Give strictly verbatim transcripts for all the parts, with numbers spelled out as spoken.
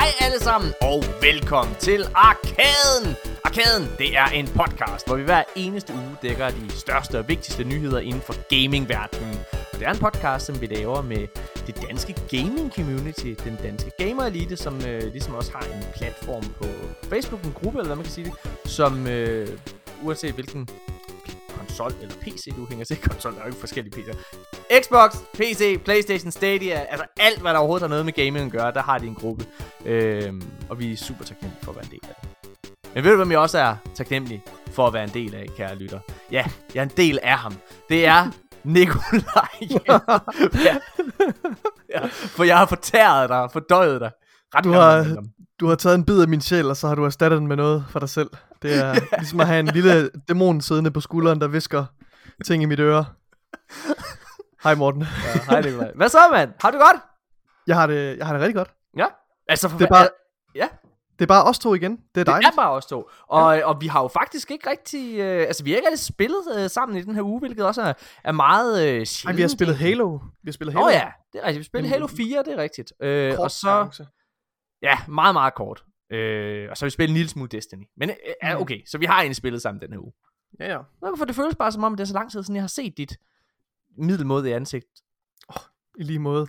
Hej alle sammen, og velkommen til Arkaden. Arkaden, det er en podcast, hvor vi hver eneste uge dækker de største og vigtigste nyheder inden for gamingverdenen. Og det er en podcast, som vi laver med det danske gaming community, den danske gamer elite, som øh, ligesom også har en platform på Facebook, en gruppe, eller hvad man kan sige det, som øh, uanset hvilken konsol eller P C du hænger til, konsol, der er jo ikke forskellige P C'er. Xbox, P C, PlayStation, Stadia, altså alt hvad der overhovedet har noget med gaming at gøre, der har de en gruppe. Øhm, og vi er super taknemmelige for at være en del af det. Men ved du hvem jeg også er taknemmelig for at være en del af, kære lytter? Ja, jeg er en del af ham. Det er Nikolaj. ja. ja. For jeg har fortæret dig, fordøjet dig. Ret du, har, du har taget en bid af min sjæl, og så har du erstattet den med noget for dig selv. Det er ligesom at have en lille dæmon siddende på skulderen, der visker ting i mit øre. Hej Morten. Ja, hej Nikolaj. Hvad så, mand? Har du godt? Jeg har det, jeg har det rigtig godt. Ja. Altså for det er bare, ja. Det er bare os to igen. Det er dejligt. Det er bare os to. Og, ja. og vi har jo faktisk ikke rigtig... Øh, altså, vi har ikke rigtig spillet øh, sammen i den her uge, hvilket også er, er meget øh, sjældent. Nej, vi har spillet Halo. Vi har spillet Halo. Åh oh, ja, det er rigtigt. Vi spillede Halo fire, det er rigtigt. Øh, og så... Chance. Ja, meget, meget kort. Øh, og så har vi spillet en lille smule Destiny. Men øh, okay, så vi har egentlig spillet sammen den her uge. Ja, ja. For det føles bare som om, det er så lang tid siden, jeg har set dit middelmådige ansigt. Oh, i lige måde.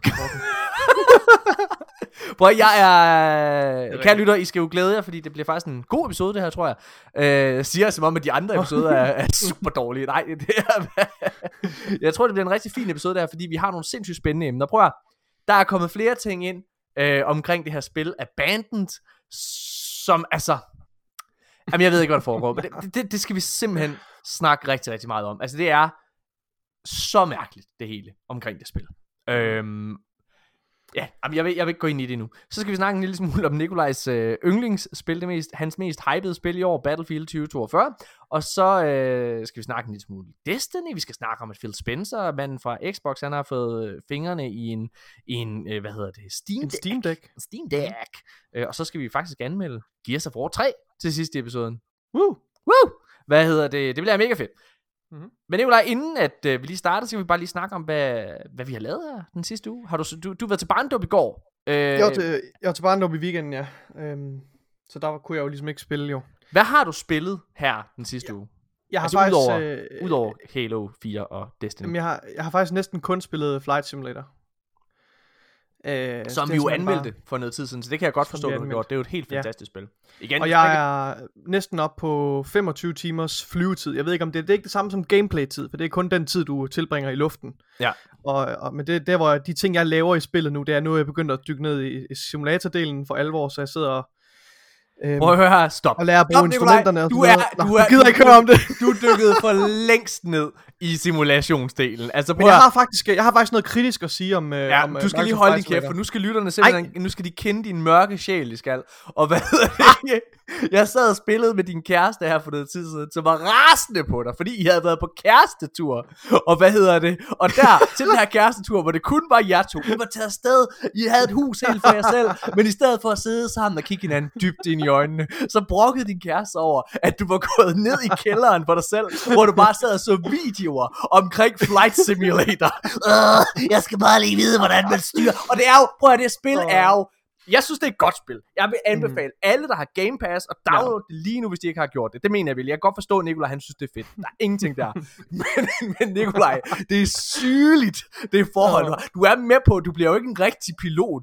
Prøv, jeg er... Kære lytter, I skal jo glæde jer, fordi det bliver faktisk en god episode, det her, tror jeg. Øh, siger som om, at de andre episoder er, er super dårlige. Nej, det er... jeg tror, det bliver en rigtig fin episode, det her, fordi vi har nogle sindssygt spændende emner. Prøv at, der er kommet flere ting ind øh, omkring det her spil, Abandoned, som altså... Jamen, jeg ved ikke, hvad der foregår, men det, det, det skal vi simpelthen snakke rigtig, rigtig meget om. Altså, det er så mærkeligt, det hele, omkring det spil. Øhm... Ja, jeg vil, jeg vil ikke gå ind i det nu. Så skal vi snakke en lille smule om Nikolajs øh, yndlingsspil, det mest, hans mest hypede spil i år, Battlefield tyve toogfyrre. Og så øh, skal vi snakke en lille smule Destiny. Vi skal snakke om, at Phil Spencer, manden fra Xbox, han har fået fingrene i en, i en øh, hvad hedder det, Steam Deck. Steam Deck. Steam Deck. Øh, og så skal vi faktisk anmelde Gears of War tre til sidste episoden. Woo! Woo! Hvad hedder det? Det bliver mega fedt. Mm-hmm. Men Nikolaj, inden at øh, vi lige starter, så skal vi bare lige snakke om, hvad, hvad vi har lavet her den sidste uge. Har du, du, du var til barndåb i går? Øh, jeg, var til, jeg var til barndåb i weekenden, ja. Øhm, så der kunne jeg jo ligesom ikke spille, jo. Hvad har du spillet her den sidste ja. uge? Jeg har altså faktisk... Udover, øh, udover Halo fire og Destiny. Jamen, jeg, har, jeg har faktisk næsten kun spillet Flight Simulator. Øh, Som vi jo anmeldte bare... for noget tid siden, så det kan jeg godt forstå, du har gjort. Det er jo et helt fantastisk ja. spil. Igen, og jeg er næsten op på femogtyve timers flyvetid. Jeg ved ikke, om det, det er ikke det samme som gameplay-tid, for det er kun den tid, du tilbringer i luften. Ja. Og, og men det der, hvor de ting, jeg laver i spillet nu, det er nu, jeg er begyndt at dykke ned i, i simulator-delen for alvor, så jeg sidder og Øhm, Prøv at høre her, stop. Og lære at bruge stop, instrumenterne og du er, Nå, du, er, du gider ikke høre om det. Du dykkede for længst ned i simulationsdelen. Altså, men jeg har faktisk jeg har faktisk noget kritisk at sige om ja, om du skal lige holde din kæft, for nu skal lytterne simpelthen, nu skal de kende din mørke sjæl, de skal. Og hvad hedder det? Jeg sad og spillede med din kæreste her for noget tid siden, som var rasende på dig, fordi I havde været på kærestetur. Og hvad hedder det? Og der, til den her kærestetur, hvor det kun var jer to, I var taget afsted, I havde et hus helt for jer selv, men i stedet for at sidde sammen og kigge hinanden dybt ind i øjnene, så brokkede din kæreste over, at du var gået ned i kælderen for dig selv, hvor du bare sad og så videoer omkring Flight Simulator. Uh, jeg skal bare lige vide, hvordan man styrer. Og det er jo, prøv at det spil er jo, jeg synes, det er et godt spil. Jeg vil anbefale mm. alle, der har Game Pass, og download ja. det lige nu, hvis de ikke har gjort det. Det mener jeg vel. Jeg kan godt forstå, at Nikolaj, han synes, det er fedt. Der er ingenting der. men, men Nikolaj, det er sygeligt, det forhold. Ja. Du er med på, du bliver jo ikke en rigtig pilot.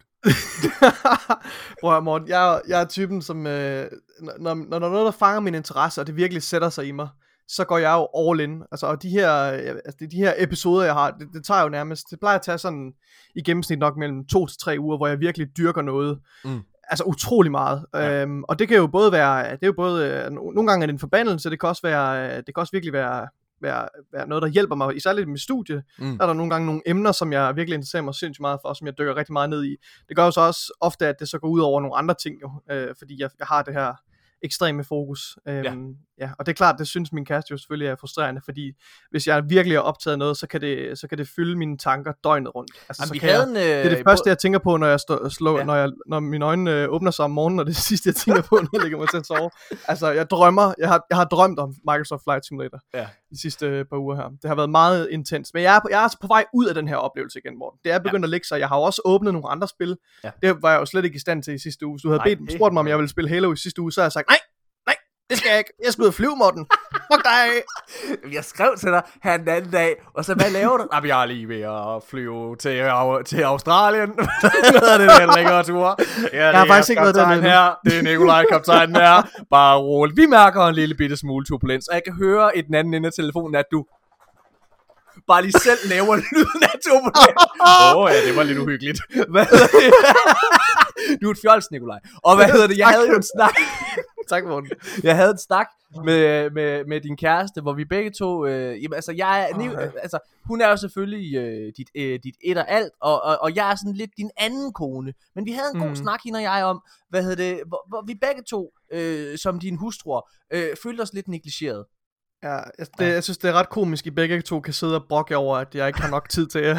Prøv at Morten, jeg, jeg er typen, som øh, når, når der er noget, der fanger min interesse, og det virkelig sætter sig i mig, så går jeg jo all in. Altså, og de her, altså, de her episoder, jeg har, det, det tager jo nærmest, det plejer at tage sådan i gennemsnit nok mellem to til tre uger, hvor jeg virkelig dyrker noget. Mm. Altså utrolig meget. Ja. Øhm, og det kan jo både være, det er jo både, nogle gange er det en forbandelse, det kan også være, det kan også virkelig være, være, være noget, der hjælper mig, især lidt med studie. Mm. Der er der nogle gange nogle emner, som jeg virkelig interesserer mig sindssygt meget for, som jeg dykker rigtig meget ned i. Det gør jo så også ofte, at det så går ud over nogle andre ting, jo, øh, fordi jeg, jeg har det her ekstreme fokus. Øhm, ja. ja. Og det er klart, det synes min kæreste jo selvfølgelig er frustrerende, fordi hvis jeg virkelig er optaget noget, så kan det, så kan det fylde mine tanker døgnet rundt. Altså, Jamen, så vi kan havde jeg, en, det er det første, jeg tænker på, når jeg stå, slår, ja. når, jeg, når mine øjne øh, åbner sig om morgenen, og det er det sidste, jeg tænker på, når jeg lægger mig til at sove. Altså, jeg drømmer, jeg har, jeg har drømt om Microsoft Flight Simulator. Ja. de sidste øh, par uger her. Det har været meget intens. Men jeg er, på, jeg er altså på vej ud af den her oplevelse igen, Morten. Det er begyndt ja. at lægge sig. Jeg har også åbnet nogle andre spil. Ja. Det var jeg jo slet ikke i stand til i sidste uge. Hvis du havde nej, bedt, spurgt mig, om jeg ville spille Halo i sidste uge, så har jeg sagt, nej, nej, det skal jeg ikke. Jeg skal ud og flyve, Morten. Fuck dig. Jeg skrev til dig her den anden dag, og så hvad laver du? Jamen, jeg er lige ved at flyve til, til Australien. det er det der længere tur. Ja, jeg har faktisk ikke været der her. Det er Nikolaj, kaptajnen her. Bare roligt. Vi mærker en lille bitte smule turbulens, og jeg kan høre i den anden ende af telefonen, at du bare lige selv laver lyden af turbulens. Åh oh, ja, det var lidt uhyggeligt. Hvad hedder det? Du er et fjols, Nikolaj. Og hvad hedder det? Jeg havde jo en snak. Tak, Morten. Jeg havde en snak med, med, med din kæreste, hvor vi begge to, øh, jamen, altså, jeg er, oh, ja. altså, hun er jo selvfølgelig øh, dit, øh, dit et og alt, og, og, og jeg er sådan lidt din anden kone, men vi havde en mm. god snak, hende og jeg, om, hvad hedder det, hvor, hvor vi begge to, øh, som dine hustruer, øh, følte os lidt negligeret. Ja, jeg, det, jeg synes, det er ret komisk, at I begge to kan sidde og brokke over, at jeg ikke har nok tid til jer.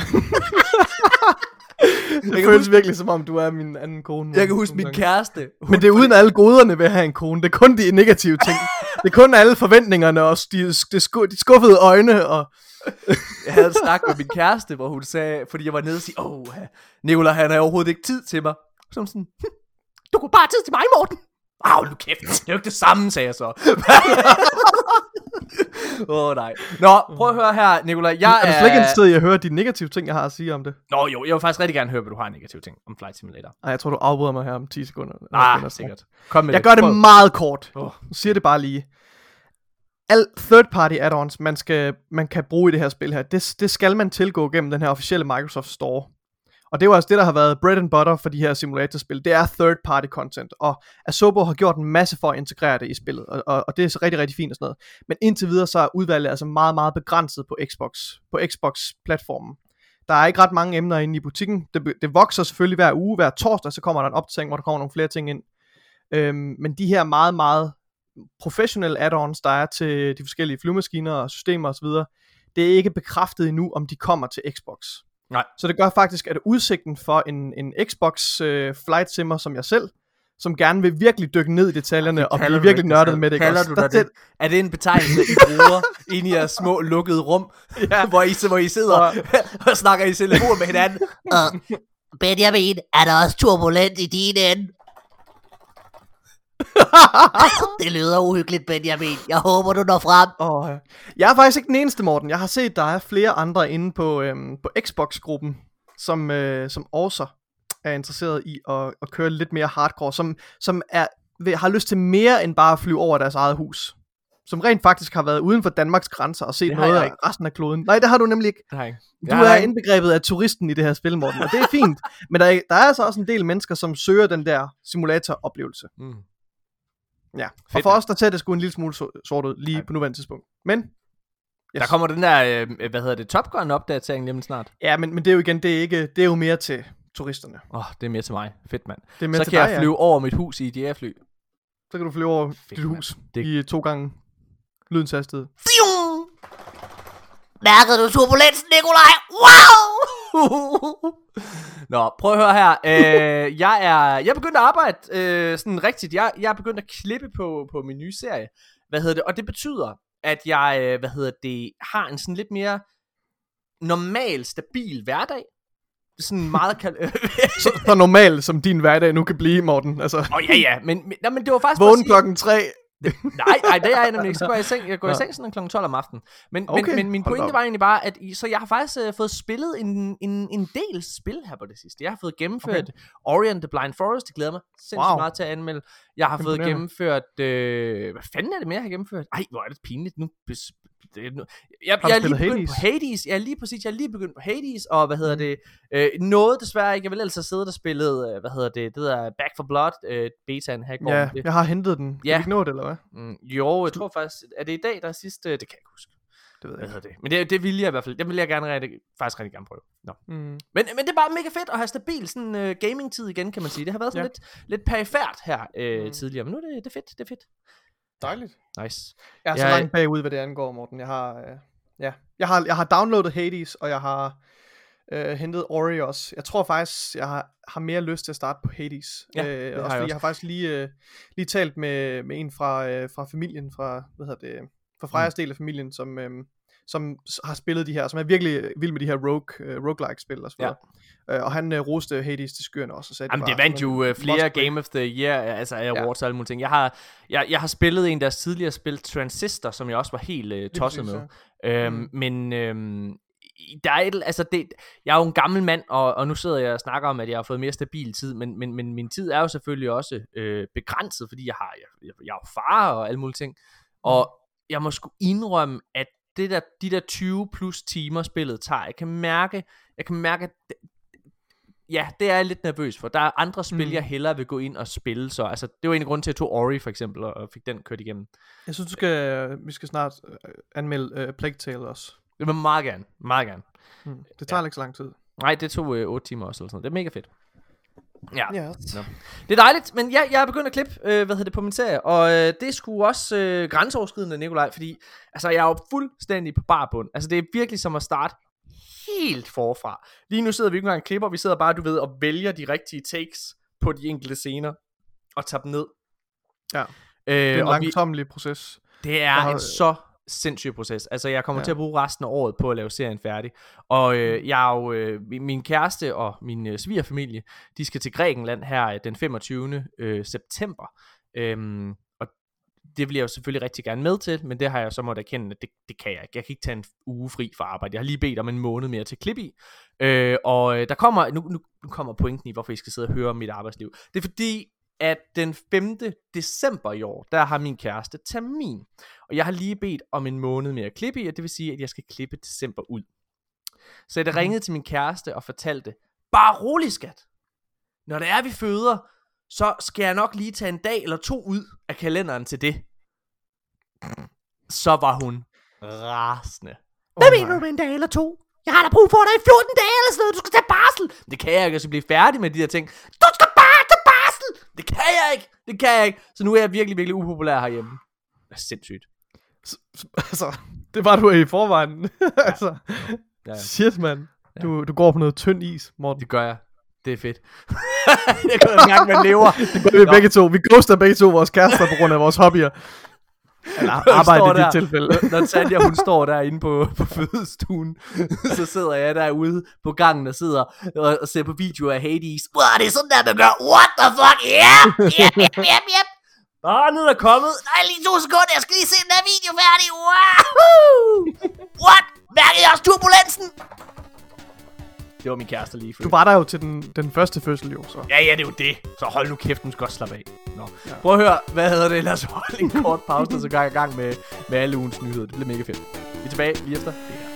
Det føles huske, virkelig som om du er min anden kone. Jeg kan huske min kæreste. Men det er uden alle goderne ved at have en kone. Det er kun de negative ting. Det er kun alle forventningerne og de, de, sku, de skuffede øjne. Og jeg havde en snak med min kæreste, hvor hun sagde, fordi jeg var nede og sige, åh, Nikolaj, han har overhovedet ikke tid til mig. Så sådan, hm, du kunne bare have tid til mig, Morten. Åh, nu kæft, det er jo ikke det samme, sagde jeg så. Åh oh, nej. Nå, prøv at høre her, Nikolaj. Jeg er du slet ikke interesseret i at høre de negative ting, jeg har at sige om det? Nå jo, jeg vil faktisk rigtig gerne høre, hvad du har negative ting om Flight Simulator. Nej, jeg tror, du afbryder mig her om ti sekunder. Nej, sikkert. Kom med jeg det. gør det prøv. Meget kort. Oh. Nu siger det bare lige. Al third party add-ons, man, skal, man kan bruge i det her spil her, det, det skal man tilgå gennem den her officielle Microsoft Store. Og det er jo altså det, der har været bread and butter for de her simulatorspil. Det er third party content. Og Asobo har gjort en masse for at integrere det i spillet. Og, og, og det er så rigtig, rigtig fint og sådan noget. Men indtil videre så er udvalget altså meget, meget begrænset på Xbox. På Xbox-platformen. Der er ikke ret mange emner inde i butikken. Det, det vokser selvfølgelig hver uge. Hver torsdag så kommer der en opdatering, hvor der kommer nogle flere ting ind. Øhm, men de her meget, meget professionelle add-ons, der er til de forskellige flyvemaskiner og systemer osv., det er ikke bekræftet endnu, om de kommer til Xbox. Nej. Så det gør faktisk, at udsigten for en, en Xbox øh, flight simmer som jeg selv, som gerne vil virkelig dykke ned i detaljerne ja, og blive virkelig nørdet med det. Kalder du det, det? Er det en betegnelse, I bruger inde i jeres små lukkede rum, ja. hvor, I, hvor I sidder og, og snakker i telefon med hinanden? uh, Benjamin, er der også turbulent i din ende? Det lyder uhyggeligt, Benjamin. Jeg håber, du når frem. Oh, ja. Jeg er faktisk ikke den eneste, Morten. Jeg har set, der er flere andre inde på, øhm, på Xbox-gruppen, som, øh, som også er interesseret i at, at køre lidt mere hardcore, som, som er, har lyst til mere end bare at flyve over deres eget hus. Som rent faktisk har været uden for Danmarks grænser og set noget af resten af kloden. Nej, det har du nemlig ikke. ikke. Du er ikke. indbegrebet af turisten i det her spil, Morten, og det er fint. Men der er, der er altså også en del mennesker, som søger den der simulator-oplevelse. Mm. Ja, og for os der tager det sgu en lille smule sort ud lige ja. på nuværende tidspunkt. Men yes. Der kommer den der, øh, hvad hedder det, Top Gun opdatering nemlig snart. Ja, men, men det er jo igen, det er ikke, det er jo mere til turisterne. Åh, oh, det er mere til mig. Fedt, mand. Det er mere så til kan dig, jeg flyve ja. over mit hus i et jægerfly. Så kan du flyve over Fedt, dit hus det... i to gange lydens hastighed. Mærkede du turbulensen, Nikolaj? Wow! Nå, prøv at høre her. Øh, jeg er jeg er begyndt at arbejde øh, sådan rigtigt. Jeg, jeg er begyndt at klippe på, på min nye serie. Hvad hedder det? Og det betyder, at jeg øh, hvad hedder det, har en sådan lidt mere normal, stabil hverdag. Sådan meget kal- så, så normal som din hverdag nu kan blive, Morten. Altså. Åh oh, ja ja, men, men, men det var faktisk vågen klokken tre. Det, nej, nej, det er jeg nemlig ikke. Så går jeg i seng, jeg går ja. i seng sådan klokken tolv om aftenen. Men, okay. men, men min pointe var egentlig bare, at så jeg har faktisk uh, fået spillet en, en, en del spil her på det sidste. Jeg har fået gennemført okay. Ori and the Blind Forest, det glæder mig sindssygt wow. meget til at anmelde. Jeg har fået gennemført, øh, hvad fanden er det mere, jeg har gennemført? Ej, hvor er det pinligt nu. Det, nu. Jeg, jeg er lige begyndt Hades? på Hades. Jeg er lige præcis, jeg er lige begyndt på Hades, og hvad hedder det? Øh, noget desværre ikke. Jeg vil ellers have siddet og spillet, øh, hvad hedder det? Det der Back for Blood, øh, betaen her går. Ja, jeg har hentet den. Kan ja. du ikke nå det, eller hvad? Mm, jo, jeg tror faktisk, er det i dag, der er sidste? Det kan jeg ikke huske. Det ved jeg ikke. Det? Men det, det vil jeg i hvert fald. Det vil jeg gerne rigtig, faktisk rigtig gerne prøve. Nå. Mm. Men, men det er bare mega fedt at have stabil sådan uh, gaming-tid igen, kan man sige. Det har været sådan ja. lidt, lidt perifært her øh, mm. tidligere, men nu er det, det er fedt. Det er fedt. Dejligt. Nice. Jeg er så jeg... langt bagud, hvad det angår, Morten. Jeg har, øh, ja. jeg har, jeg har downloadet Hades, og jeg har øh, hentet Ori også. Jeg tror faktisk, jeg har, har mere lyst til at starte på Hades. Ja, øh, også også jeg, jeg har faktisk lige, øh, lige talt med, med en fra, øh, fra familien, fra, hvad hedder det, For Frejas del af familien, som, øhm, som har spillet de her, som er virkelig vild med de her rogue, øh, roguelike-spil og så videre. Ja. Øh, og han øh, roste Hades til skyerne også. Og sagde, Jamen, det, det vandt jo øh, flere Game of the Year, altså awards og alle mulige ting. Jeg har, jeg, jeg har spillet en af deres tidligere spil, Transistor, som jeg også var helt øh, tosset med. Ja. Øhm, mm. Men øhm, der er et, altså det, jeg er jo en gammel mand, og, og nu sidder jeg og snakker om, at jeg har fået mere stabil tid, men, men, men min tid er jo selvfølgelig også øh, begrænset, fordi jeg har jeg, jeg er jo far og alle mulige ting. Og jeg må sgu indrømme, at det der, de der tyve plus timer spillet tager, jeg kan mærke, jeg kan mærke, at det, ja, det er jeg lidt nervøs for. Der er andre spil, mm. jeg hellere vil gå ind og spille, så altså, det var en grund til, at jeg tog Ori for eksempel, og fik den kørt igennem. Jeg synes, du skal, vi skal snart anmelde uh, Plague Tale også. Det vil meget gerne, meget gerne. Mm. Det tager ja. ikke så lang tid. Nej, det tog øh, otte timer også, eller sådan noget. Det er mega fedt. Ja, yes. no. Det er dejligt, men ja, jeg er begyndt at klippe, øh, hvad hedder det, på min serie, og øh, det er sgu også øh, grænseoverskridende, Nikolaj, fordi altså, jeg er jo fuldstændig på bar bund. Altså, det er virkelig som at starte helt forfra. Lige nu sidder vi ikke engang og klipper, vi sidder bare, du ved, og vælger de rigtige takes på de enkelte scener, og tager dem ned. Ja, øh, det er en langsommelig proces. Det er har... en så sindssyg proces. Altså jeg kommer ja. til at bruge resten af året på at lave serien færdig. Og øh, jeg er jo øh, min kæreste og min øh, svigerfamilie, de skal til Grækenland her den femogtyvende Øh, september. Øhm, og det vil jeg jo selvfølgelig rigtig gerne med til, men det har jeg så måttet erkende, at det, det kan jeg ikke. Jeg kan ikke tage en uge fri fra arbejde. Jeg har lige bedt om en måned mere til klip i. Øh, og øh, der kommer nu, nu, nu kommer pointen i, hvorfor I skal sidde og høre om mit arbejdsliv. Det er fordi at den femte december i år, der har min kæreste termin. Og jeg har lige bedt om en måned mere at klippe i, og det vil sige, at jeg skal klippe december ud. Så jeg ringede til min kæreste og fortalte, bare rolig skat. Når det er, vi føder, så skal jeg nok lige tage en dag eller to ud af kalenderen til det. Så var hun rasende. Oh, Hvad mener du med en dag eller to? Jeg har da brug for dig i fjorten dage eller sådan noget. Du skal tage barsel. Det kan jeg ikke, jeg skal blive færdig med de her ting. Du skal bare tage barsel. Det kan jeg ikke. Det kan jeg ikke. Så nu er jeg virkelig, virkelig upopulær herhjemme. Det er sindssygt. Så, altså, det var du i forvejen. altså, ja, ja. Shit, mand. Du, du går på noget tynd is, Morten. Det gør jeg. Det er fedt. Det kan jeg mærke, man lever. Det gør vi begge to. Vi ghoster begge to vores kærester på grund af vores hobbyer. Eller arbejde i dit tilfælde. Når Tanja, hun står derinde på, på fødestuen, så sidder jeg derude på gangen og sidder og, og ser på videoer af Hades. Wow, det er sådan der, man gør. What the fuck? Yep, yep, yep, yep, yep. Barnet er kommet. Nej, lige to sekunder. Jeg skal lige se den der video færdig. Wow. What? Mærker jeg også turbulensen? Det var min kæreste lige før. Du var der jo til den, den første fødsel jo, så. Ja, ja, det er jo det. Så hold nu kæft, nu skal også slappe af. Nå. Ja. Prøv at høre, hvad hedder det? Lad os holde en kort pause, så går jeg i gang med, med alle ugens nyheder. Det bliver mega fedt. Vi er tilbage lige efter det her.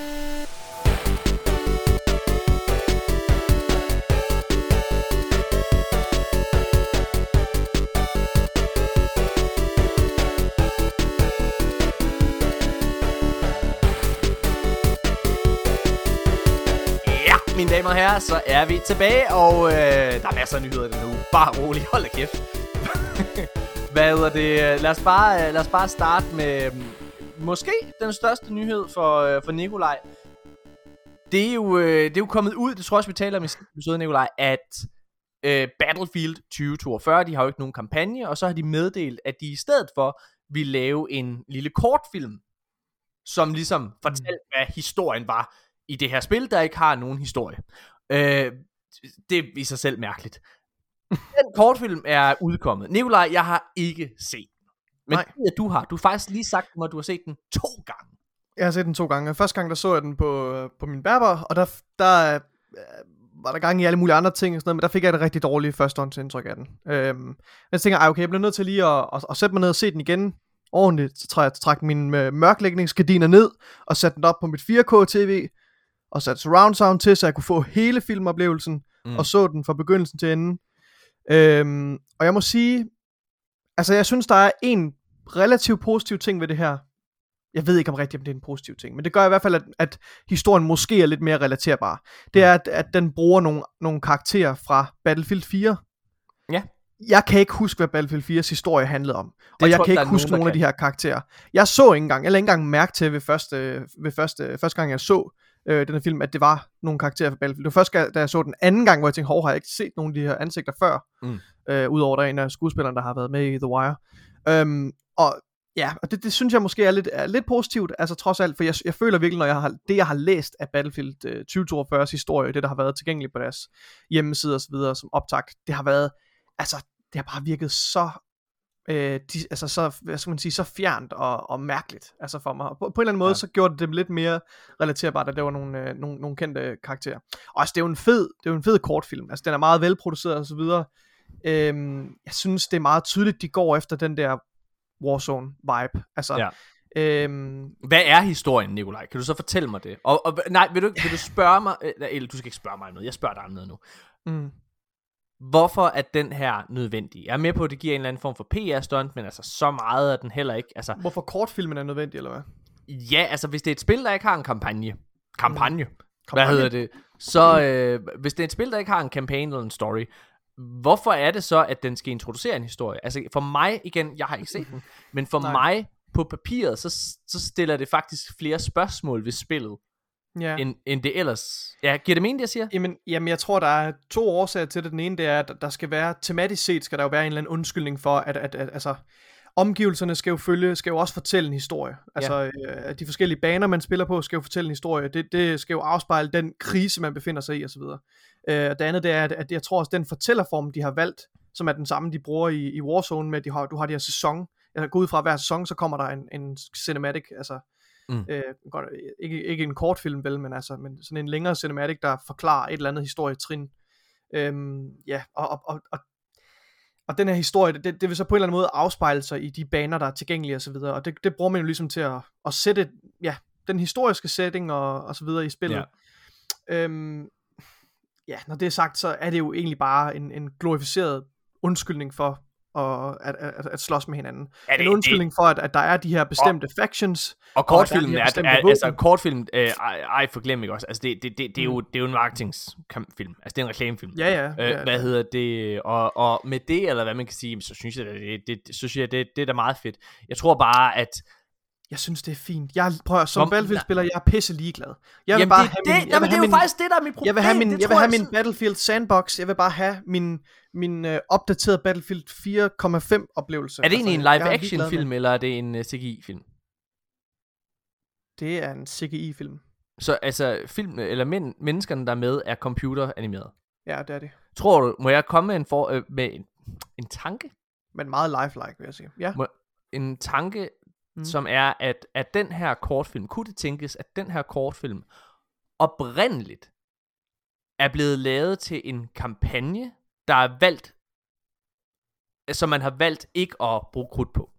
Mine damer og herrer, så er vi tilbage, og øh, der er masser af nyheder den uge. Bare rolig, hold da kæft. Hvad hedder det? Lad os bare, lad os bare starte med måske den største nyhed for, for Nikolaj. Det er, jo, det er jo kommet ud, det tror jeg også vi taler om i episode, Nikolaj, at øh, Battlefield tyve toogfyrre, de har jo ikke nogen kampagne, og så har de meddelt, at de i stedet for vil lave en lille kortfilm, som ligesom fortalte, hvad historien var i det her spil, der ikke har nogen historie. Øh, det er i sig selv mærkeligt. Den kortfilm er udkommet. Nikolaj, jeg har ikke set den. Men det, at du har. Du har faktisk lige sagt mig, at du har set den to gange. Jeg har set den to gange. Første gang, der så jeg den på, på min bærbar, og der, der var der gang i alle mulige andre ting, og sådan noget, men der fik jeg et rigtig dårligt førstehåndsindtryk af den. Øhm, jeg tænker, okay, jeg bliver nødt til lige at, at, at sætte mig ned og se den igen ordentligt. Så tror jeg, at jeg træk mine mørklægningsgardiner ned, og satte den op på mit fire K tv, og satte surround sound til, så jeg kunne få hele filmoplevelsen, mm. og så den fra begyndelsen til enden. Øhm, og jeg må sige, altså jeg synes, der er en relativt positiv ting ved det her. Jeg ved ikke om rigtigt, om det er en positiv ting, men det gør i hvert fald, at, at historien måske er lidt mere relaterbar. Det er, at, at den bruger nogle, nogle karakterer fra Battlefield fire. Ja. Jeg kan ikke huske, hvad Battlefield fires historie handlede om. Det og jeg kan ikke huske nogen, nogen af de her karakterer. Jeg så ikke engang, jeg lagde ikke engang mærke til ved første, ved første, første gang, jeg så øh, den her film, at det var nogle karakterer fra Battlefield. Det var første gang, da jeg så den anden gang, hvor jeg tænkte, hov, har jeg ikke set nogen af de her ansigter før? Mm. Øh, Udover der er en af skuespillerne, der har været med i The Wire. Øhm, og Ja, og det, det synes jeg måske er lidt, er lidt positivt, altså trods alt, for jeg, jeg føler virkelig, når jeg har, det jeg har læst af Battlefield øh, tyve toogfyrres historie, det der har været tilgængeligt på deres hjemmeside og så videre som optakt, det har været, altså det har bare virket så, øh, de, altså så, hvad skal man sige, så fjernt og, og mærkeligt, altså for mig. På, på en eller anden måde, ja. Så gjorde det dem lidt mere relaterbart, at der var nogle, øh, nogle, nogle kendte karakterer. Og altså, det er jo en fed, det er jo en fed kortfilm, altså den er meget velproduceret og så videre. Øhm, jeg synes, det er meget tydeligt, de går efter den der Warzone-vibe. Altså, ja. øhm, Hvad er historien, Nikolaj? Kan du så fortælle mig det? Og, og nej, vil du, vil du spørge mig, eller du skal ikke spørge mig om noget, jeg spørger dig om noget nu. Mm. Hvorfor er den her nødvendig? Jeg er med på, at det giver en eller anden form for P R-stunt, men altså så meget er den heller ikke. Altså, hvorfor kortfilmen er nødvendig, eller hvad? Ja, altså hvis det er et spil, der ikke har en kampagne, kampagne, mm. Kampagne? hvad hedder det? Så øh, hvis det er et spil, der ikke har en campaign eller en story, hvorfor er det så, at den skal introducere en historie? Altså for mig, igen, jeg har ikke set den, men for Nej. mig på papiret, så, så stiller det faktisk flere spørgsmål ved spillet, ja. end, end det ellers. Ja, giver det mening, det jeg siger? Jamen, jamen, jeg tror, der er to årsager til det. Den ene, det er, at der skal være, tematisk set, skal der jo være en eller anden undskyldning for, at, at, at altså, omgivelserne skal jo følge, skal jo også fortælle en historie. Altså, ja. øh, de forskellige baner, man spiller på, skal jo fortælle en historie. Det, det skal jo afspejle den krise, man befinder sig i, og så videre. Øh, det andet, det er, at, at jeg tror også, den fortællerform, de har valgt, som er den samme, de bruger i, i Warzone, med, at de har, du har de her sæson. Jeg går ud fra, hver sæson, så kommer der en, en cinematic, altså, mm. øh, godt, ikke, ikke en kortfilm, vel, men, altså, men sådan en længere cinematic, der forklarer et eller andet historietrin. Øhm, ja, og, og, og, og Og den her historie, det, det vil så på en eller anden måde afspejle sig i de baner, der er tilgængelige og så videre. Og det, det bruger man jo ligesom til at, at sætte, ja, den historiske setting og, og så videre i spillet. Ja. Øhm, ja, når det er sagt, så er det jo egentlig bare en, en glorificeret undskyldning for at, at, at, at slås med hinanden. Ja, det, en undskyldning det, for, at, at der er de her bestemte og, factions. Og kortfilmen er, er, er altså kortfilm, øh, ej, ej forglem ikke også, altså det, det, det, det, er jo, det er jo en marketingsfilm, altså det er en reklamefilm. Ja, ja. Øh, ja hvad ja. hedder det, og, og med det, eller hvad man kan sige, så synes jeg, det, det, det, synes jeg, det, det er da meget fedt. Jeg tror bare, at jeg synes, det er fint. Jeg prøver, som Battlefield-spiller, jeg er pisse ligeglad. Jeg vil Jamen, bare det, have det, min, jeg vil det er have jo min, faktisk det, der er mit problem. Jeg vil have min, det jeg vil have jeg min Battlefield Sandbox. Jeg vil bare have min, min uh, opdaterede Battlefield fire komma fem oplevelse. Er det egentlig altså, en live-action-film, eller er det en uh, C G I-film? Det er en C G I-film. Så altså, film, eller men, menneskerne, der er med, er computeranimeret? Ja, det er det. Tror du, må jeg komme med en, for, øh, med en, en tanke? Men meget lifelike, vil jeg sige. Ja. Må, en tanke... Mm. Som er, at, at den her kortfilm, kunne det tænkes, at den her kortfilm oprindeligt er blevet lavet til en kampagne, der er valgt, som man har valgt ikke at bruge krudt på?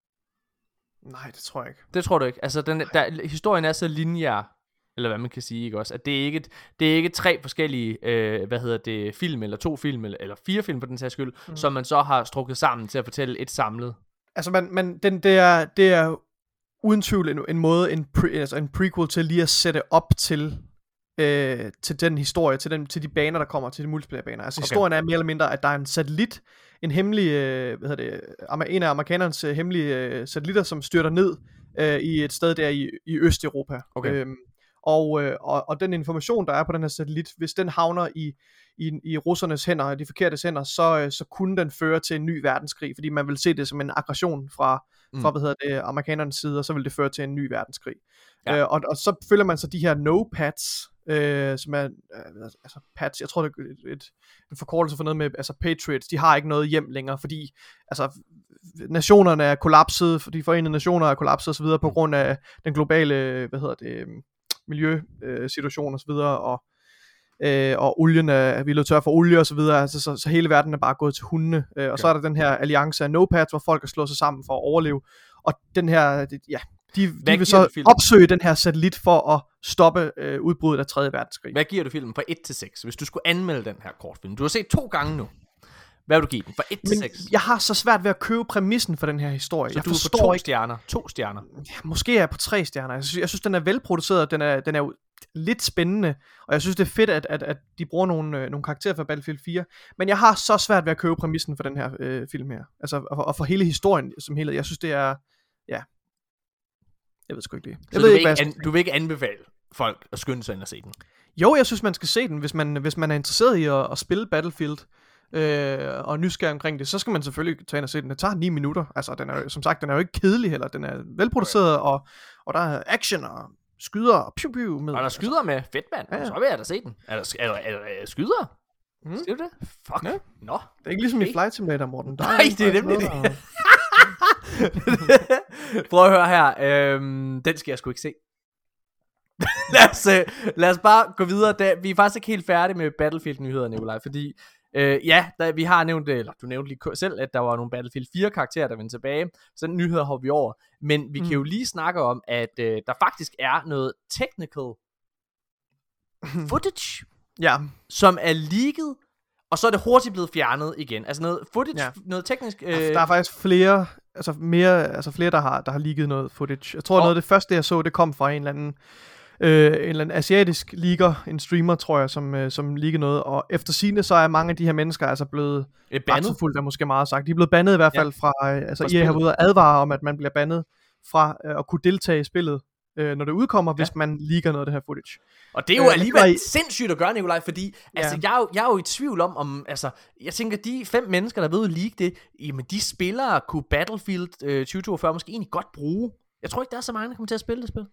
Nej, det tror jeg ikke. Det tror du ikke? Altså, den, der, historien er så lineær, eller hvad man kan sige, ikke også? At det er ikke, det er ikke tre forskellige, øh, hvad hedder det, film, eller to film, eller, eller fire film på den sags skyld, mm. som man så har strukket sammen til at fortælle et samlet. Altså, man, man, den, det, er, det er uden tvivl en, en måde, en, pre, altså en prequel til lige at sætte op til, øh, til den historie, til, den, til de baner, der kommer, til de multiplayer-baner. Altså, okay. Historien er mere eller mindre, at der er en satellit, en hemmelig, øh, hvad hedder det, en af amerikanernes øh, hemmelige øh, satellitter, som styrter ned øh, i et sted der i, i Østeuropa. Okay. Øhm, og, øh, og, og den information, der er på den her satellit, hvis den havner i I, i russernes hænder, de forkerte hænder, så, så kunne den føre til en ny verdenskrig, fordi man vil se det som en aggression fra, mm. fra hvad hedder det, amerikanernes side, og så vil det føre til en ny verdenskrig. Ja. Øh, og, og så følger man så de her no-pads, øh, som er, øh, altså pads, jeg tror det er et, et, en forkortelse for noget med, altså Patriots, de har ikke noget hjem længere, fordi altså nationerne er kollapset, de forenede nationer er kollapset og så videre, på grund af den globale, hvad hedder det, miljøsituation og så videre, og Øh, og olien er, vi er løbet tør for olie og så videre, altså, så, så hele verden er bare gået til hundene, øh, og okay. Så er der den her alliance af no-pads, hvor folk har slået sig sammen for at overleve, og den her, det, ja, de, de vil så opsøge den her satellit for at stoppe øh, udbruddet af tredje verdenskrig. Hvad giver du filmen fra et til seks, hvis du skulle anmelde den her kortfilm? Du har set to gange nu. Hvad vil du give den fra et til seks? Jeg har så svært ved at købe præmissen for den her historie. Så jeg du er på to ikke... stjerner? To stjerner? Ja, måske er jeg på tre stjerner. Jeg synes, jeg synes den er velproduceret, den er, den er jo lidt spændende, og jeg synes det er fedt at, at, at de bruger nogle, øh, nogle karakterer fra Battlefield fire, men jeg har så svært ved at købe præmissen for den her øh, film her, altså og, og for hele historien som helhed. Jeg synes det er, ja, jeg ved sgu ikke det. Jeg så ved du, ikke, vil ikke an, du vil ikke anbefale folk at skynde sig ind og se den? Jo, jeg synes man skal se den, hvis man, hvis man er interesseret i at, at spille Battlefield. øh, og nysgerrig omkring det, så skal man selvfølgelig tage ind og se den. Det tager ni minutter. Altså, den er, som sagt, den er jo ikke kedelig heller. Den er velproduceret, og, og der er action og skyder og piu piu med. Og der skyder med. Fedt, mand. Ja, ja. Så vil jeg da se den. Er der, er der, er der, er der skyder? Mm. Siger du det? Fuck. Ja. Nå. Det er ikke ligesom okay. i Flight Simulator, Morten. Der Nej, det er nemlig det. Der... Prøv at høre her. Øhm, den skal jeg sgu ikke se. lad, os, øh, lad os bare gå videre. Da, vi er faktisk ikke helt færdige med Battlefield-nyheder, Nikolaj. Fordi, øh, ja, da, vi har nævnt, eller du nævnte lige selv, at der var nogle Battlefield fire karakterer, der vendte tilbage. Så den nyheder hopper vi over. Men vi mm. kan jo lige snakke om, at øh, der faktisk er noget technical footage, ja, som er leaget, og så er det hurtigt blevet fjernet igen. Altså noget footage, ja. noget teknisk. Øh... Der er faktisk flere, altså mere, altså flere der har der har leaget noget footage. Jeg tror og... noget af det første jeg så, det kom fra en eller anden øh, en eller anden asiatisk leaker, en streamer tror jeg, som øh, som leakede noget. Og efter sigende så er mange af de her mennesker altså blevet retsforfulgt, er måske meget sagt. De er blevet bandet i hvert fald ja. fra, øh, altså I har været ude og advare om, at man bliver bandet fra øh, at kunne deltage i spillet, øh, når det udkommer, ja. hvis man leaker noget af det her footage. Og det er jo øh, alligevel i... sindssygt at gøre, Nikolaj, fordi ja. altså, jeg, er jo, jeg er jo i tvivl om, om altså, jeg tænker, de fem mennesker, der ved at leak det, jamen de spillere kunne Battlefield øh, tyve toogfyrre måske egentlig godt bruge. Jeg tror ikke, der er så mange, der kommer til at spille det spil.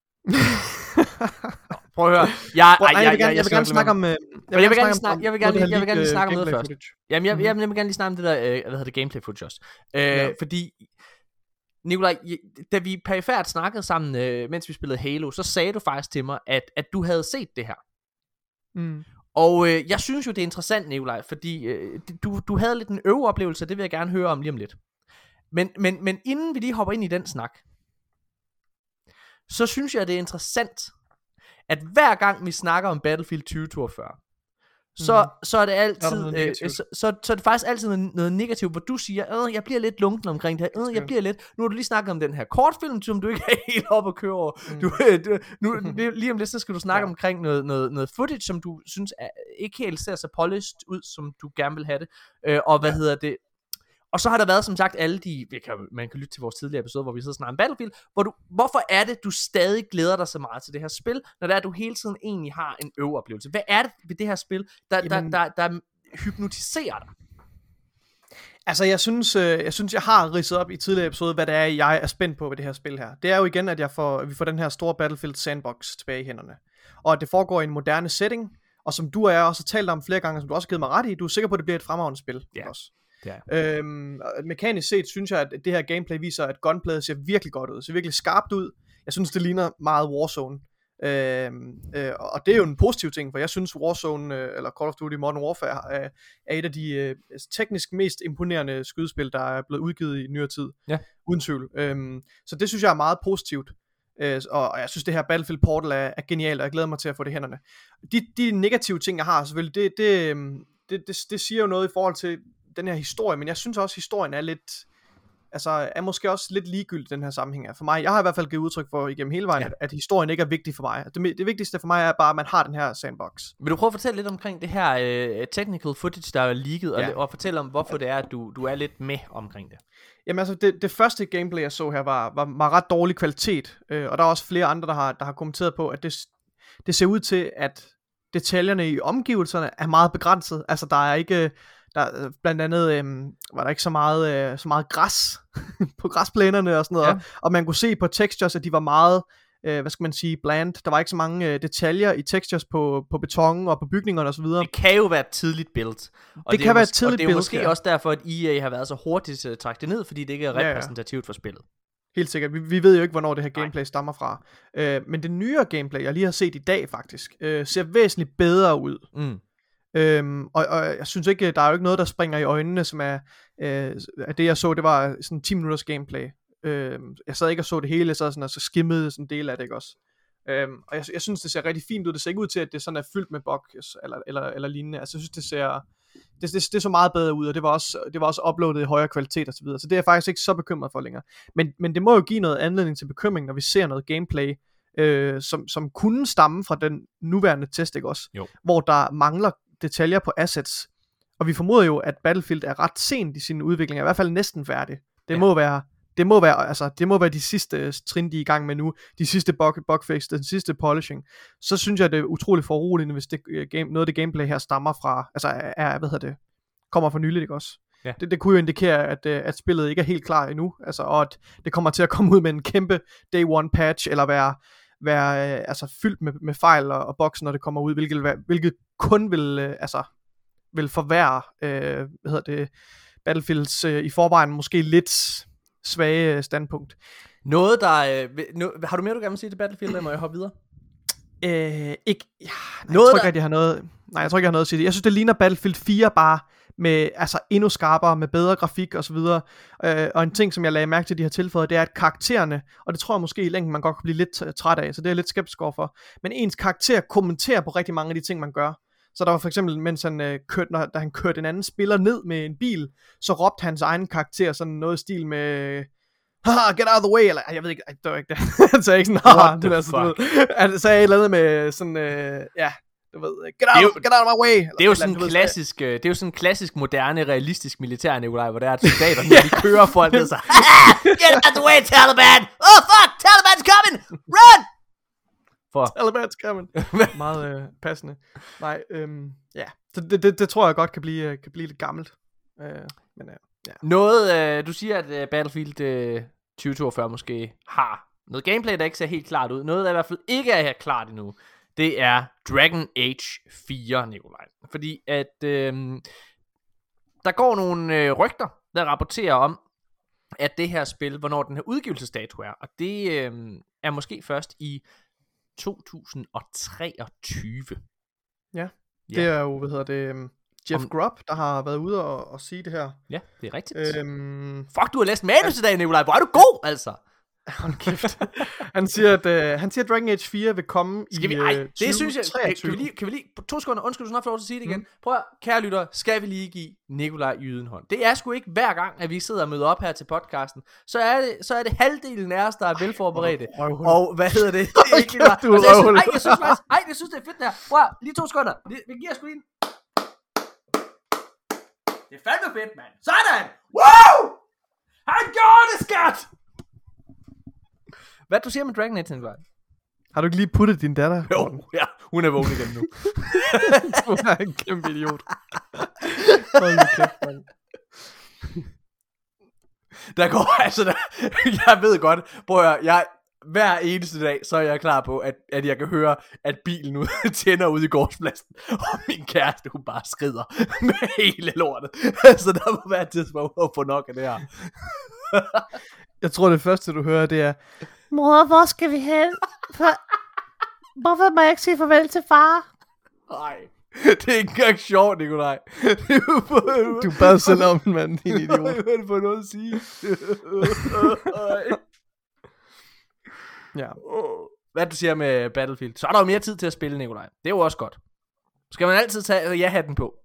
Nå, prøv at høre. Jeg, Bro, nej, jeg, jeg, jeg, jeg vil gerne snakke om... Jeg vil, jeg vil gerne snakke, jeg vil gerne, jeg vil gerne lige snakke om noget først. Jamen, jeg, jeg, jeg vil gerne lige snakke om det der, øh, hvad hedder det, gameplay footage også. Øh, ja. Fordi... Nikolaj, da vi perifært snakkede sammen, øh, mens vi spillede Halo, så sagde du faktisk til mig, at, at du havde set det her. Mm. Og øh, jeg synes jo, det er interessant, Nikolaj, fordi øh, du, du havde lidt en øveoplevelse, det vil jeg gerne høre om lige om lidt. Men, men, men inden vi lige hopper ind i den snak, så synes jeg, det er interessant, at hver gang vi snakker om Battlefield tyve toogfyrre, så, mm. så er det altid er øh, så, så, så er det faktisk altid noget, noget negativt, hvor du siger, øh, jeg bliver lidt lunken omkring det her, øh, jeg bliver lidt, nu har du lige snakket om den her kortfilm, som du ikke er helt op at køre over, mm. du, du, nu, lige om lidt, så skal du snakke ja. omkring noget, noget, noget footage, som du synes er, ikke helt ser så polished ud, som du gerne vil have det, øh, og hvad ja. hedder det, og så har der været som sagt alle de, kan, man kan lytte til vores tidligere episode, hvor vi sidder og snakker om Battlefield, hvor du, hvorfor er det, du stadig glæder dig så meget til det her spil, når det er, du hele tiden egentlig har en øveoplevelse? Hvad er det ved det her spil, der, Jamen, der, der, der hypnotiserer dig? Altså jeg synes, øh, jeg synes, jeg har ridset op i tidligere episode, hvad det er, jeg er spændt på ved det her spil her. Det er jo igen, at jeg får, at vi får den her store Battlefield sandbox tilbage i hænderne. Og at det foregår i en moderne setting, og som du og jeg også har talt om flere gange, som du også har givet mig ret i, du er sikker på, at det bliver et fremragende spil. Ja. Også. Yeah. Øhm, mekanisk set synes jeg, at det her gameplay viser, at gunplayet ser virkelig godt ud, ser virkelig skarpt ud. Jeg synes, det ligner meget Warzone. Øhm, øh, og det er jo en positiv ting, for jeg synes Warzone, øh, eller Call of Duty Modern Warfare, er, er et af de øh, teknisk mest imponerende skydespil, der er blevet udgivet i nyere tid. Ja. Uden tvivl. Øhm, så det synes jeg er meget positivt. Øh, og, og jeg synes, det her Battlefield Portal er, er genialt, og jeg glæder mig til at få det i hænderne. De, de negative ting, jeg har selvfølgelig, det, det, det, det, det siger jo noget i forhold til den her historie, men jeg synes også, at historien er lidt, altså er måske også lidt ligegyldig den her sammenhæng her. For mig, jeg har i hvert fald givet udtryk for igennem hele vejen, ja. at, at historien ikke er vigtig for mig. Det, det vigtigste for mig er bare, at man har den her sandbox. Vil du prøve at fortælle lidt omkring det her uh, technical footage, der er leaget, ja. og, og fortælle om, hvorfor det er, at du, du er lidt med omkring det? Jamen altså, det, det første gameplay, jeg så her, var, var, var ret dårlig kvalitet, øh, og der er også flere andre, der har, der har kommenteret på, at det, det ser ud til, at detaljerne i omgivelserne er meget begrænset. Altså, der er ikke... Der, blandt andet øhm, var der ikke så meget, øh, så meget græs på græsplænerne og sådan noget, ja. og man kunne se på textures, at de var meget, øh, hvad skal man sige, bland. Der var ikke så mange øh, detaljer i textures på, på beton og på bygningerne og så videre. Det kan jo være et tidligt build. Og det, det kan være et tidligt build. Og det er måske ja. også derfor, at E A har været så hurtigt til at trække det ned, fordi det ikke er repræsentativt ja, ja. for spillet. Helt sikkert. Vi, vi ved jo ikke, hvornår det her gameplay Nej. stammer fra. Øh, men det nyere gameplay, jeg lige har set i dag faktisk, øh, ser væsentligt bedre ud. Mm. Øhm, og, og jeg synes ikke, der er jo ikke noget, der springer i øjnene, som er, øh, at det jeg så, det var sådan ti minutters gameplay. Øhm, jeg sad ikke og så det hele, så sådan, og så skimmede sådan en del af det, ikke også? Øhm, og jeg, jeg synes, det ser rigtig fint ud. Det ser ikke ud til, at det sådan er fyldt med bugs eller, eller, eller lignende. Altså jeg synes, det ser, det, det, det så meget bedre ud, og det var også, det var også uploadet i højere kvalitet og så videre. Så det er jeg faktisk ikke så bekymret for længere. Men, men det må jo give noget anledning til bekymring, når vi ser noget gameplay, øh, som, som kunne stamme fra den nuværende test, ikke også? Jo. Hvor der mangler detaljer på assets. Og vi formoder jo, at Battlefield er ret sent i sin udvikling, i hvert fald næsten færdig. Det ja. må være, det må være, altså det må være de sidste trin, de er i gang med nu, de sidste bug, bugfix, den sidste polishing. Så synes jeg, det er utroligt foruroligende, hvis det game, noget af det gameplay her stammer fra, altså er, hvad hedder det, kommer for nyligt, ikke også? Ja. Det, det kunne jo indikere, at, at spillet ikke er helt klar endnu, altså, og at det kommer til at komme ud med en kæmpe day one patch, eller være, være øh, altså, fyldt med, med fejl og, og bugs, når det kommer ud, hvilket, hvilket kun vil, øh, altså, vil forværre øh, hvad hedder det, Battlefields øh, i forvejen måske lidt svage standpunkt. Noget der... Øh, nu, har du mere, du gerne vil sige til Battlefield, eller må jeg hoppe videre? Øh, ikke... Ja, nej, noget, jeg tror ikke der... rigtig, jeg har noget... Nej, jeg tror ikke, jeg har noget at sige. Jeg synes, det ligner Battlefield fire bare med altså endnu skarpere, med bedre grafik og så videre. Øh, og en ting, som jeg lagde mærke til, de har tilføjet, det er, at karaktererne, og det tror jeg måske i længden, man godt kan blive lidt træt af, så det er jeg lidt skeptisk overfor, men ens karakter kommenterer på rigtig mange af de ting, man gør. Så der var for eksempel, mens han øh, kørte, når, da han kørte en anden spiller ned med en bil, så råbte hans egen karakter sådan noget i stil med... Haha, get out of the way, eller jeg ved ikke, det var ikke det. Han sagde ikke sådan, haha, det der, så, du ved, han sagde et eller andet med sådan, øh, ja, du ved, get out, jo, get out of my way. Det er jo sådan en klassisk, øh, det er jo sådan en klassisk, moderne, realistisk militær, Nikolaj, hvor der er et soldater, når de kører folk ned sig. Get out the way, Taliban! Oh fuck, Taliban's coming! Run! For Taliban's coming. Meget øh, passende. Nej, øhm, ja, så det, det, det tror jeg godt kan blive, kan blive lidt gammelt. Øh, men øh, ja. Noget, øh, du siger, at øh, Battlefield øh, tyve toogfyrre måske har noget gameplay, der ikke ser helt klart ud. Noget, der i hvert fald ikke er her klart endnu, det er Dragon Age fire, Nikolaj. Fordi at øh, der går nogle øh, rygter, der rapporterer om, at det her spil, hvornår den her udgivelsesdato er, og det øh, er måske først i to tusind treogtyve. Ja, det ja. er jo, hvad hedder det, um, Jeff Om... Grubb, der har været ude og, og sige det her. Ja, det er rigtigt. Øhm... Fuck, du har læst manus i dag, Nikolaj. Hvor er du god, altså. Hold kæft. han siger, at uh, han siger, at Dragon Age fire vil komme skal vi, i ej, uh, det tyve synes jeg. Kan, kan, vi lige, kan vi lige, på to sekunder, undskyld, du snart får lov til at sige det igen. Mm. Prøv at, kære lytter, skal vi lige give Nikolaj Jydenhånd. Det er sgu ikke hver gang, at vi sidder og møder op her til podcasten. Så er det, så er det halvdelen af os, der er velforberedte. Og hvad hedder det? Det er ikke bare, altså, jeg synes, ej, jeg synes faktisk, ej, jeg synes, det er fedt det her. Prøv at, lige to sekunder. Vi giver sgu lige en. Det er fandme fedt, mand. Sådan! Wow! Han gjorde det, skat! Hvad du siger med Dragon Age, Nikolaj? Har du ikke lige puttet din datter? Jo, ja, hun er vågen igen nu. Hun er en kæmpe idiot. Hold kæft, man. Der går altså, der, jeg ved godt, prøv at høre, jeg, hver eneste dag, så er jeg klar på, at, at jeg kan høre, at bilen ud, tænder ud i gårdspladsen, og min kæreste, hun bare skrider med hele lortet. Så der må være et tidspunkt at få nok af det her. Jeg tror, det første, du hører, det er, mor, hvor skal vi hen? For... Hvorfor må jeg ikke sige farvel til far? Nej, det er ikke engang sjovt, Nikolaj. Du bare selv om den, mand, din idiot. Jeg hørte på noget at sige. Ja. Hvad du siger med Battlefield? Så er der jo mere tid til at spille, Nikolaj. Det er jo også godt. Skal man altid tage ja-hatten på?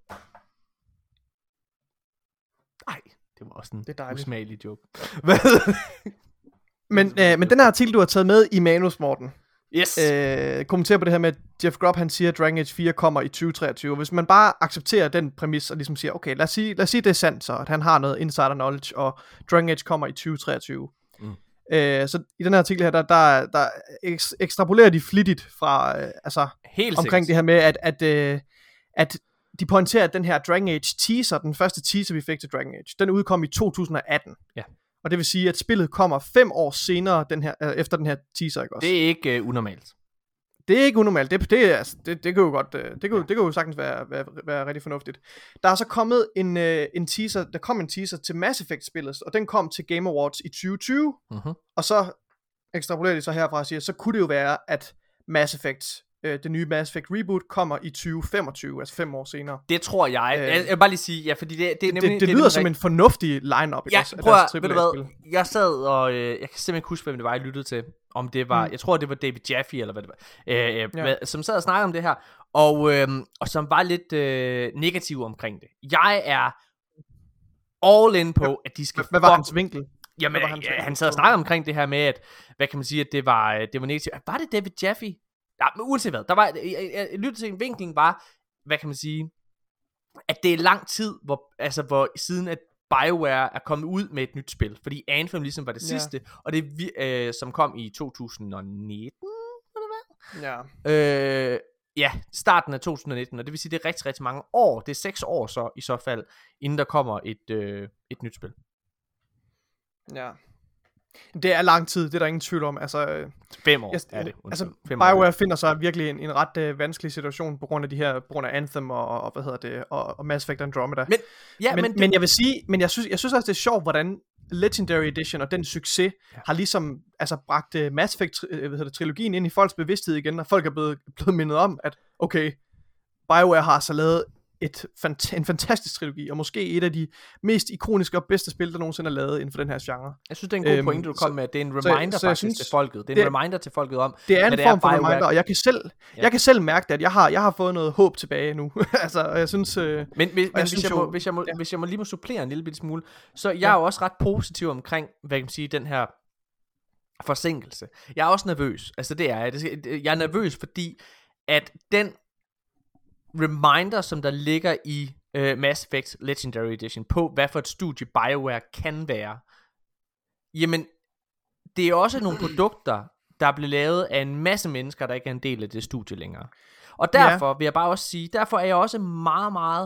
Nej, det var også en usmagelig joke. Hvad? men, øh, men den her artikel, du har taget med i manus, Morten. Yes. Øh, kommenterer på det her med, at Jeff Grubb, han siger, at Dragon Age fire kommer i tyve treogtyve. Hvis man bare accepterer den præmis, og ligesom siger, okay, lad os sige, lad os sige det er sandt så, at han har noget insider knowledge, og Dragon Age kommer i tyve treogtyve. Mm. Øh, så i den her artikel her, der, der, der ekstrapolerer de flittigt fra, øh, altså, helt omkring sikkert. det her med, at, at, øh, at de pointerer, at den her Dragon Age teaser, den første teaser, vi fik til Dragon Age, den udkom i to tusind atten. Ja. Og det vil sige, at spillet kommer fem år senere, den her, øh, efter den her teaser, ikke også? Det er ikke øh, unormalt. Det er ikke unormalt. Det, det, altså, det, det kan jo godt, det kan, det kan jo sagtens være, være, være rigtig fornuftigt. Der er så kommet en, øh, en teaser, der kom en teaser til Mass Effect-spillet, og den kom til Game Awards i tyve tyve, uh-huh. Og så ekstrapolerer de så herfra og siger, så kunne det jo være, at Mass Effect, øh, det nye Mass Effect reboot, kommer i tyve femogtyve, altså fem år senere. Det tror jeg. Øh, jeg, jeg vil bare lige sige, ja, fordi det, det er nemlig... Det, det, det lyder det som en fornuftig line-up. Ja, også, prøv at, ved du hvad, jeg sad og, øh, jeg kan simpelthen ikke huske, hvem det var, jeg lyttede til. Om det var, mm. jeg tror det var David Jaffe, eller hvad det var, øh, øh, ja. som sad og snakkede om det her, og, øh, og som var lidt øh, negativ omkring det. Jeg er all in på, at de skal... Hvad var hans vinkel? Jamen, han, ja, han sad og snakkede omkring det her med, at, hvad kan man sige, at det var, det var negativt. Var det David Jaffe? Ja, men uanset hvad, der var, jeg, jeg, jeg lyttede til en vinkling var, hvad kan man sige, at det er lang tid, hvor, altså, hvor siden at BioWare er kommet ud med et nyt spil, fordi Anthem ligesom var det ja. sidste, og det øh, som kom i to tusind nitten, eller hvad? Ja. Øh, ja, starten af to tusind nitten, og det vil sige, det er rigtig, rigtig mange år. Det er seks år så, i så fald, inden der kommer et, øh, et nyt spil. Ja. Det er lang tid, det er der ingen tvivl om. Altså, Fem år jeg, er det. Altså, Fem BioWare år. finder sig virkelig i en, en ret øh, vanskelig situation på grund af de her, på grund af Anthem og, og hvad hedder det, og, og Mass Effect Andromeda. Men, ja, men, men, men, men jeg vil sige, men jeg synes, jeg synes også, det er sjovt, hvordan Legendary Edition og den succes Ja. har ligesom altså bragt uh, Mass Effect tri- hvad hedder det, trilogien ind i folks bevidsthed igen, og folk er blevet, blevet mindet om, at okay, BioWare har så lavet et fant- en fantastisk trilogi, og måske et af de mest ikoniske og bedste spil, der nogensinde er lavet inden for den her genre. Jeg synes, det er en god Øhm, pointen, du kom så- med. Det er en så- reminder så jeg faktisk synes, til folket. Det er det- en reminder til folket om, Det er en hvad form for BioWare- reminder, og jeg kan selv, Ja. jeg kan selv mærke det, at jeg har, jeg har fået noget håb tilbage nu. altså, og jeg synes... Øh, Men, hvis, men hvis, synes jeg jo- må, hvis, jeg må, ja. hvis jeg må lige må supplere en lille bitte smule, så jeg Ja. er jo også ret positiv omkring, hvad kan man sige, den her forsinkelse. Jeg er også nervøs. Altså det er jeg. Det skal- Jeg er nervøs, fordi at den reminder, som der ligger i uh, Mass Effect Legendary Edition, på hvad for et studie BioWare kan være, jamen, det er også nogle produkter, der er blevet lavet af en masse mennesker, der ikke er en del af det studie længere. Og derfor vil jeg bare også sige, derfor er jeg også meget, meget,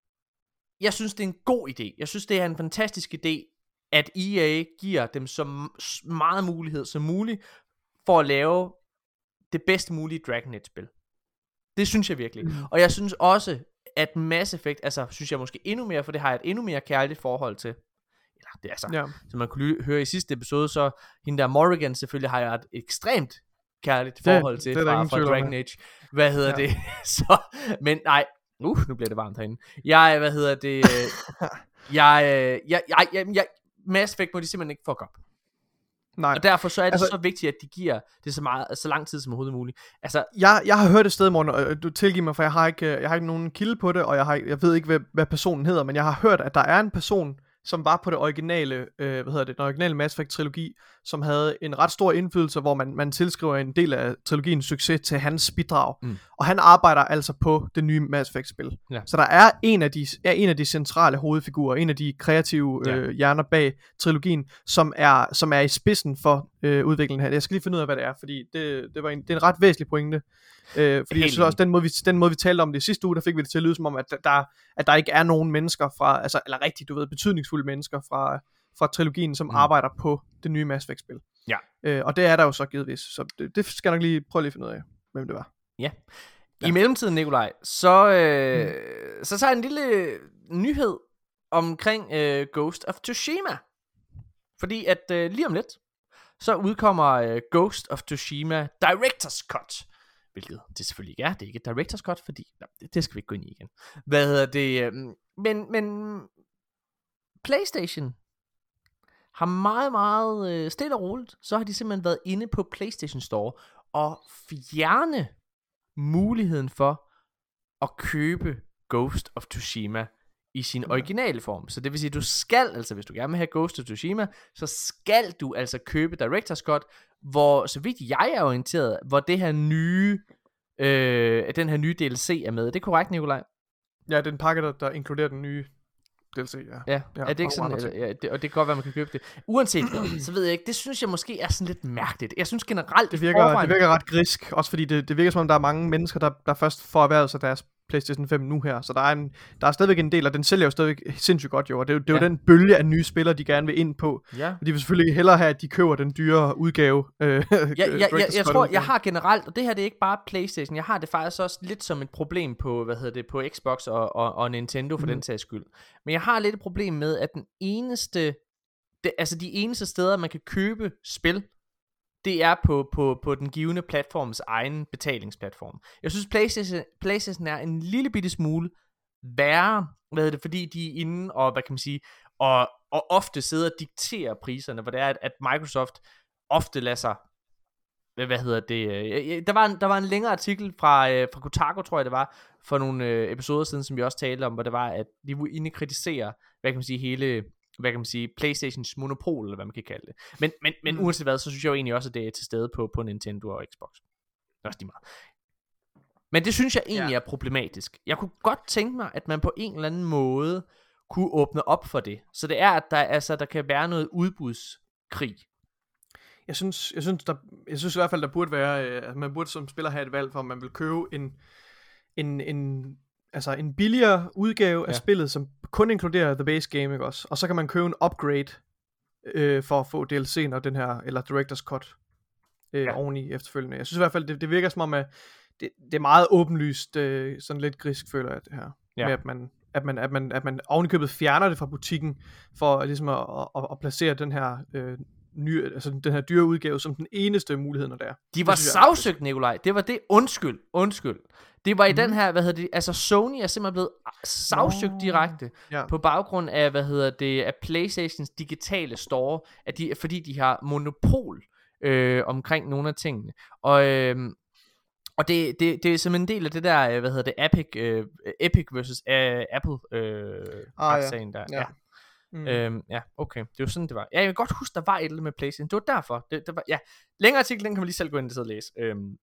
jeg synes, det er en god idé. Jeg synes, det er en fantastisk idé, at E A giver dem så meget mulighed som muligt, for at lave det bedst mulige Dragon Age-spil. Det synes jeg virkelig. Mm. Og jeg synes også, at Mass Effect, altså synes jeg måske endnu mere, for det har jeg et endnu mere kærligt forhold til. Eller det er altså, ja. som man kunne ly- høre i sidste episode, så hende der Morrigan selvfølgelig har jeg et ekstremt kærligt Det- forhold til det er der fra, ingen fra tvivl om, Dragon Age. Hvad hedder Ja. det? så, men nej, uh, nu bliver det varmt herinde. Jeg, hvad hedder det? øh, jeg, øh, jeg, jeg, jeg, jeg, Mass Effect må de simpelthen ikke fuck op. Nej. Og derfor så er det Altså- så vigtigt, at de giver det så meget, så lang tid som overhovedet muligt. Altså, Jeg, jeg har hørt et sted, Morten, og du tilgiver mig, for jeg har ikke, jeg har ikke nogen kilde på det, og jeg, har, jeg ved ikke, hvad, hvad personen hedder, men jeg har hørt, at der er en person, som var på det originale, øh, hvad hedder det, den originale Mass Effect trilogi, som havde en ret stor indflydelse, hvor man, man tilskriver en del af trilogiens succes til hans bidrag. Mm. Og han arbejder altså på det nye Mass Effect spil. Ja. Så der er en af de er en af de centrale hovedfigurer, en af de kreative Ja. øh, hjerner bag trilogien, som er som er i spidsen for øh, udviklingen her. Jeg skal lige finde ud af, hvad det er, fordi det, det var en, det er en ret væsentlig pointe. Øh, fordi jeg synes også, den måde, vi, den måde vi talte om det sidste uge, der fik vi det til at lyde som om, at der, at der ikke er nogen mennesker fra, altså, eller rigtig, du ved, betydningsfulde mennesker fra, fra trilogien, som Mm. mm. arbejder på det nye Mass Effect spil. Ja. Øh, og det er der jo så givetvis, så det, det skal jeg nok lige prøve lige at finde ud af, hvem det var. Ja. Ja. I mellemtiden, Nikolaj, så, øh, mm. så tager jeg en lille nyhed omkring øh, Ghost of Tsushima. Fordi at øh, lige om lidt, så udkommer øh, Ghost of Tsushima Director's Cut. Hvilket det selvfølgelig ikke er. Det er ikke et Director's Cut, fordi nej, det, det skal vi ikke gå ind i igen. Hvad hedder det? Øh, men, men PlayStation har meget, meget øh, stille og roligt, så har de simpelthen været inde på PlayStation Store og fjerne muligheden for at købe Ghost of Tsushima i sin originale form. Så det vil sige, du skal, altså hvis du gerne vil have Ghost of Tsushima, så skal du altså købe Director's Cut, hvor, så vidt jeg er orienteret, hvor det her nye, øh, den her nye D L C er med. Er det korrekt, Nikolaj? Ja, det er en pakke, der, der inkluderer den nye D L C, ja. Ja, Ja, er det ikke og sådan, andre eller, ting. ja, det, og det kan godt være, man kan købe det. Uanset hvad, så ved jeg ikke, det synes jeg måske er sådan lidt mærkeligt. Jeg synes generelt, Det virker, forvejen- det virker ret grisk, også fordi det, det virker som om, der er mange mennesker, der, der først får erhvervet sig deres PlayStation fem nu her, så der er, en, der er stadigvæk en del, og den sælger jo stadigvæk sindssygt godt jo, og det er jo, det er jo Ja. den bølge af nye spillere, de gerne vil ind på, Ja. og de vil selvfølgelig hellere have, at de køber den dyre udgave. Øh, Jeg, jeg, jeg, Director's jeg Cut tror, udgave. jeg har generelt, og det her det er ikke bare PlayStation, jeg har det faktisk også lidt som et problem på, hvad hedder det, på Xbox og, og, og Nintendo for Mhm. den sags skyld. Men jeg har lidt et problem med, at den eneste, det, altså de eneste steder, man kan købe spil, det er på, på, på den givende platforms egen betalingsplatform. Jeg synes, PlayStation, PlayStation er en lille bitte smule værre, hvad hedder det, fordi de er inde og, hvad kan man sige, og, og ofte sidder og dikterer priserne, hvor det er, at, at Microsoft ofte lader sig, hvad, hvad hedder det, øh, der var en, der var en længere artikel fra, øh, fra Kotaku, tror jeg det var, for nogle øh, episoder siden, som vi også talte om, hvor det var, at de var inde og kritisere, hvad kan man sige, hele, hvad kan man sige, PlayStations monopol, eller hvad man kan kalde det. Men, men, men Mm. uanset hvad, så synes jeg jo egentlig også, at det er til stede på, på Nintendo og Xbox. Det er også lige meget. Men det synes jeg egentlig Ja. er problematisk. Jeg kunne godt tænke mig, at man på en eller anden måde kunne åbne op for det. Så det er, at der, altså, der kan være noget udbudskrig. Jeg synes, jeg synes, der, jeg synes i hvert fald, der burde være, øh, at man burde som spiller have et valg for, om man vil købe en, en, en, altså en billigere udgave ja. af spillet, som kun inkluderer the base game, ikke også? Og så kan man købe en upgrade øh, for at få D L C'en og den her, eller Director's Cut øh, ja. oveni efterfølgende. Jeg synes i hvert fald, det, det virker som om, at det, det er meget åbenlyst, øh, sådan lidt grisk føler jeg det her, ja. med at man, at man, at man, at man ovenikøbet fjerner det fra butikken, for ligesom at, at, at placere den her øh, nye, altså den her dyre udgave som den eneste mulighed, når det er. De var sagsøgt, Nikolaj. Det var det. Undskyld. Undskyld. Det var i mm. den her, hvad hedder det, altså Sony er simpelthen blevet sagsøgt no. direkte ja. på baggrund af, hvad hedder det, af PlayStations digitale store, at de, fordi de har monopol øh, omkring nogle af tingene. Og, øh, og det, det, det er simpelthen en del af det der, hvad hedder det, Epic, øh, Epic versus uh, Apple øh, ah, ja. der. Ja. ja. Mm. Øhm, ja, okay. Det var sådan, det var. Ja, jeg kan godt huske, der var et eller andet med PlayStation. Det var derfor. Det, det var, ja. Længere artikel, den kan man lige selv gå ind og sidde og læse. Øhm,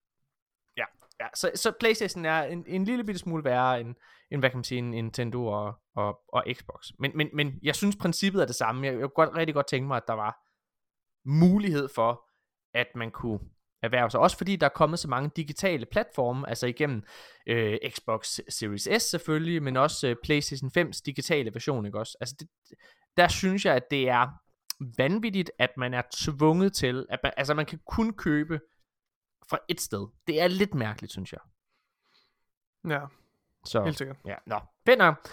ja, ja. Så, så PlayStation er en, en lille bitte smule værre end, end, hvad kan man sige, en Nintendo og, og, og Xbox. Men, men, men jeg synes, princippet er det samme. Jeg, jeg kunne godt, rigtig godt tænke mig, at der var mulighed for, at man kunne erhverve sig. Også fordi der er kommet så mange digitale platforme, altså igennem øh, Xbox Series S selvfølgelig, men også øh, PlayStation fems digitale version, ikke også? Altså det, der synes jeg, at det er vanvittigt, at man er tvunget til, at man, altså man kan kun købe fra et sted. Det er lidt mærkeligt, synes jeg. Ja, så, helt sikkert. Ja, nå, fedt nok.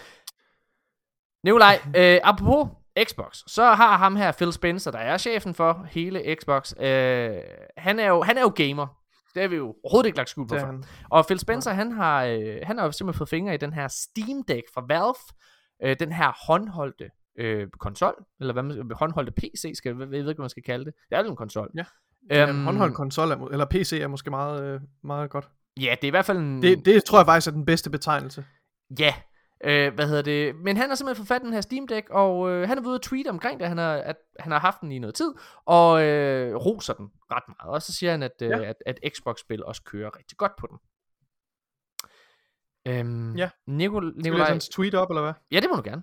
Nikolaj, øh, apropos Xbox, så har ham her Phil Spencer, der er chefen for hele Xbox, øh, han, er jo, han er jo gamer. Det har vi jo overhovedet ikke lagt skjul på før. Og Phil Spencer, han har, øh, han har jo simpelthen fået fingre i den her Steam Deck fra Valve, øh, den her håndholdte øh, konsol, eller hvad man, håndholdte P C, skal, jeg, jeg ved ikke, hvad man skal kalde det. Det er jo en konsol. Ja, ja en håndholdt konsol, er, eller P C er måske meget, øh, meget godt. Ja, det er i hvert fald en... Det, det tror jeg faktisk er den bedste betegnelse. Ja, Øh, hvad hedder det? Men han har simpelthen forfattet den her Steam Deck, og øh, han er ude at tweete omkring det, han har, at han har haft den i noget tid, og øh, roser den ret meget. Og så siger han, at, øh, ja. at, at Xbox-spil også kører rigtig godt på den. Øhm, ja. Nicol- Skal vi læse hans tweet op, eller hvad? Ja, det må du gerne.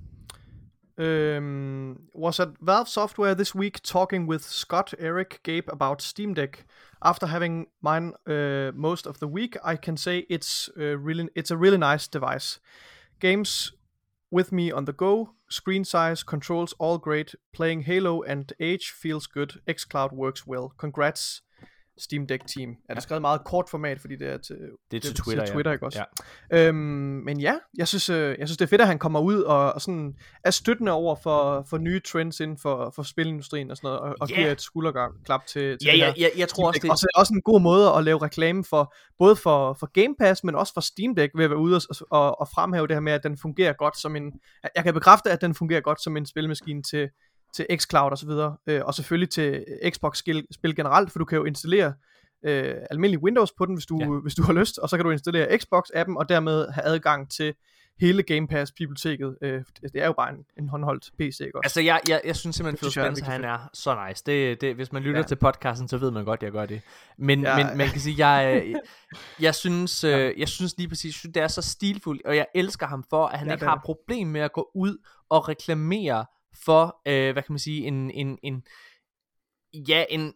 Um, was at Valve Software this week talking with Scott, Eric, Gabe about Steam Deck. After having mine uh, most of the week, I can say it's uh, really it's a really nice device. Games with me on the go, screen size, controls all great. Playing Halo and Age feels good. xCloud works well. Congrats, Steam Deck team. Er det skrevet meget kort format, fordi det er til, det er til det, Twitter, til Twitter, ja. Ikke også? Ja. Øhm, men ja, jeg synes, øh, jeg synes det er fedt, at han kommer ud og, og sådan er støttende over for, for nye trends inden for, for spilindustrien og sådan noget, og, og yeah. giver et skulderklap til, til ja, det ja, her. Ja, jeg tror også det. Og så er det også en god måde at lave reklame for, både for, for Game Pass, men også for Steam Deck, ved at være ude og, og, og fremhæve det her med, at den fungerer godt som en, jeg kan bekræfte, at den fungerer godt som en spilmaskine til, til xCloud og så videre, øh, og selvfølgelig til Xbox-spil generelt, for du kan jo installere Øh, almindelig Windows på den, hvis du, ja. hvis du har lyst, og så kan du installere Xbox-appen, og dermed have adgang til hele Game Pass-biblioteket. Øh, det er jo bare en, en håndholdt P C, ikke også? Altså, jeg, jeg, jeg synes simpelthen, Phil Spencer, han er så nice. Det, det, hvis man lytter ja. til podcasten, så ved man godt, at jeg gør det. Men, ja. men man kan sige, jeg, jeg, jeg, synes, ja. øh, jeg synes lige præcis, synes, det er så stilfuldt, og jeg elsker ham for, at han ja, ikke har problem med at gå ud og reklamere for, øh, hvad kan man sige, en, en, en ja, en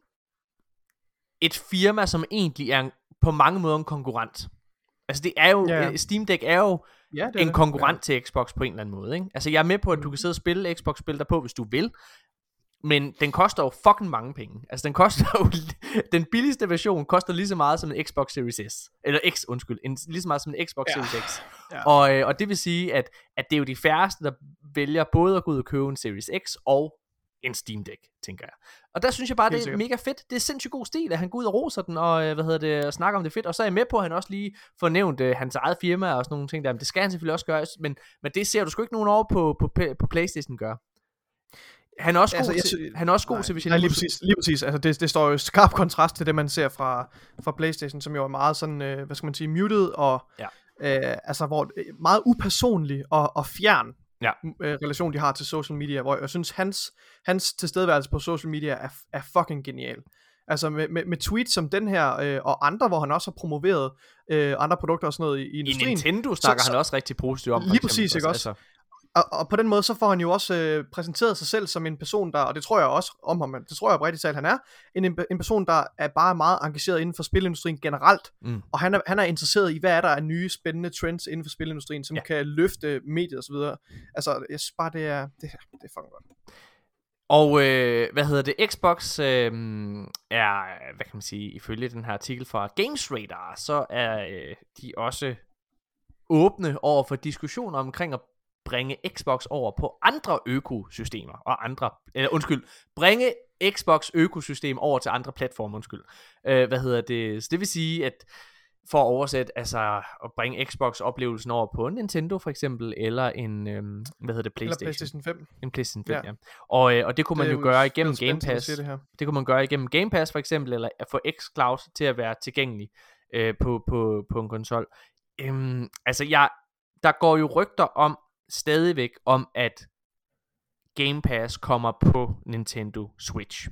et firma, som egentlig er på mange måder en konkurrent. Altså det er jo, yeah. Steam Deck er jo ja, det er en det. konkurrent ja. til Xbox på en eller anden måde, ikke? Altså jeg er med på, at du kan sidde og spille Xbox-spil der på, hvis du vil, men den koster jo fucking mange penge. Altså den koster jo, den billigste version koster lige så meget som en Xbox Series S, eller X, undskyld, en, lige så meget som en Xbox ja. Series X. Ja. Og, øh, og det vil sige, at, at det er jo de færreste, der vælger både at gå ud og købe en Series X og en Steam Deck, tænker jeg. Og der synes jeg bare, det er mega fedt. Det er sindssygt god stil, at han går ud og roser den, og hvad hedder det, og snakker om det fedt. Og så er jeg med på, at han også lige får nævnt uh, hans eget firma og sådan nogle ting der. Men det skal han selvfølgelig også gøre, men, men det ser du sgu ikke nogen over på, på, på PlayStation gøre. Han er også altså, god, til, synes, han er også god nej, til, hvis jeg nej, lige præcis, lige præcis. Altså, det, det står jo i skarp kontrast til det, man ser fra, fra PlayStation, som jo er meget sådan, øh, hvad skal man sige, muted, og ja. øh, altså, hvor meget upersonlig og, og fjern ja. øh, relation, de har til social media, hvor jeg synes, hans, hans tilstedeværelse på social media er, er fucking genial. Altså med, med, med tweets som den her, øh, og andre, hvor han også har promoveret øh, andre produkter og sådan noget i, i industrien. I Nintendo snakker så, han også rigtig positivt om. Lige præcis, ikke også? Altså. Og, og på den måde, så får han jo også øh, præsenteret sig selv som en person, der, og det tror jeg også om ham, det tror jeg oprigtigt talt, han er, en, en person, der er bare meget engageret inden for spilindustrien generelt, mm. og han er, han er interesseret i, hvad er der af nye, spændende trends inden for spilindustrien, som ja. kan løfte mediet og så videre. Altså, jeg synes bare, det er, det, det er fucking godt. Og øh, hvad hedder det, Xbox øh, er, hvad kan man sige, ifølge den her artikel fra GamesRadar, så er øh, de også åbne over for diskussioner omkring at bringe Xbox over på andre økosystemer og andre, eller undskyld, bringe Xbox økosystem over til andre platforme, undskyld. Øh, hvad hedder det? Så det vil sige, at for at oversætte, altså at bringe Xbox oplevelsen over på en Nintendo for eksempel, eller en, øhm, hvad hedder det, PlayStation? Eller PlayStation fem. En PlayStation fem, ja. ja. Og, øh, og det kunne man det jo gøre igennem Game Pass. Det, det kunne man gøre igennem Game Pass for eksempel, eller at få xCloud til at være tilgængelig øh, på, på, på en konsol. Øhm, altså, jeg, der går jo rygter om, stadigvæk om, at Game Pass kommer på Nintendo Switch.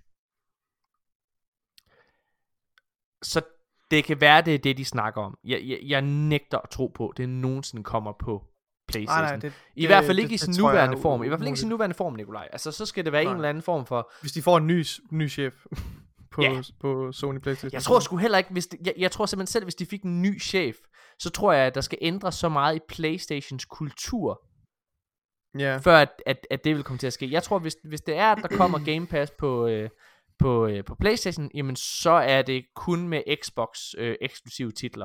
Så det kan være, det er det, de snakker om. Jeg, jeg, jeg nægter at tro på, det nogensinde kommer på PlayStation. Nej, nej, det, I det, hvert fald ikke det, i sin nuværende jeg, form. I hvert fald ikke i sin nuværende form, Nikolaj. Altså, så skal det være nej. en eller anden form for... Hvis de får en ny, ny chef på, ja. på Sony PlayStation. Jeg tror sgu heller ikke, hvis det, jeg, jeg tror simpelthen selv, hvis de fik en ny chef, så tror jeg, at der skal ændre så meget i PlayStations kultur, yeah. før at, at, at det vil komme til at ske. Jeg tror, hvis, hvis det er, at der kommer Game Pass på... Øh, På, øh, på PlayStation, jamen så er det kun med Xbox øh, eksklusive titler.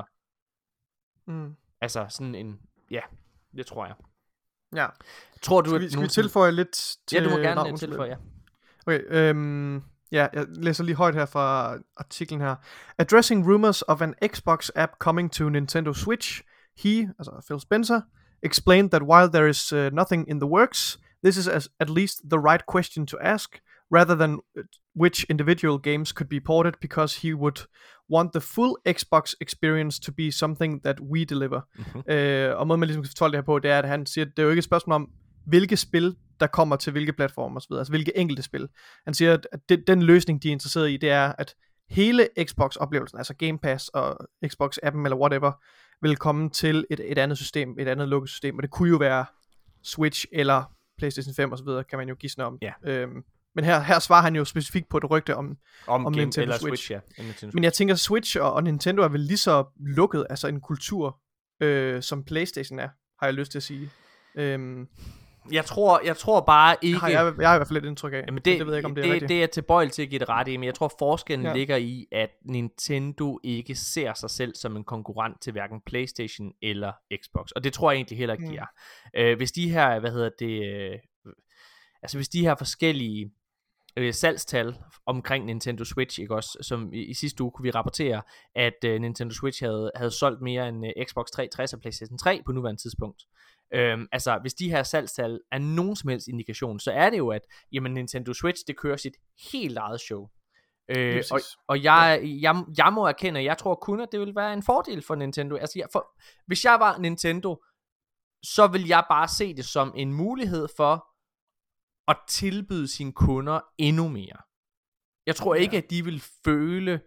Mm. Altså sådan en, ja, det tror jeg. Ja. Tror du, skal vi, skal vi tilføje lidt til... Ja, du må gerne Nå, tilføje, ja. Okay, øhm, ja, jeg læser lige højt her fra artiklen her. Addressing rumors of an Xbox app coming to Nintendo Switch, he, altså Phil Spencer, explained that while there is uh, nothing in the works, this is as, at least the right question to ask, rather than which individual games could be ported, because he would want the full Xbox experience to be something that we deliver. Mm-hmm. Øh, og måden man ligesom kan fortolke det her på, det er, at han siger, at det er jo ikke et spørgsmål om, hvilke spil, der kommer til hvilke platformer osv., altså hvilke enkelte spil. Han siger, at det, den løsning, de er interesseret i, det er, at hele Xbox-oplevelsen, altså Game Pass og Xbox-appen eller whatever, vil komme til et, et andet system, et andet lukket system, og det kunne jo være Switch eller PlayStation fem osv., kan man jo gisne om. Yeah. Øhm, Men her, her svarer han jo specifikt på et rygte om, om, om game, Nintendo eller Switch. Switch ja. Nintendo Switch. Men jeg tænker, Switch og, og Nintendo er vel lige så lukket, altså en kultur, øh, som PlayStation er, har jeg lyst til at sige. Øhm, jeg, tror, jeg tror bare ikke... Har jeg, jeg har i hvert fald lidt indtryk af. Jamen det, det ved jeg ikke, om det, det er rigtigt. Det er tilbøjelig til at give det ret i, men jeg tror forskellen ja. ligger i, at Nintendo ikke ser sig selv som en konkurrent til hverken PlayStation eller Xbox. Og det tror jeg egentlig heller ikke, mm. de er. Øh, hvis de her, hvad hedder det... Øh, altså hvis de her forskellige... Øh, salgstal omkring Nintendo Switch, ikke også, som i, i sidste uge kunne vi rapportere, at øh, Nintendo Switch havde, havde solgt mere end øh, Xbox tre tres og PlayStation tre på nuværende tidspunkt. Øhm, altså, hvis de her salgstal er nogen som helst indikation, så er det jo, at jamen, Nintendo Switch, det kører sit helt eget show. Øh, og og jeg, jeg, jeg må erkende, at jeg tror kun, at det vil være en fordel for Nintendo. Altså, jeg, for, hvis jeg var Nintendo, så vil jeg bare se det som en mulighed for at tilbyde sine kunder endnu mere. Jeg tror ikke, ja. at de vil føle,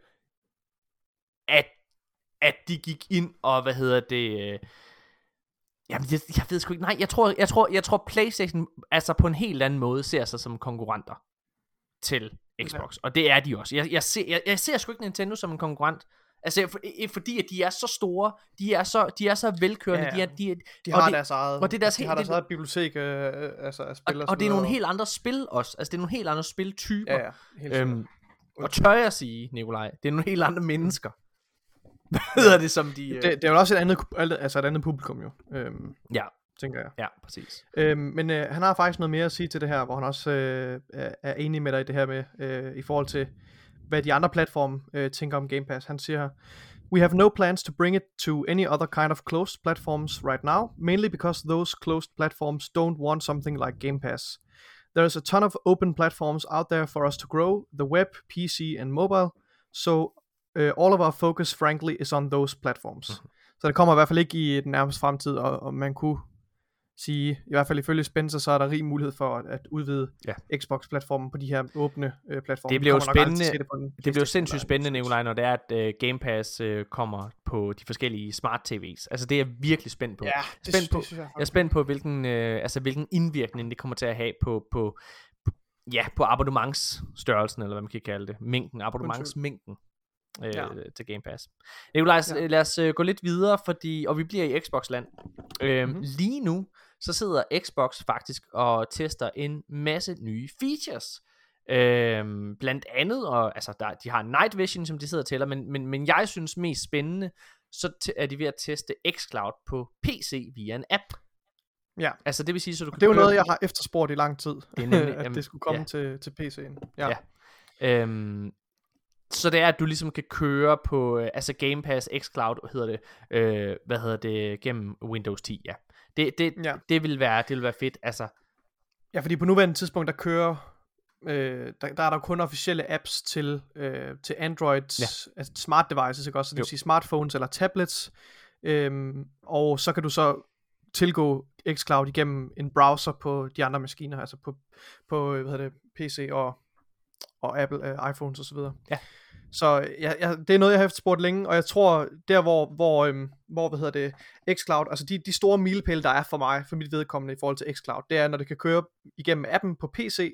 at, at de gik ind og, hvad hedder det, øh, jamen, jeg, jeg ved sgu ikke, nej, jeg tror, jeg tror, jeg tror PlayStation, altså på en helt anden måde, ser sig som konkurrenter til Xbox, ja. Og det er de også. Jeg, jeg, ser, jeg, jeg ser sgu ikke Nintendo som en konkurrent, altså for, fordi at de er så store, de er så, de er så velkørende, ja, ja. de er, de, er, de har det, deres eget, og det er deres de helt, har deres det, eget bibliotek, øh, altså af spil og, og, og det er nogle helt andre spil også, altså det er nogle helt andre spiltyper, ja, ja, helt øhm, og tør jeg sige, Nikolaj, det er nogle helt andre mennesker. Hvad hedder det som de... Det, det er jo også et andet, altså et andet publikum jo, øhm, ja, tænker jeg. Ja, præcis. Øhm, men øh, han har faktisk noget mere at sige til det her, hvor han også øh, er enig med dig i det her med, øh, i forhold til, hvad de andre platforme øh, tænker om Game Pass. Han siger her, we have no plans to bring it to any other kind of closed platforms right now, mainly because those closed platforms don't want something like Game Pass. There's a ton of open platforms out there for us to grow, the web, P C and mobile, so uh, all of our focus frankly is on those platforms. Mm-hmm. Så det kommer i hvert fald ikke i den nærmeste fremtid, og, og man kunne sige, i hvert fald ifølge Spencer, så er der rig mulighed for at, at udvide Ja. Xbox-platformen på de her åbne øh, platforme. Det bliver jo Vi kommer nok aldrig spændende- til at se det på en Det bliver jo PlayStation sindssygt eller en spændende, Xbox. Nikolaj, når det er, at uh, Game Pass uh, kommer på de forskellige smart-T V's. Altså det er jeg virkelig spændt på. Ja, det, Spændt på- det synes jeg, Jeg er spændt på, hvilken, øh, altså, hvilken indvirkning det kommer til at have på, på, på, ja, på abonnementsstørrelsen, eller hvad man kan kalde det. Mængden, abonnementsmængden øh, Ja. til Game Pass. Nikolaj, Ja. ja. lad os øh, gå lidt videre, fordi, og vi bliver i Xbox-land. Øh, Mhm. mm-hmm. Lige nu, så sidder Xbox faktisk og tester en masse nye features. Øhm, blandt andet, og altså der, de har Night Vision, som de sidder og tæller, men, men, men jeg synes mest spændende, så t- er de ved at teste xCloud på P C via en app. Ja. Altså det vil sige, så du kan Det er jo køre- noget, jeg har efterspurgt i lang tid, Det er nemlig- at jamen, det skulle komme ja. til, til P C'en. Ja. Ja. Øhm, så det er, at du ligesom kan køre på, øh, altså Game Pass xCloud, hedder det, øh, hvad hedder det, gennem Windows ti, ja. Det, det, Ja. det, vil være, det vil være fedt, altså. Ja, fordi på nuværende tidspunkt, der kører, øh, der, der er der kun officielle apps til, øh, til Android, Ja. altså smart devices, ikke også? Så det Jo. vil sige smartphones eller tablets, øhm, og så kan du så tilgå xCloud igennem en browser på de andre maskiner, altså på, på hvad hedder det, P C og, og Apple øh, iPhones og så videre. Ja. Så ja, ja, det er noget, jeg har efterspurgt længe, og jeg tror, der hvor, hvor, øhm, hvor hvad hedder det, xCloud, altså de, de store milepæle, der er for mig, for mit vedkommende i forhold til xCloud, det er, når det kan køre igennem appen på P C,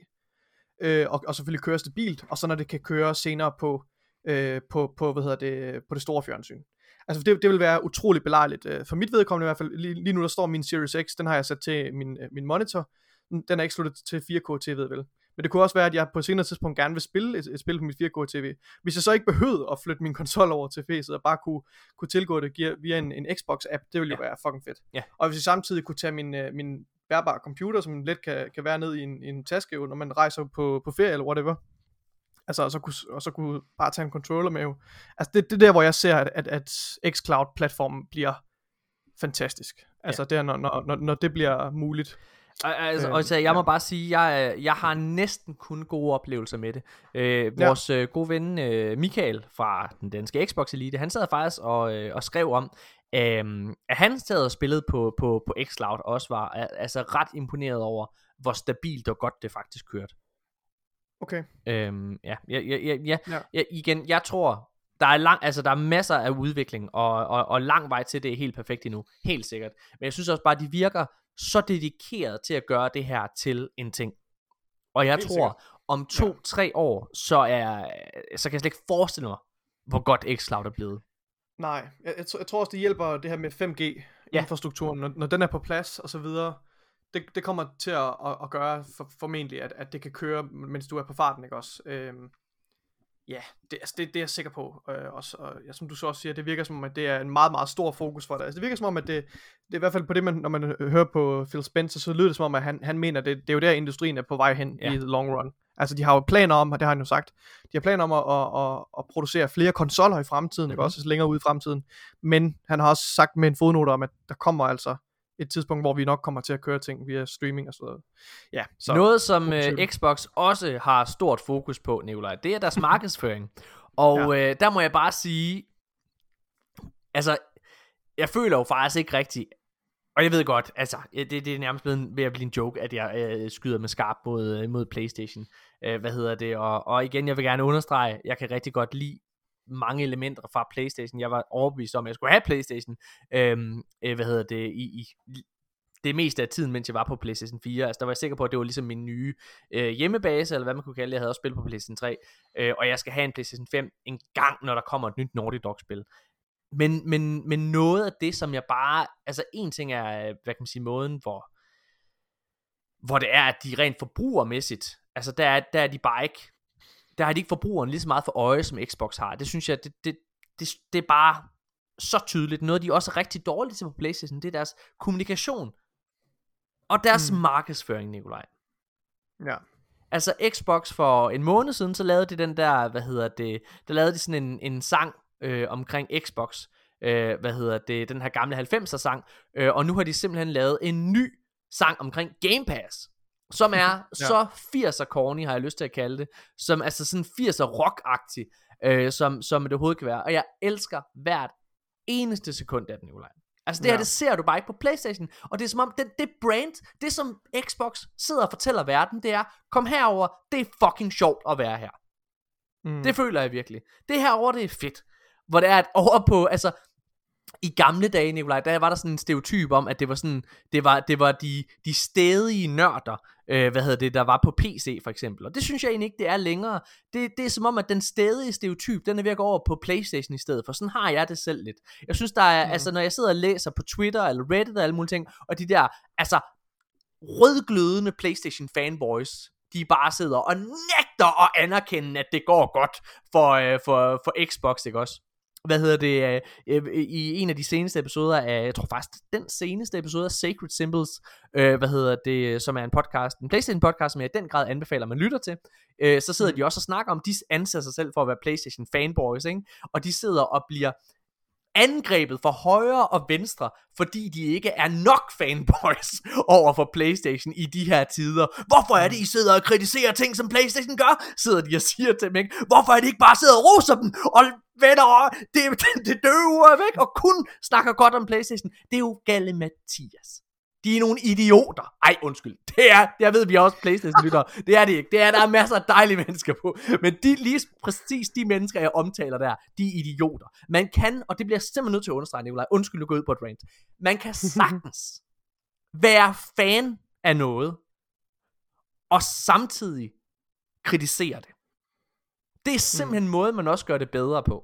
øh, og, og selvfølgelig køre stabilt, og så når det kan køre senere på, øh, på, på, hvad hedder det, på det store fjernsyn. Altså det, det vil være utroligt belejligt, øh, for mit vedkommende i hvert fald, lige, lige nu der står min Series X, den har jeg sat til min, øh, min monitor, den er ikke sluttet til fire K T V, vel? Men det kunne også være, at jeg på et senere tidspunkt gerne vil spille et, et spil på mit fire K T V. Hvis jeg så ikke behøvede at flytte min konsol over til P C'et, og bare kunne, kunne tilgå det via en, en Xbox-app, det ville jo Ja. være fucking fedt. Ja. Og hvis jeg samtidig kunne tage min, øh, min bærbare computer, som let kan, kan være ned i en, i en taske, når man rejser på, på ferie eller whatever, altså, og så kunne, og så kunne bare tage en controller med jo. Altså det, det er der, hvor jeg ser, at, at, at xCloud-platformen bliver fantastisk. Altså det er, når, når, når, når det bliver muligt. Og, altså, Øh, og så jeg må ja. bare sige, jeg, jeg har næsten kun gode oplevelser med det. Øh, vores øh, gode ven øh, Michael fra den danske Xbox Elite, han sad faktisk og, øh, og skrev om, øh, at han sad og spillede på, på, på xCloud, og også var øh, altså ret imponeret over, hvor stabilt og godt det faktisk kørte. Okay. Øhm, ja, ja, ja, ja, ja. Ja. ja, igen, jeg tror, der er, lang, altså, der er masser af udvikling, og, og, og lang vej til det er helt perfekt endnu, helt sikkert. Men jeg synes også bare, de virker så dedikeret til at gøre det her til en ting. Og jeg Helt tror, sikkert. om to-tre ja. år, så, er, så kan jeg slet ikke forestille mig, hvor godt xCloud er blevet. Nej, jeg, jeg, tror, jeg tror også, det hjælper det her med fem G-infrastrukturen, når, når den er på plads og så videre. Det, det kommer til at, at, at gøre for, formentlig, at, at det kan køre, mens du er på farten, ikke også? Øhm, ja, det, altså det, det er jeg sikker på. Øh, også, og ja, som du så også siger, det virker som om, at det er en meget, meget stor fokus for dig. Altså det virker som om, at det, det er i hvert fald på det, man, når man hører på Phil Spencer, så lyder det som om, at han, han mener, at det, det er jo der, industrien er på vej hen Ja. i the long run. Altså de har jo planer om, og det har han jo sagt, de har planer om at, at, at, at producere flere konsoller i fremtiden, ikke Mhm. også, længere ude i fremtiden. Men han har også sagt med en fodnote om, at der kommer altså et tidspunkt, hvor vi nok kommer til at køre ting via streaming og sådan noget. Ja, så Noget som fokus øh, Xbox også har stort fokus på, Nikolaj, det er deres markedsføring. Og ja. øh, der må jeg bare sige, altså, jeg føler jo faktisk ikke rigtigt, og jeg ved godt, altså, det, det er nærmest blevet, ved at blive en joke, at jeg øh, skyder med skarp mod, øh, mod PlayStation. Øh, hvad hedder det? Og, og igen, jeg vil gerne understrege, jeg kan rigtig godt lide mange elementer fra PlayStation. Jeg var overbevist om, at jeg skulle have PlayStation. Øhm, øh, hvad hedder det? I, i det meste af tiden, mens jeg var på PlayStation fire. Altså, der var jeg sikker på, at det var ligesom min nye øh, hjemmebase, eller hvad man kunne kalde det. Jeg havde også spillet på PlayStation tre. Øh, og jeg skal have en PlayStation fem en gang, når der kommer et nyt Naughty Dog-spil. Men, men, men noget af det, som jeg bare... Altså, en ting er, hvad kan man sige, måden, hvor, hvor det er, at de rent forbrugermæssigt, altså, der er, der er de bare ikke... Der har de ikke forbrugeren lige så meget for øje, som Xbox har. Det synes jeg, det, det, det, det er bare så tydeligt. Noget, de også er rigtig dårlige til på PlayStation, det er deres kommunikation. Og deres mm. markedsføring, Nikolaj. ja. Altså Xbox for en måned siden, så lavede de den der, hvad hedder det, der lavede de sådan en, en sang øh, omkring Xbox, øh, hvad hedder det, den her gamle halvfemser sang, øh, og nu har de simpelthen lavet en ny sang omkring Game Pass, som er ja. så firser corny, har jeg lyst til at kalde det, som altså sådan firser rock-agtig, øh, som, som det overhovedet kan være, og jeg elsker hvert eneste sekund af den, Nikolaj. Altså det her, det ser du bare ikke på PlayStation. Og det er som om, det, det brand, det som Xbox sidder og fortæller verden, det er, kom herover, det er fucking sjovt at være her. Mm. Det føler jeg virkelig. Det herover, det er fedt. Hvor det er, at over på, altså, i gamle dage, Nikolaj, der var der sådan en stereotyp om, at det var sådan, det var, det var de, de stædige nørder, øh, hvad hedder det, der var på P C for eksempel. Og det synes jeg egentlig ikke, det er længere. Det, det er som om, at den stædige stereotyp, den er ved at gå over på PlayStation i stedet, for sådan har jeg det selv lidt. Jeg synes, der er, mm. altså, når jeg sidder og læser på Twitter, eller Reddit og alle mulige ting, og de der, altså, rødglødende PlayStation fanboys, de bare sidder og nægter at anerkende, at det går godt for, øh, for, for Xbox, ikke også? Hvad hedder det, øh, i en af de seneste episoder af, jeg tror faktisk den seneste episode af Sacred Symbols, øh, hvad hedder det, som er en podcast, en PlayStation podcast, som jeg i den grad anbefaler, man lytter til, øh, så sidder mm. de også og snakker om, de anser sig selv for at være PlayStation fanboys, ikke? Og de sidder og bliver angrebet for højre og venstre, fordi de ikke er nok fanboys over for PlayStation i de her tider. Hvorfor er det, I sidder og kritiserer ting, som PlayStation gør? Sidder de og siger til dem, ikke? Hvorfor er det ikke bare sidder og roser dem, og venner, det, det, det døve er væk, og kun snakker godt om PlayStation? Det er jo gale Mathias. De er nogle idioter. Ej, undskyld. Det er, jeg ved vi også PlayStation-lyttere. Det er det ikke. Det er, der er masser af dejlige mennesker på. Men de, lige præcis de mennesker, jeg omtaler der, de er idioter. Man kan, og det bliver simpelthen nødt til at understrege, Nikolaj. Undskyld, du går ud på et rant. Man kan sagtens være fan af noget, og samtidig kritisere det. Det er simpelthen en måde, man også gør det bedre på.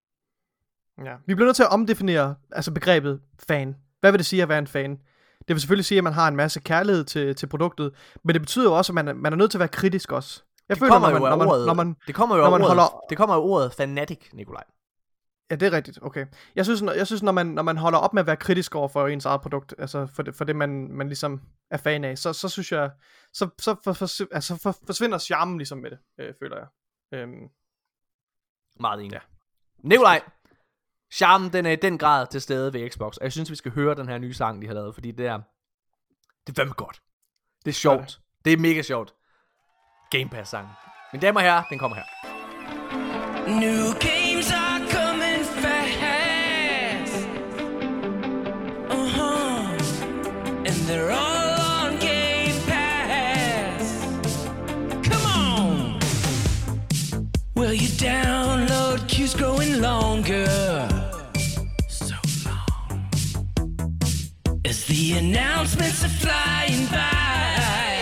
Ja. Vi bliver nødt til at omdefinere altså begrebet fan. Hvad vil det sige at være en fan? Det vil selvfølgelig sige, at man har en masse kærlighed til, til produktet, men det betyder jo også, at man, man er nødt til at være kritisk også. Jeg det føler, kommer når man, jo af når man, ordet, når man, det kommer jo når af man ordet, holder, det kommer jo ordet fanatic, Nikolaj. Ja, det er rigtigt, okay. Jeg synes, når, jeg synes når, man, når man holder op med at være kritisk over for ens eget produkt, altså for det, for det man, man ligesom er fan af, så, så synes jeg, så, så for, for, altså for, forsvinder charmen ligesom med det, øh, føler jeg. Øhm. Meget enig. Ja. Nikolaj, charmen den er i den grad til stede ved Xbox, og jeg synes, vi skal høre den her nye sang, de har lavet, fordi det er, det er fandme godt. Det er sjovt. Ja. Det er mega sjovt. Game Pass-sangen. Mine damer og herrer, den kommer her. New games are coming fast. Uh-huh. And they're all on Game Pass. Come on. Will you download queues growing longer? So long. As the announcements are flying by.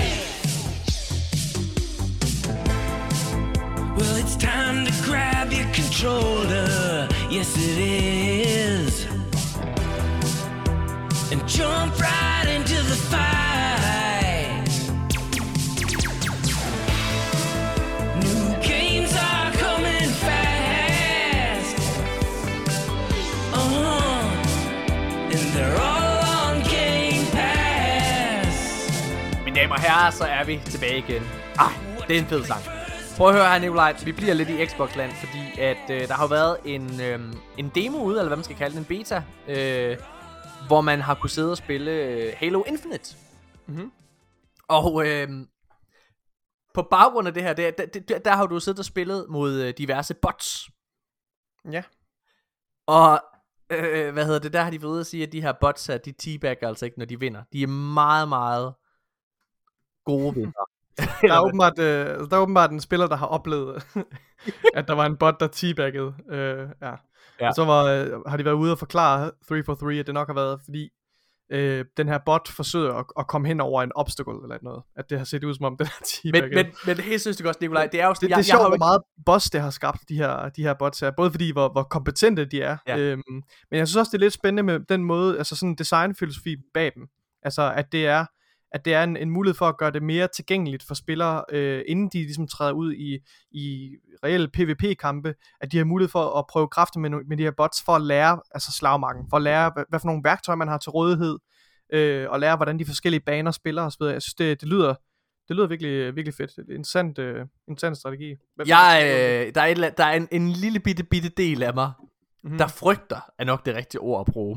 Well, it's time to grab your controller. Yes, it is. And jump right into the fight. New games are coming fast. Uh-huh. And they're all on Game Pass. Mine damer og herrer, så er vi tilbage igen. Ej, det er en fed sang. Prøv at høre her, Nikolaj, vi bliver lidt i Xbox-land, fordi at øh, der har været en, øh, en demo ude, eller hvad man skal kalde det, en beta, øh, hvor man har kunne sidde og spille øh, Halo Infinite. Mm-hmm. Og øh, på baggrund af det her, der, der, der, der har du siddet og spillet mod øh, diverse bots. Ja. Og øh, hvad hedder det, der har de været ude at sige, at de her bots her, de teabagger altså ikke, når de vinder. De er meget, meget gode vinder. Der er, åbenbart, øh, der er åbenbart en spiller, der har oplevet, at der var en bot, der teabaggede. Øh, ja. Ja. Og så var, øh, har de været ude og forklare tre for tre, at det nok har været, fordi øh, den her bot forsøger at, at komme hen over en obstacle eller noget. At det har set ud som om, den er teabaggede. Men, men, men det helt synes jeg også, Nikolaj, det er jo det, det er sjovt, hvor meget boss det har skabt, de her, de her bots her. Både fordi, hvor, hvor kompetente de er. Ja. Øhm, men jeg synes også, det er lidt spændende med den måde, altså sådan en designfilosofi bag dem. Altså, at det er at det er en, en mulighed for at gøre det mere tilgængeligt for spillere, øh, inden de ligesom træder ud i, i reelle PvP-kampe, at de har mulighed for at prøve kræfter med, med de her bots, for at lære altså slagmarken, for at lære, hvad, hvad for nogle værktøjer man har til rådighed, øh, og lære, hvordan de forskellige baner spiller osv. Jeg synes, det, det lyder det lyder virkelig, virkelig fedt. Det er en interessant, øh, interessant strategi. Hvad, jeg, øh, der er, et, der er en, en lille bitte, bitte del af mig, mm-hmm. der frygter, er nok det rigtige ord at bruge.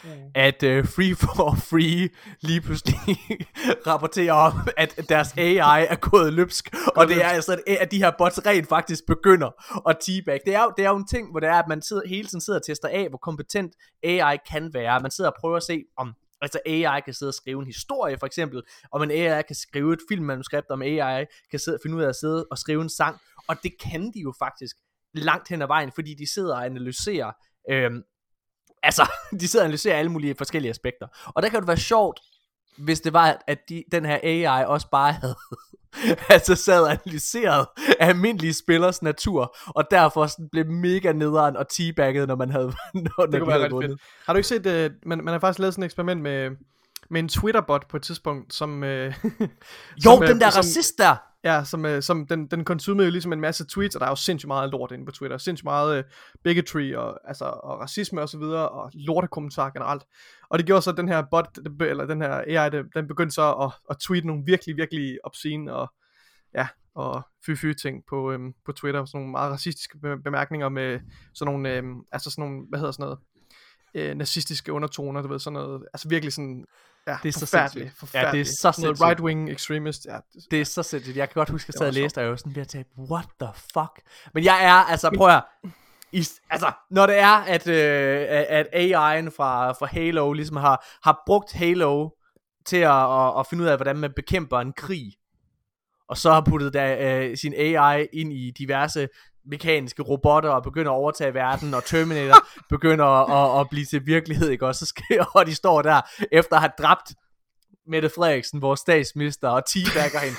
mm. at uh, Free for Free lige pludselig rapporterer om, at deres A I er gået løbsk, og det er altså, at de her bots rent faktisk begynder at teabag. Det er jo, det er jo en ting, hvor det er, at man sidder, hele tiden sidder og tester af, hvor kompetent A I kan være. Man sidder og prøver at se, om altså A I kan sidde og skrive en historie, for eksempel, om en A I kan skrive et filmmanuskript, om A I kan sidde, finde ud af at sidde og skrive en sang, og det kan de jo faktisk langt hen ad vejen, fordi de sidder og analyserer, øhm, altså, de sidder og analyserer alle mulige forskellige aspekter. Og der kan det være sjovt, hvis det var, at de, den her A I også bare havde, altså sad og analyseret af almindelige spillers natur, og derfor sådan blev mega nederen og teabagget, når man havde, når det kunne være ret fedt. Har du ikke set, uh, man, man har faktisk lavet sådan et eksperiment med, med en Twitter-bot på et tidspunkt, som... Uh, jo, som, den der som, racist der! Ja, som, uh, som den, den konsumede jo ligesom en masse tweets, og der er jo sindssygt meget lort inde på Twitter. Sindssygt meget uh, bigotry og, altså, og racisme og så videre, og lortekommentarer generelt. Og det gjorde så, at den her bot, eller den her A I, den begyndte så at, at tweete nogle virkelig, virkelig obscene og, ja, og fy-fy ting på, øhm, på Twitter. Sådan nogle meget racistiske bemærkninger med sådan nogle, øhm, altså sådan nogle, hvad hedder sådan noget, øh, nazistiske undertoner, du ved, sådan noget, altså virkelig sådan, ja, det er forfærdeligt, så forfærdeligt. Ja, det er så sindssygt. Right-wing extremist, ja. Det, det er så sindssygt. Jeg kan godt huske, at jeg sad og læste, og jeg var sådan ved at tænke, what the fuck? Men jeg er, altså prøv at I, altså, når det er, at, øh, at A I'en fra, fra Halo ligesom har, har brugt Halo til at, at, at finde ud af, hvordan man bekæmper en krig, og så har puttet der, øh, sin A I ind i diverse mekaniske robotter og begynder at overtage verden, og Terminator begynder at, at blive til virkelighed, ikke? Og så sker, og de står der efter at have dræbt Mette Frederiksen, vores statsminister, og teabagger hende.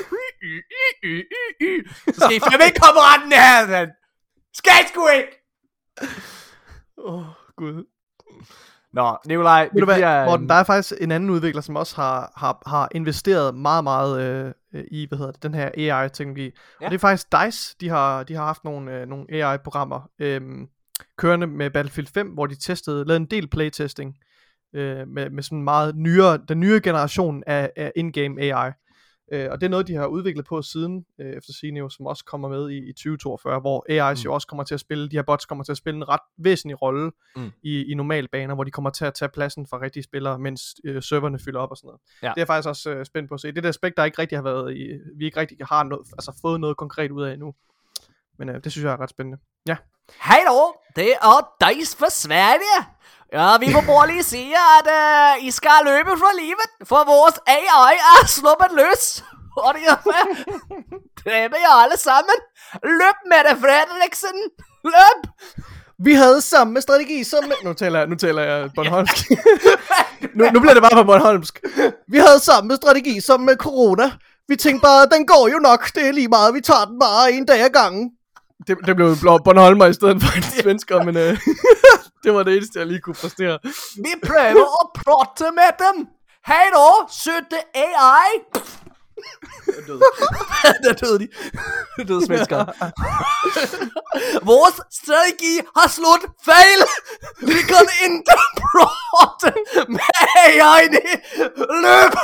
Så skal I fandme ikke komme retten her, mand! Skal I sgu ikke! Åh, oh, gud. Nå, Nikolaj, det bliver... Morten, der er faktisk en anden udvikler, som også har, har, har investeret meget, meget øh, i, hvad hedder det, den her A I-teknologi. Ja. Og det er faktisk DICE, de har, de har haft nogle, øh, nogle A I-programmer øh, kørende med Battlefield fem, hvor de testede, lavede en del playtesting øh, med, med sådan meget nyere, den nye generation af, af in-game A I. Øh, og det er noget, de har udviklet på siden, øh, efter sigende, som også kommer med i, i tyve toogfyrre, hvor A I's mm. jo også kommer til at spille, de her bots kommer til at spille en ret væsentlig rolle mm. i, i normale baner, hvor de kommer til at tage pladsen fra rigtige spillere, mens øh, serverne fylder op og sådan noget. Ja. Det er jeg faktisk også øh, spændt på at se. Det er et aspekt, der ikke rigtig har været i, vi ikke rigtig har noget, altså fået noget konkret ud af endnu. Men øh, det synes jeg er ret spændende. Ja. Hej då, det er DICE for Sverige. Ja, vi må bare lige sige, at uh, I skal løbe fra livet, for vores A I er sluppet løs. Og det er med. Dræber jer alle sammen. Løb med det, Frederiksen. Løb. Vi havde samme strategi som... Nu taler jeg, nu taler jeg Bornholmsk. nu, nu bliver det bare på Bornholmsk. Vi havde samme strategi som med corona. Vi tænkte bare, den går jo nok. Det er lige meget, vi tager den bare en dag ad gangen. Det, det blev Bornholmer i stedet for en svensker, men øh, det var det eneste, jeg lige kunne præstere. Vi prøver at prate med dem. Hej då, sødte A I. Der døde. Der døde de. Der døde svensker. Vores strategi har slået fejl. Vi kan ikke prate med A I'en. Løb.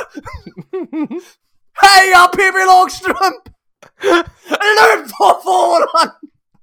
Hej, jeg er Pippi Longstrømpe. Løb for foran.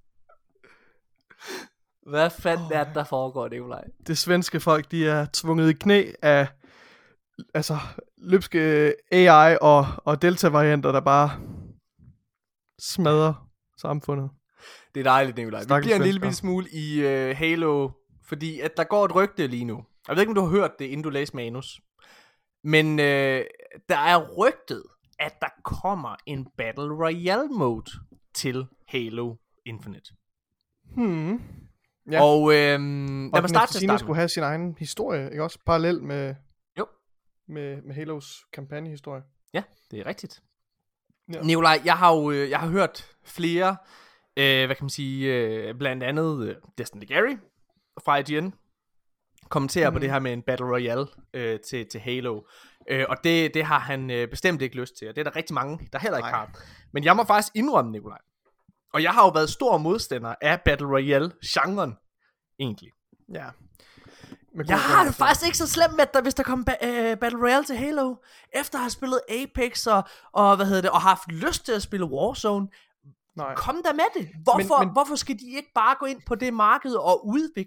Hvad fanden er det, der foregår, Nikolaj? Det svenske folk, de er tvunget i knæ af altså løbske A I og, og delta-varianter, der bare smadrer samfundet. Det er dejligt, Nikolaj. Vi bliver en lille smule i uh, Halo, fordi at der går et rygte lige nu. Jeg ved ikke, om du har hørt det, inden du læste manus. Men uh, der er rygtet, at der kommer en Battle Royale mode til Halo Infinite. Hmm. Ja. Og øhm, lad mig starte til at skulle have sin egen historie, ikke også? Parallelt med, jo. med, med Halos kampagnehistorie. Ja, det er rigtigt. Ja. Nikolaj, jeg har jo jeg har hørt flere, øh, hvad kan man sige, øh, blandt andet øh, Destiny Gary fra I G N kommentere mm. på det her med en Battle Royale øh, til, til Halo. Øh, og det, det har han øh, bestemt ikke lyst til, og det er der rigtig mange, der heller ikke Nej. har. Men jeg må faktisk indrømme, Nikolaj, og jeg har jo været stor modstander af Battle Royale-genren, egentlig. Ja. Jeg har det faktisk ikke så slemt med, at der, hvis der kom ba- uh, Battle Royale til Halo, efter at have spillet Apex og, og, hvad hedder det, og haft lyst til at spille Warzone. Nej. Kom der med det. Hvorfor, men, men, hvorfor skal de ikke bare gå ind på det marked og udvikle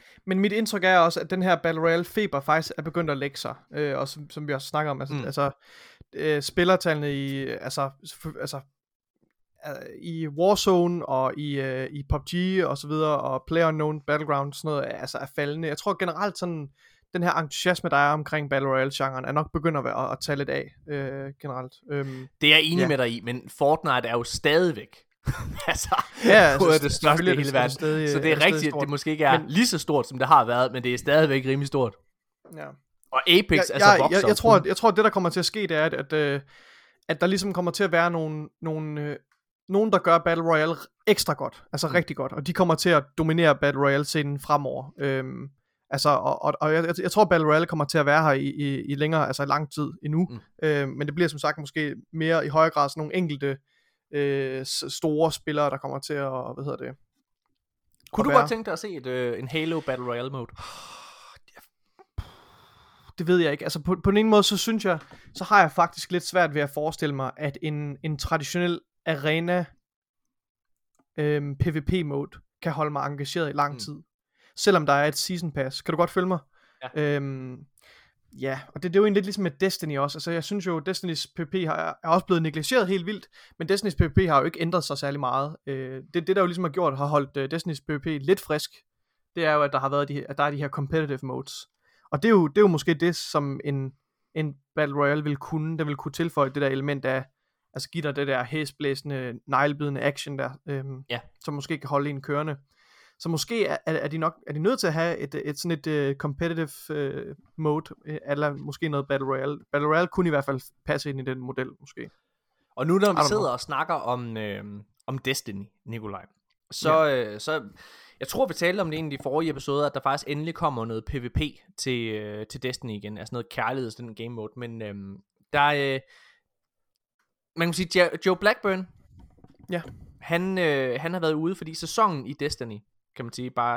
Men mit indtryk er også, at den her Battle Royale feber faktisk er begyndt at lægge sig, øh, og som, som vi også snakker om, altså, mm. altså øh, spillertallene i, altså, altså øh, i Warzone og i, øh, i P U B G og så videre, og PlayerUnknown Battleground, sådan noget, altså er faldende. Jeg tror generelt sådan, den her entusiasme, der er omkring Battle Royale-genren, er nok begyndt at, være, at tage lidt af, øh, generelt. Øhm, det er jeg enig ja. med dig i, men Fortnite er jo stadigvæk altså, ja, altså, det, det største i hele verden. Stadig, så det er, er rigtigt, det måske ikke er men, lige så stort, som det har været, men det er stadigvæk rimelig stort. Ja. Og Apex, jeg, altså jeg, vokser. Jeg, jeg, tror, at, jeg tror, at det, der kommer til at ske, det er, at, at, at, at der ligesom kommer til at være nogle, nogle, nogen, der gør Battle Royale ekstra godt, altså mm. rigtig godt, og de kommer til at dominere Battle Royale-scenen fremover. Øhm, altså, og, og, og jeg, jeg tror, at Battle Royale kommer til at være her i, i, i længere, altså lang tid endnu, mm. øhm, men det bliver som sagt måske mere i højere grad sådan nogle enkelte Øh, store spillere, der kommer til at, hvad hedder det? Kunne du være... godt tænke dig at se et, øh, en Halo Battle Royale mode? Det ved jeg ikke. Altså på, på den ene måde, så synes jeg, så har jeg faktisk lidt svært ved at forestille mig, at en, en traditionel arena øhm, PvP mode kan holde mig engageret i lang mm. tid. Selvom der er et season pass. Kan du godt følge mig? Ja. Øhm, Ja, og det, det er jo egentlig lidt ligesom med Destiny også. Altså jeg synes jo, Destinys PvP har, er også blevet negligeret helt vildt, men Destinys PvP har jo ikke ændret sig særlig meget. Øh, det, det der jo ligesom har gjort, har holdt uh, Destinys PvP lidt frisk, det er jo, at der har været de, at der er de her competitive modes. Og det er jo, det er jo måske det, som en, en Battle Royale vil kunne, der vil kunne tilføje det der element af, altså give dig det der hæsblæsende, neglebidende action der, øhm, ja. Som måske kan holde en kørende. Så måske er, er, de nok, er de nødt til at have et, et sådan et uh, competitive uh, mode, eller måske noget Battle Royale. Battle Royale kunne i hvert fald passe ind i den model, måske. Og nu når vi sidder know. og snakker om, øh, om Destiny, Nikolaj, så, ja. øh, så jeg tror vi talte om det egentlig i forrige episode, at der faktisk endelig kommer noget PvP til, øh, til Destiny igen, altså noget kærlighed til den game mode, men øh, der er, øh, man kan sige, Joe Blackburn, ja. han, øh, han har været ude, fordi sæsonen i Destiny, kan man sige, bare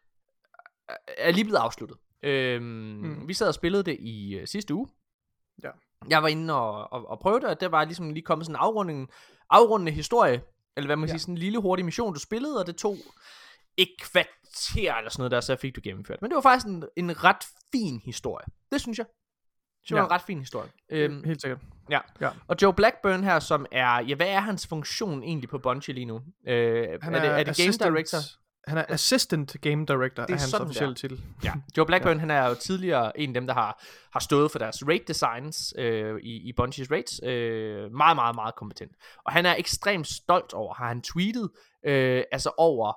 er lige blevet afsluttet. Øhm, mm. Vi sad og spillede det i uh, sidste uge. Ja. Jeg var inde og, og, og prøvede det, og det var ligesom lige kommet sådan en afrunding, afrundende historie, eller hvad man ja. siger, sådan en lille hurtig mission, du spillede, og det tog et kvarter eller sådan noget der, så fik du gennemført. Men det var faktisk en, en ret fin historie. Det synes jeg. Det var ja. en ret fin historie. Øhm, Helt sikkert. Ja. ja. Og Joe Blackburn her, som er, ja, hvad er hans funktion egentlig på Bungie lige nu? Øh, han er, er det, er det Game Director? Han er Assistant Game Director, det er, er hans officielle titel. Ja, Joe Blackburn, ja. han er jo tidligere en af dem, der har, har stået for deres raid designs øh, i, i Bungies raids. Øh, meget, meget, meget kompetent. Og han er ekstremt stolt over, har han tweetet, øh, altså over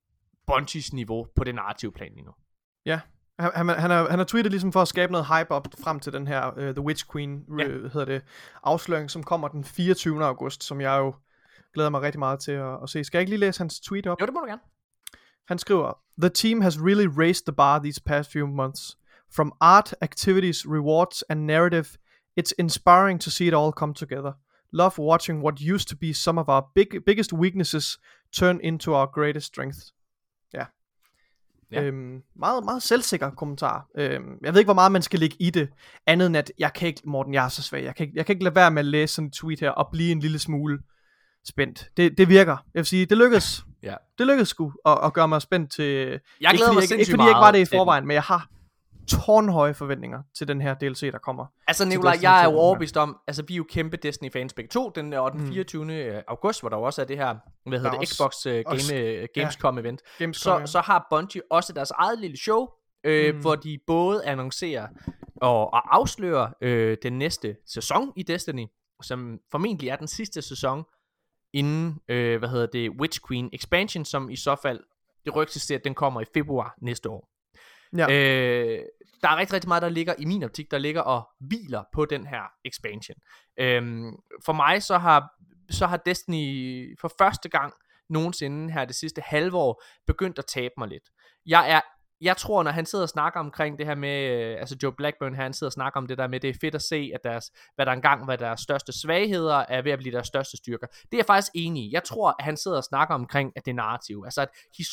Bungies niveau på det narrative plan lige nu. Ja, han, han, han, har, han har tweetet ligesom for at skabe noget hype op frem til den her uh, The Witch Queen, ja. uh, hedder det, afsløring, som kommer den fireogtyvende august, som jeg jo glæder mig rigtig meget til at, at se. Skal jeg ikke lige læse hans tweet op? Jo, det må du gerne. Han skriver, "The team has really raised the bar these past few months. From art, activities, rewards, and narrative, it's inspiring to see it all come together. Love watching what used to be some of our big, biggest weaknesses turn into our greatest strengths." Ja. ja. Øhm, meget, meget selvsikker kommentar. Øhm, jeg ved ikke, hvor meget man skal lægge i det, andet end at, jeg kan ikke, Morten, jeg er så svag, jeg kan ikke, jeg kan ikke lade være med at læse sådan en tweet her, og blive en lille smule spændt. Det, det virker. Jeg vil sige, det lykkedes. Ja. Det lykkedes sgu at, at gøre mig spændt til... Jeg ikke glæder mig fordi, ikke, ikke fordi jeg ikke var det i forvejen, men jeg har tårnhøje forventninger til den her D L C, der kommer. Altså Nikolaj, jeg er jo overbevist om, altså vi er jo kæmpe Destiny-fans begge to, den, og den fireogtyvende Mm. august, hvor der også er det her, hvad hedder det, Xbox uh, Game, også, Gamescom ja. event, Gamescom, så, ja. så har Bungie også deres eget lille show, øh, mm. hvor de både annoncerer og, og afslører øh, den næste sæson i Destiny, som formentlig er den sidste sæson, inden, øh, hvad hedder det, Witch Queen Expansion, som i så fald, det rygtes til, at den kommer i februar næste år. Ja. Øh, der er rigtig, rigtig meget, der ligger i min optik, der ligger og hviler på den her expansion. Øh, for mig, så har, så har Destiny for første gang nogensinde her det sidste halve år begyndt at tabe mig lidt. Jeg er Jeg tror, når han sidder og snakker omkring det her med, altså Joe Blackburn her, han sidder og snakker om det der med, det er fedt at se, at deres, hvad der engang var deres største svagheder, er ved at blive deres største styrker. Det er jeg faktisk enig i. Jeg tror, at han sidder og snakker omkring, at det er narrativ. Altså at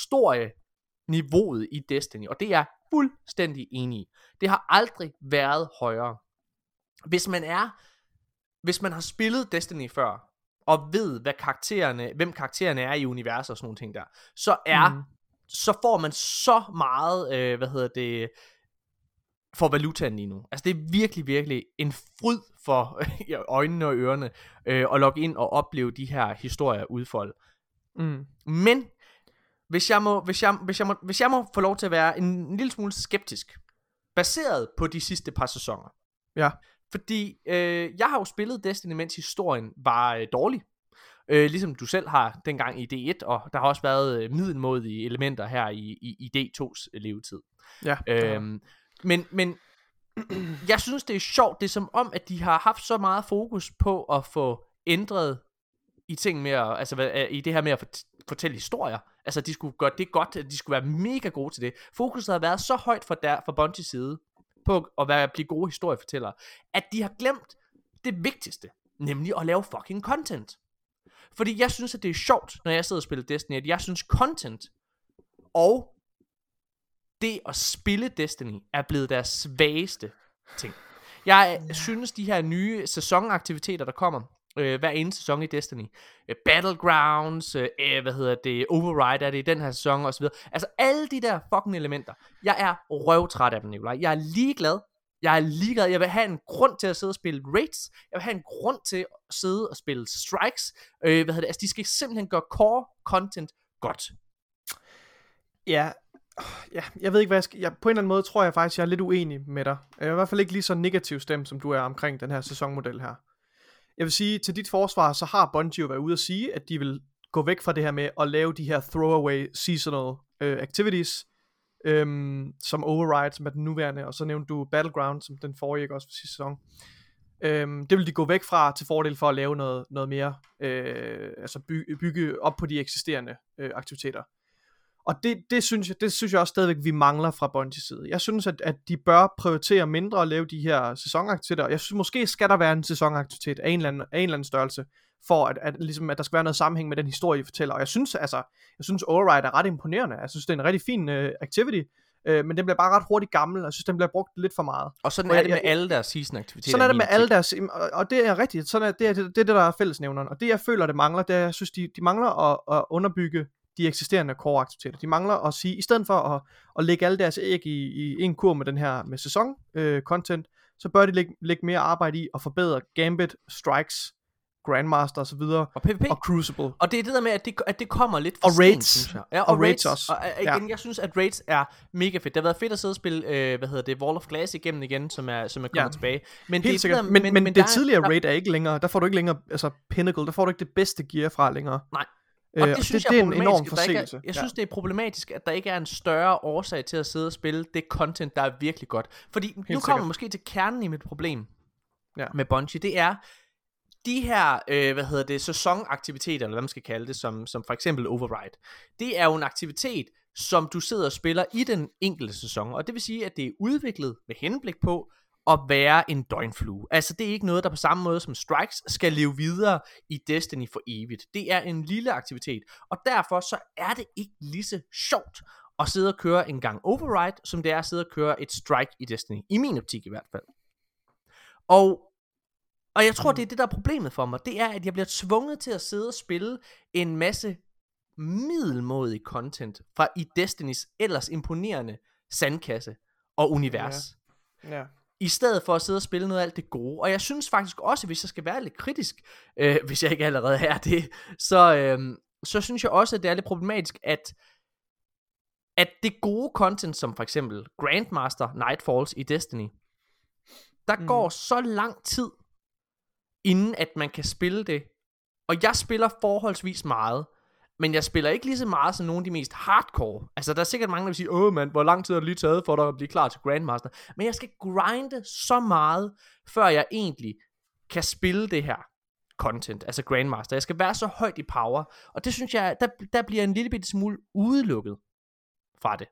historieniveauet i Destiny, og det er jeg fuldstændig enig i. Det har aldrig været højere. Hvis man er, hvis man har spillet Destiny før, og ved, hvad karaktererne, hvem karaktererne er i universet og sådan nogle ting der, så er mm. så får man så meget, øh, hvad hedder det, for valutaen lige nu. Altså det er virkelig, virkelig en fryd for øjnene og ørerne øh, at logge ind og opleve de her historier udfolde. Mm. Men hvis jeg må, hvis jeg, hvis jeg må, hvis jeg må få lov til at være en, en lille smule skeptisk, baseret på de sidste par sæsoner. Ja. Fordi øh, jeg har jo spillet Destiny, mens historien var øh, dårlig. Øh, ligesom du selv har dengang i D et, og der har også været øh, middelmådige elementer her i, i, i D to's levetid. Ja. Øhm, men, men jeg synes det er sjovt. Det er som om at de har haft så meget fokus på at få ændret i ting med at, altså hvad, i det her med at fort- fortælle historier. Altså de skulle gøre det godt, de skulle være mega gode til det. Fokuset har været så højt fra der fra Bungies side på at være at blive gode historiefortællere, at de har glemt det vigtigste, nemlig at lave fucking content. Fordi jeg synes at det er sjovt, når jeg sidder og spiller Destiny, at jeg synes content og det at spille Destiny er blevet deres svageste ting. Jeg synes de her nye sæsonaktiviteter der kommer øh, hver eneste sæson i Destiny, øh, Battlegrounds, øh, hvad hedder det, Override er det i den her sæson og så videre. Altså alle de der fucking elementer. Jeg er røvtræt af dem, Nikolaj. Jeg er ligeglad. Jeg er ligeglad. Jeg vil have en grund til at sidde og spille raids. Jeg vil have en grund til at sidde og spille strikes. Øh, hvad hedder det? Altså de skal simpelthen gøre core content godt. Ja, ja, jeg ved ikke hvad jeg skal, jeg, på en eller anden måde tror jeg faktisk jeg er lidt uenig med dig. Jeg er i hvert fald ikke lige så negativ stemt som du er omkring den her sæsonmodel her. Jeg vil sige til dit forsvar, så har Bungie jo været ude at sige at de vil gå væk fra det her med at lave de her throwaway seasonal uh, activities øhm, som Override, som er den nuværende, og så nævnte du Battleground, som den forrige også for sidste sæson. Øhm, det vil de gå væk fra til fordel for at lave noget, noget mere, øh, altså bygge, bygge op på de eksisterende øh, aktiviteter. Og det, det, synes jeg, det synes jeg også stadigvæk, vi mangler fra Bungies side. Jeg synes, at, at de bør prioritere mindre at lave de her sæsonaktiviteter. Jeg synes, måske skal der være en sæsonaktivitet af en eller anden, af en eller anden størrelse, for at, at, ligesom, at der skal være noget sammenhæng med den historie, I fortæller. Og jeg synes, altså, jeg synes Override er ret imponerende. Jeg synes, det er en rigtig fin uh, activity, uh, men den bliver bare ret hurtigt gammel, og jeg synes, den bliver brugt lidt for meget. Og sådan og er det jeg, med alle deres season-aktiviteter. Sådan er det med alle deres, og det er rigtigt. Sådan er, det, er, det er det, der er fællesnævneren. Og det, jeg føler, det mangler, det er, jeg synes, de, de mangler at, at underbygge de eksisterende core-aktiviteter. De mangler at sige, i stedet for at, at lægge alle deres æg i, i en kur med den her med sæson-content, øh, så bør de lægge, lægge mere arbejde i at forbedre Gambit, Strikes, Grandmaster og så videre, og P V P, og Crucible. Og det er det der med, at det, at det kommer lidt for og sent, raids. synes jeg. Ja, og, og raids, raids også. Og, og igen, ja. Jeg synes, at raids er mega fedt. Det har været fedt at sidde og spille, øh, hvad hedder det, Wall of Glass igennem igen, som er, som er kommet ja. tilbage. Men helt det, sikkert. Der, men, men, men det der, tidligere der, raid er ikke længere, der får du ikke længere, altså Pinnacle, der får du ikke det bedste gear fra længere. Nej. Og det, øh, synes det, jeg det er en enorm forsinkelse. Er, jeg synes ja. det er problematisk at der ikke er en større årsag til at sidde og spille det content der er virkelig godt. Fordi helt nu kommer sikkert. Måske til kernen i mit problem ja. med Bungie. Det er de her øh, hvad hedder det sæsonaktiviteter, eller hvad man skal kalde det, som, som for eksempel Override. Det er jo en aktivitet som du sidder og spiller i den enkelte sæson. Og det vil sige at det er udviklet med henblik på at være en døgnflue. Altså det er ikke noget der på samme måde som Strikes skal leve videre i Destiny for evigt. Det er en lille aktivitet, og derfor så er det ikke lige så sjovt at sidde og køre en gang Override, som det er at sidde og køre et Strike i Destiny. I min optik i hvert fald. Og Og jeg tror det er det der er problemet for mig. Det er at jeg bliver tvunget til at sidde og spille en masse middelmådig content fra i Destinys ellers imponerende sandkasse og univers. Ja. Ja. I stedet for at sidde og spille noget af alt det gode. Og jeg synes faktisk også, hvis jeg skal være lidt kritisk, øh, hvis jeg ikke allerede er det, så, øh, så synes jeg også, at det er lidt problematisk, at, at det gode content, som for eksempel Grandmaster Nightfalls i Destiny, der mm. går så lang tid, inden at man kan spille det. Og jeg spiller forholdsvis meget, men jeg spiller ikke lige så meget som nogle af de mest hardcore. Altså der er sikkert mange der vil sige, åh mand, hvor lang tid har det lige taget for dig at blive klar til Grandmaster. Men jeg skal grinde så meget, før jeg egentlig kan spille det her content, altså Grandmaster. Jeg skal være så højt i power, og det synes jeg, der, der bliver en lille bitte smule udelukket fra det.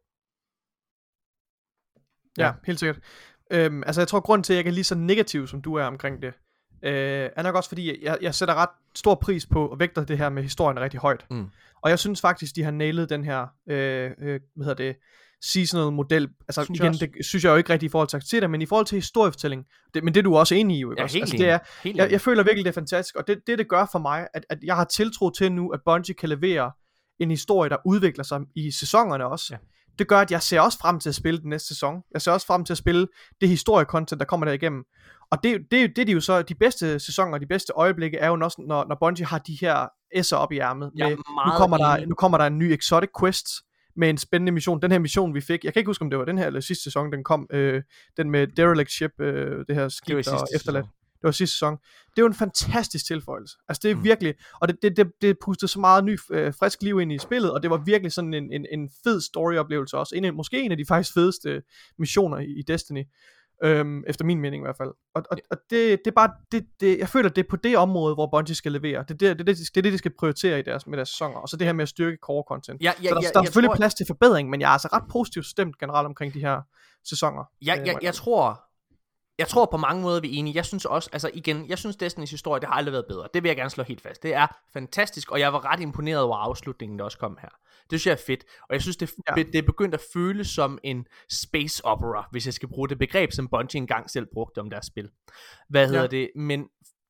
Ja, ja helt sikkert. Øhm, altså jeg tror grund til at jeg er lige så negativ som du er omkring det, øh, er nok også fordi jeg, jeg sætter ret stor pris på og vægter det her med historien rigtig højt. Mm. Og jeg synes faktisk de har nailet den her øh, øh, hvad hedder det seasonal model. Altså synes igen det synes jeg jo ikke rigtig i forhold til aktiviteter, men i forhold til historiefortælling. Det, men det er du også enig i jo, ikke? Ja, også? Altså, det er, jeg, jeg føler virkelig det er fantastisk, og det det det gør for mig, at, at jeg har tiltro til nu at Bungie kan levere en historie, der udvikler sig i sæsonerne også. Ja. Det gør, at jeg ser også frem til at spille den næste sæson. Jeg ser også frem til at spille det historiekontent, der kommer der igennem. Og det, det, det er de jo så, de bedste sæsoner, de bedste øjeblikke, er jo også, når, når Bungie har de her S'er op i ærmet. Jeg er Med, meget nu, kommer der, enig. nu kommer der en ny Exotic Quest med en spændende mission. Den her mission, vi fik, jeg kan ikke huske, om det var den her eller sidste sæson, den kom, øh, den med Derelict Ship, øh, det her skib, Det var i der sidste var efterladt. sæson. Det var sidste sæson. Det er jo en fantastisk tilføjelse. Altså det er Mm. virkelig, og det, det, det, det pustede så meget ny, øh, frisk liv ind i spillet, og det var virkelig sådan en, en, en fed storyoplevelse også. En, af- måske en af de faktisk fedeste missioner i, i Destiny. Øhm, efter min mening i hvert fald. Og, og, og det, det er bare, det, det, jeg føler, det er på det område, hvor Bungie skal levere. Det er det, det, det, det, er det de skal prioritere i deres, med deres sæsoner. Og så det her med at styrke core content. Ja, ja, så der, ja, der er jeg selvfølgelig tror- plads til forbedring, men jeg er altså ret positivt stemt generelt omkring de her sæsoner. Jeg, Øh, jeg, jeg tror Jeg tror på mange måder vi er enige. Jeg synes også, altså igen, jeg synes Destinys historie, det har aldrig været bedre. Det vil jeg gerne slå helt fast. Det er fantastisk, og jeg var ret imponeret over afslutningen, der også kom her. Det synes jeg er fedt, og jeg synes det, Ja. ja. det er begyndt at føles som en space opera, hvis jeg skal bruge det begreb, som Bungie engang selv brugte om deres spil. Hvad hedder Ja. det? Men,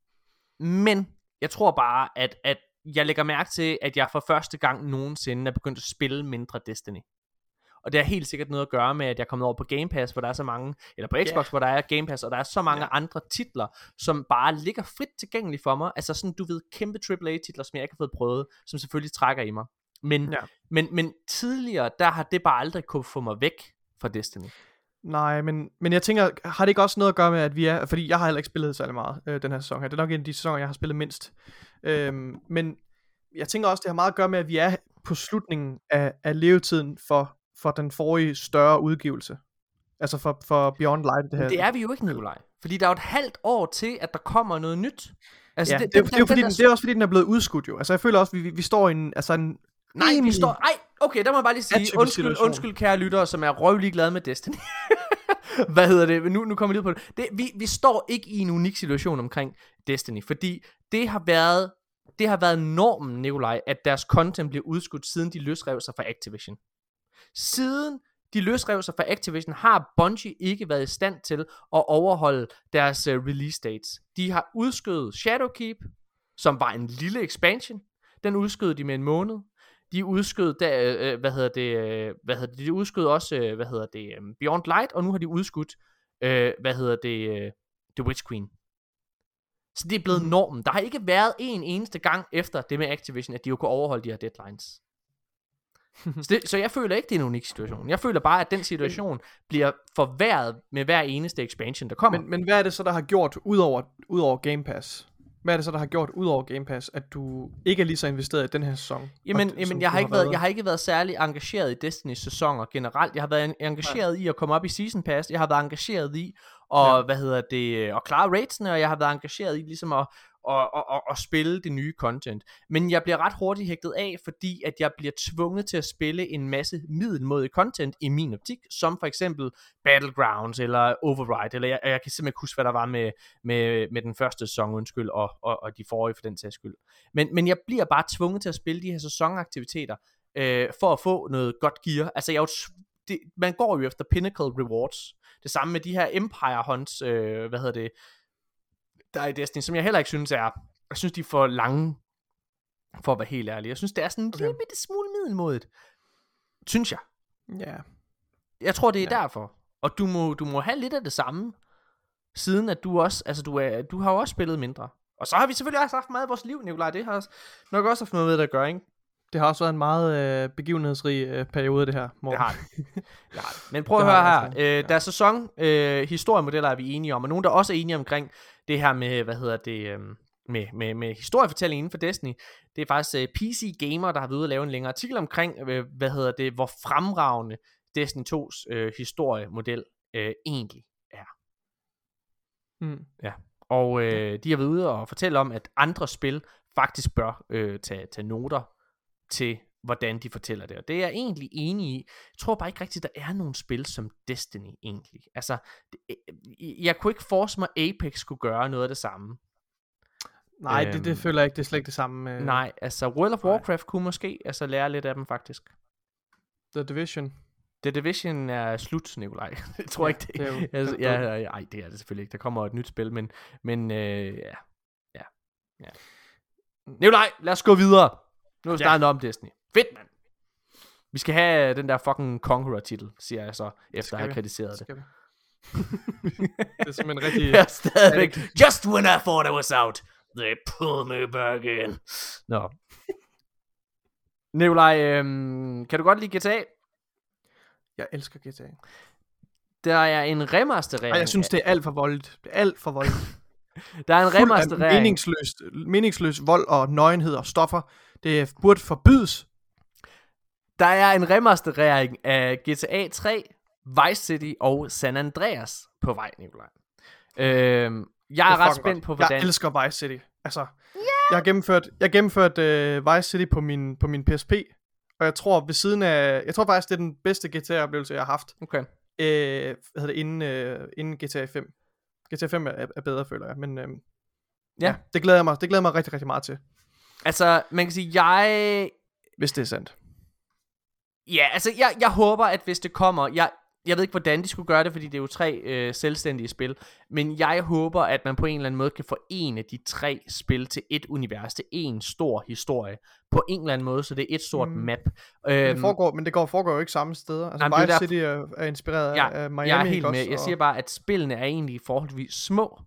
men jeg tror bare, at, at jeg lægger mærke til, at jeg for første gang nogensinde er begyndt at spille mindre Destiny. Og det har helt sikkert noget at gøre med, at jeg er kommet over på Game Pass, hvor der er så mange, eller på Xbox, Ja. hvor der er Game Pass, og der er så mange Ja. andre titler, som bare ligger frit tilgængelige for mig. Altså sådan, du ved, kæmpe triple A-titler, som jeg ikke har fået prøvet, som selvfølgelig trækker i mig. Men, Ja. men, men tidligere, der har det bare aldrig kunne få mig væk fra Destiny. Nej, men, men jeg tænker, har det ikke også noget at gøre med, at vi er, fordi jeg har heller ikke spillet særlig meget øh, den her sæson her. Det er nok en af de sæsoner, jeg har spillet mindst. Øhm, men jeg tænker også, det har meget at gøre med, at vi er på slutningen af, af levetiden for, for den forrige større udgivelse. Altså for, for Beyond Light, det her. Det er vi jo ikke, Nikolaj. Fordi der er jo et halvt år til, at der kommer noget nyt. Altså, Ja, det, det, det, det, er jo fordi, den, det er også fordi, den er blevet udskudt jo. Altså jeg føler også, vi, vi, vi står i en, altså en Nej, vi rimelig- står... Ej, okay, der må jeg bare lige sige, atypisk undskyld, situation. undskyld kære lyttere, som er røvlig glade med Destiny. Hvad hedder det? Nu, nu kommer vi lige på det. det vi, vi står ikke i en unik situation omkring Destiny, fordi det har været, det har været normen, Nikolaj, at deres content bliver udskudt, siden de løsrev sig fra Activision. Siden de løsrev sig fra Activision, har Bungie ikke været i stand til at overholde deres uh, release dates. De har udskudt Shadowkeep, som var en lille expansion. Den udskød de med en måned. De udskød der, øh, hvad hedder det, øh, hvad hedder det, de udskød også, øh, hvad hedder det, øh, Beyond Light, og nu har de udskudt, øh, hvad hedder det, øh, The Witch Queen. Så det er blevet normen. Der har ikke været en eneste gang efter det med Activision, at de jo kunne overholde de her deadlines. så, det, så jeg føler ikke, det er en unik situation. Jeg føler bare, at den situation bliver forværret med hver eneste expansion, der kommer. Men, men hvad er det så, der har gjort, udover, udover Game Pass? Hvad er det så, der har gjort, udover Game Pass, at du ikke er lige så investeret i den her sæson? Jamen, og det- jamen som jeg, du har ikke været, jeg har ikke været særlig engageret i Destinys sæsoner generelt. Jeg har været engageret i at komme op i Season Pass. Jeg har været engageret i at, Ja. hvad hedder det, at klare ratesene, og jeg har været engageret i ligesom at, at, at, at, at spille det nye content. Men jeg bliver ret hurtigt hægtet af, fordi at jeg bliver tvunget til at spille en masse middelmådig content i min optik, som for eksempel Battlegrounds eller Override, eller jeg, jeg kan simpelthen ikke huske, hvad der var med, med, med den første sæson, undskyld, og, og, og de forrige for den sags skyld. Men, men jeg bliver bare tvunget til at spille de her sæsonaktiviteter, øh, for at få noget godt gear. Altså, jeg er jo tv- det, man går jo efter pinnacle rewards. Det samme med de her Empire Hunts, øh, hvad hedder det, der er i Destiny, som jeg heller ikke synes er, jeg synes de er for lange, for at være helt ærlig. Jeg synes, det er sådan en Okay. lille bitte smule middelmådigt. Synes jeg. Ja. Jeg tror, det er Ja. ja. derfor. Og du må, du må have lidt af det samme, siden at du også, altså du, er, du har jo også spillet mindre. Og så har vi selvfølgelig også haft meget af vores liv, Nikolaj. Det har også, nok også haft noget med det at gøre, ikke? Det har også været en meget øh, begivenhedsrig øh, periode, det her, Morten. Det har det. det, har det. Men prøv at Det høre har her. det Øh, altså. der er sæson, øh, historiemodeller er vi enige om, og nogen der også er enige omkring det her med, hvad hedder det, øh, med, med, med historiefortælling inden for Destiny. Det er faktisk øh, P C Gamer, der har været ude at lave en længere artikel omkring, øh, hvad hedder det, hvor fremragende Destiny to's øh, historiemodel øh, egentlig er. Mm. Og øh, de har været ude og fortælle om, at andre spil faktisk bør øh, tage, tage noter til, hvordan de fortæller det. Og det er jeg egentlig enig i. Jeg tror bare ikke rigtigt, der er nogen spil som Destiny egentlig. Altså, det, øh, jeg kunne ikke force mig, Apex skulle gøre noget af det samme. Nej, det, det Øhm, føler jeg ikke, det er slet ikke det samme. Øh, Nej, altså World of nej. Warcraft kunne måske altså lære lidt af dem faktisk. The Division. The Division er slut, Nikolaj. Jeg tror Ja, ikke det. det er jo- altså, det er ja, ja, ej, det er det selvfølgelig ikke. Der kommer et nyt spil, men, men øh, ja. ja, ja. Nikolaj, lad os gå videre. Nu er vi Ja. snart om Destiny. Fedt, mand. Vi skal have den der fucking Conqueror-titel, siger jeg så, efter at have vi. kritiseret det. Det er simpelthen rigtig... Jeg er stadigvæk. Just when I thought I was out, they pulled me back in. Nå. Nikolaj, øhm, kan du godt lide G T A? Jeg elsker G T A. Der er en remasterering. Ej, jeg synes, det er alt for voldeligt. Det er alt for voldeligt. Der er en remasterering. Meningsløs, meningsløs vold og nøgenhed og stoffer. Det burde forbydes. Der er en remasterering af G T A tre, Vice City og San Andreas på vej, Nikolaj. Øhm, jeg er, er ret spændt på, hvordan... Jeg elsker Vice City. Altså, yeah. jeg har gennemført, jeg har gennemført uh, Vice City på min, på min P S P, og jeg tror ved siden af... Jeg tror faktisk, det er den bedste G T A-oplevelse, jeg har haft. Okay. Øh, hvad hedder det, inden, øh, inden G T A fem. G T A fem er, er bedre, føler jeg, men... Øh, ja. ja, det glæder jeg mig, det glæder jeg mig rigtig, rigtig meget til. Altså, man kan sige, jeg... Hvis det er sandt. Ja, altså, jeg, jeg håber, at hvis det kommer... Jeg, jeg ved ikke, hvordan de skulle gøre det, fordi det er jo tre øh, selvstændige spil. Men jeg håber, at man på en eller anden måde kan forene de tre spil til et univers, til en stor historie. På en eller anden måde, så det er et stort mm. map. Men det, foregår, men det går, foregår jo ikke samme steder. Altså, nej, Vice City er, er inspireret ja, af Miami. Jeg er helt med. Også, jeg siger bare, at spillene er egentlig forholdsvis små.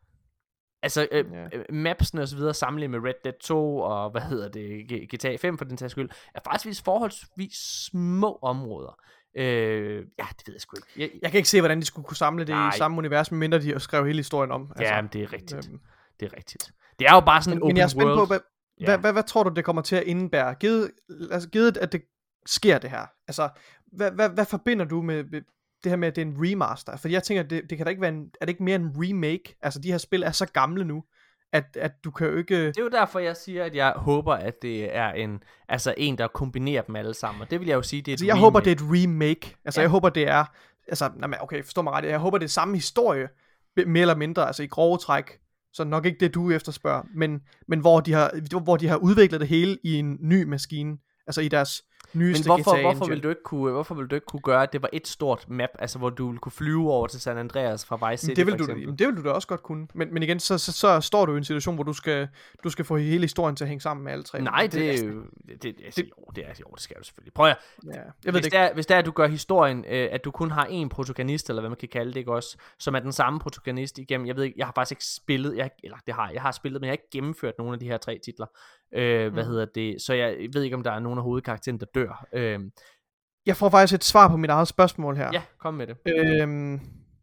Altså, øh, yeah. mapsene og så videre, sammenlignet med Red Dead to og, hvad hedder det, G T A fem for den tages skyld, er faktisk forholdsvis små områder. Øh, ja, det ved jeg sgu ikke. Jeg, jeg kan ikke se, hvordan de skulle kunne samle det nej. i samme univers, medmindre de skrev hele historien om. Altså, ja, det er rigtigt. Øhm, det er rigtigt. Det er jo bare sådan en men, open men jeg er spændt world. på, hvad, ja. hvad, hvad, hvad tror du, det kommer til at indebære? Givet, altså, givet at det sker det her. Altså, hvad, hvad, hvad forbinder du med, med det her med, at det er en remaster? For jeg tænker, det, det kan da ikke være en, er det ikke mere en remake? Altså, de her spil er så gamle nu, at, at du kan jo ikke... Det er jo derfor, jeg siger, at jeg håber, at det er en, altså en, der kombinerer dem alle sammen. Og det vil jeg jo sige, det er et altså, jeg remake. håber, det er et remake. Altså, ja. jeg håber, det er... Altså, okay, forstår mig ret. Jeg håber, det er samme historie, mere eller mindre, altså i grove træk. Så nok ikke det, du efterspørger, men, men hvor, de har, hvor de har udviklet det hele i en ny maskine. Altså i deres nyeste Men hvorfor, G T A hvorfor vil du ikke kunne, hvorfor vil du ikke kunne gøre, at det var et stort map, altså hvor du ville kunne flyve over til San Andreas fra Vice City, det vil for du, eksempel? det vil du da også godt kunne. Men, men igen, så, så, så står du i en situation, hvor du skal, du skal få hele historien til at hænge sammen med alle tre. Nej, det, det er jo... Det, det, altså, det, jo, det, er, jo, det skal du selvfølgelig. Prøv at... Ja, jeg ved hvis, det er, hvis det er, at du gør historien, øh, at du kun har én protagonist, eller hvad man kan kalde det, ikke også, som er den samme protagonist igennem... Jeg ved ikke, jeg har faktisk ikke spillet... Jeg, eller det har jeg har spillet, men jeg har ikke gennemført nogle af de her tre titler. Øh, hvad mm. hedder det? Så jeg ved ikke, om der er nogen af hovedkaraktererne, der dør. Øh, Jeg får faktisk et svar på mit eget spørgsmål her. Ja, kom med det. Øhm,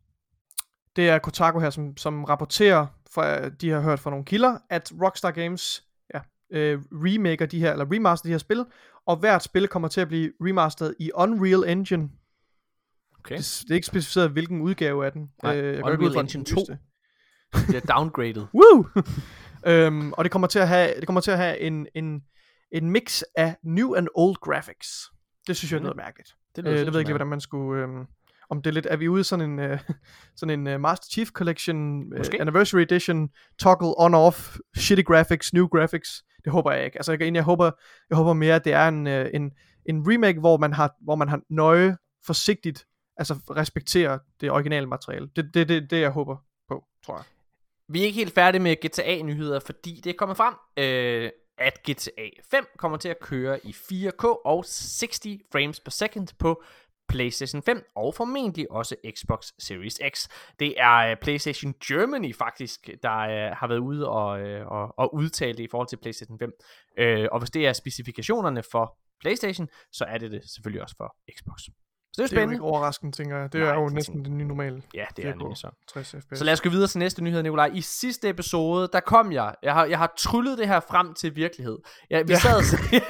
det er Kotaku her, som, som rapporterer, fra, de har hørt fra nogle kilder, at Rockstar Games ja, øh, remaker de her, eller remaster de her spil, og hvert spil kommer til at blive remasteret i Unreal Engine. Okay. Det, det er ikke specificeret, hvilken udgave af den. Nej, øh, jeg Unreal Engine to. Det er downgraded. Woo! øhm, og det kommer til at have, det kommer til at have en, en, en mix af new and old graphics. Det synes jeg er noget mærkeligt. Det, øh, det ved jeg ikke, hvordan man skulle... Øh, om det er lidt... Er vi ude i sådan en, øh, sådan en uh, Master Chief Collection uh, Anniversary Edition, toggle on-off, shitty graphics, new graphics? Det håber jeg ikke. Altså jeg, jeg, håber, jeg håber mere, at det er en, uh, en, en remake, hvor man, har, hvor man har nøje, forsigtigt, altså respekterer det originale materiale. Det er det, det, det, jeg håber på, tror jeg. Vi er ikke helt færdige med G T A-nyheder, fordi det er kommet frem... Øh at G T A fem kommer til at køre i fire K og tres frames per second på PlayStation fem og formentlig også Xbox Series X. Det er uh, PlayStation Germany faktisk, der uh, har været ude og, uh, og, og udtale det i forhold til PlayStation fem. Uh, og hvis det er specifikationerne for PlayStation, så er det det selvfølgelig også for Xbox. Så det er spændende. Det er jo ikke overraskende, tænker jeg. Det Nej, er jo næsten tænker... det nye normale. Ja, det er nemlig så. tres F P S. Så lad os gå videre til næste nyhed, Nikolaj. I sidste episode, der kom jeg. Jeg har, jeg har tryllet det her frem til virkelighed. Jeg, vi ja. sad ja,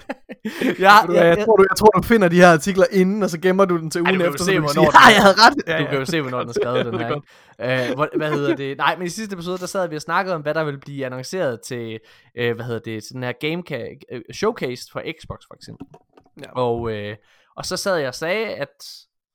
jeg, jeg, jeg, tror, du, jeg tror, du finder de her artikler inden, og så gemmer du den til ugen efter. Du kan jo se, hvornår den... ja, jeg havde ret. Ja, du kan jo se, hvornår den er skrevet, den her. Uh, hvad, hvad hedder det? Nej, men i sidste episode, der sad vi og snakkede om, hvad der vil blive annonceret til, uh, hvad hedder det, til den her game uh, showcase for Xbox, for eksempel. Ja. Og, uh, og så sad jeg og sagde, at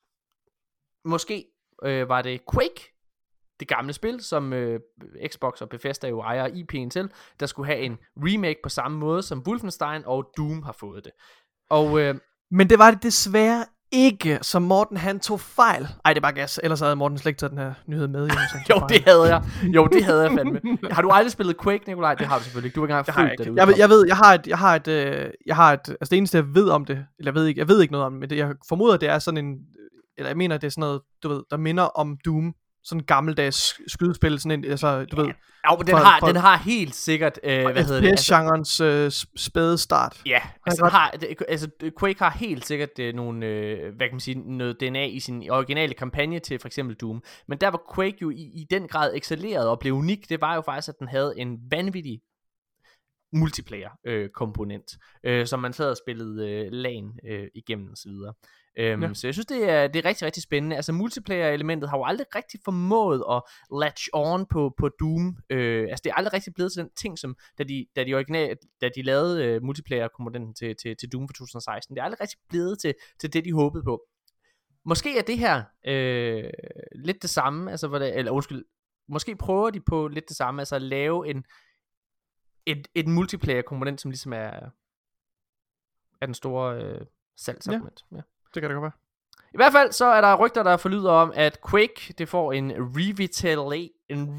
måske øh, var det Quake, det gamle spil, som øh, Xbox og Bethesda jo ejer I P'en til, der skulle have en remake på samme måde, som Wolfenstein og Doom har fået det. Og, øh, Men det var det desværre ikke, så Morten han tog fejl. Ej, det er bare gas, ellers havde Morten slet ikke taget den her nyhed med. Jo, jo, det havde jeg. Jo, det havde jeg fandme. Har du aldrig spillet Quake, Nikolaj? Det har du selvfølgelig ikke. Du er ikke engang født, da det jeg, ved, jeg ved, jeg har et, jeg har et, øh, jeg har et, altså det eneste jeg ved om det, eller jeg ved ikke, jeg ved ikke noget om det, men det, jeg formoder, det er sådan en, eller jeg mener, det er sådan noget, du ved, der minder om Doom. Sådan en gammeldags skydespil, sådan en, altså, du ja. ved. Ja, den, for, har, for, den har helt sikkert, øh, hvad hedder det? F P S-genrens øh, spæde start. Ja, altså, den har, det, altså Quake har helt sikkert øh, nogle, øh, hvad kan man sige, noget D N A i sin originale kampagne til for eksempel Doom. Men der var Quake jo i, i den grad excellerede og blev unik, det var jo faktisk, at den havde en vanvittig multiplayer øh, komponent, øh, som man sad og spillede øh, LAN øh, igennem og så videre. Øhm, ja. Så jeg synes det er, det er rigtig rigtig spændende. Altså multiplayer elementet har jo aldrig rigtig formået at latch on på, på Doom. øh, Altså det er aldrig rigtig blevet til den ting som Da de, da de, original, da de lavede øh, multiplayer komponenten til, til, til Doom for to tusind og seksten. Det er aldrig rigtig blevet til, til det de håbede på. Måske er det her øh, lidt det samme. Altså hvor det, eller undskyld, måske prøver de på lidt det samme. Altså at lave en Et, et multiplayer komponent som ligesom er Er den store øh, salgsargument. Ja. Ja. Det kan det godt være. I hvert fald så er der rygter, der forlyder om, at Quake, det får en revitalization, en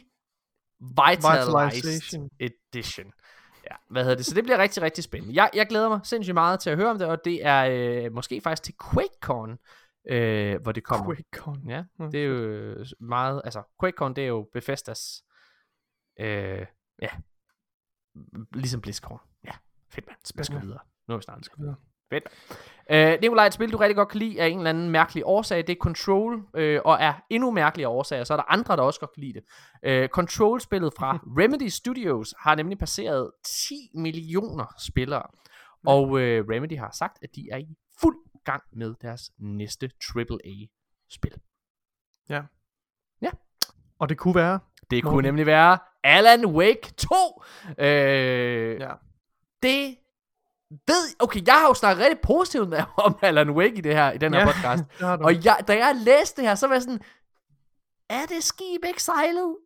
revitalized edition. Ja, hvad hedder det? Så det bliver rigtig, rigtig spændende. Jeg, jeg glæder mig sindssygt meget til at høre om det, og det er øh, måske faktisk til QuakeCon, øh, hvor det kommer. QuakeCon. Ja, det er jo meget, altså QuakeCon, det er jo Bethesdas, øh, ja, ligesom BlizzCon. Ja, fedt mand. Spændende. Skal videre. Nu er vi snart skal videre. Fedt. Øh, Nikolaj, et spil du rigtig godt kan lide af en eller anden mærkelig årsag, det er Control, øh, og er endnu mærkeligere årsager, så er der andre, der også godt kan lide det. øh, Control-spillet fra Remedy Studios har nemlig passeret ti millioner spillere, og øh, Remedy har sagt, at de er i fuld gang med deres næste triple A-spil. Ja. Ja. Og det kunne være? Det kunne Morten. nemlig være Alan Wake to. Øh, ja. Det ved, okay, jeg har jo snakket rigtig positivt om Alan Wake i det her, i den her ja, podcast. Og jeg, da jeg læste det her, så var jeg sådan, er det skib ikke sejlet?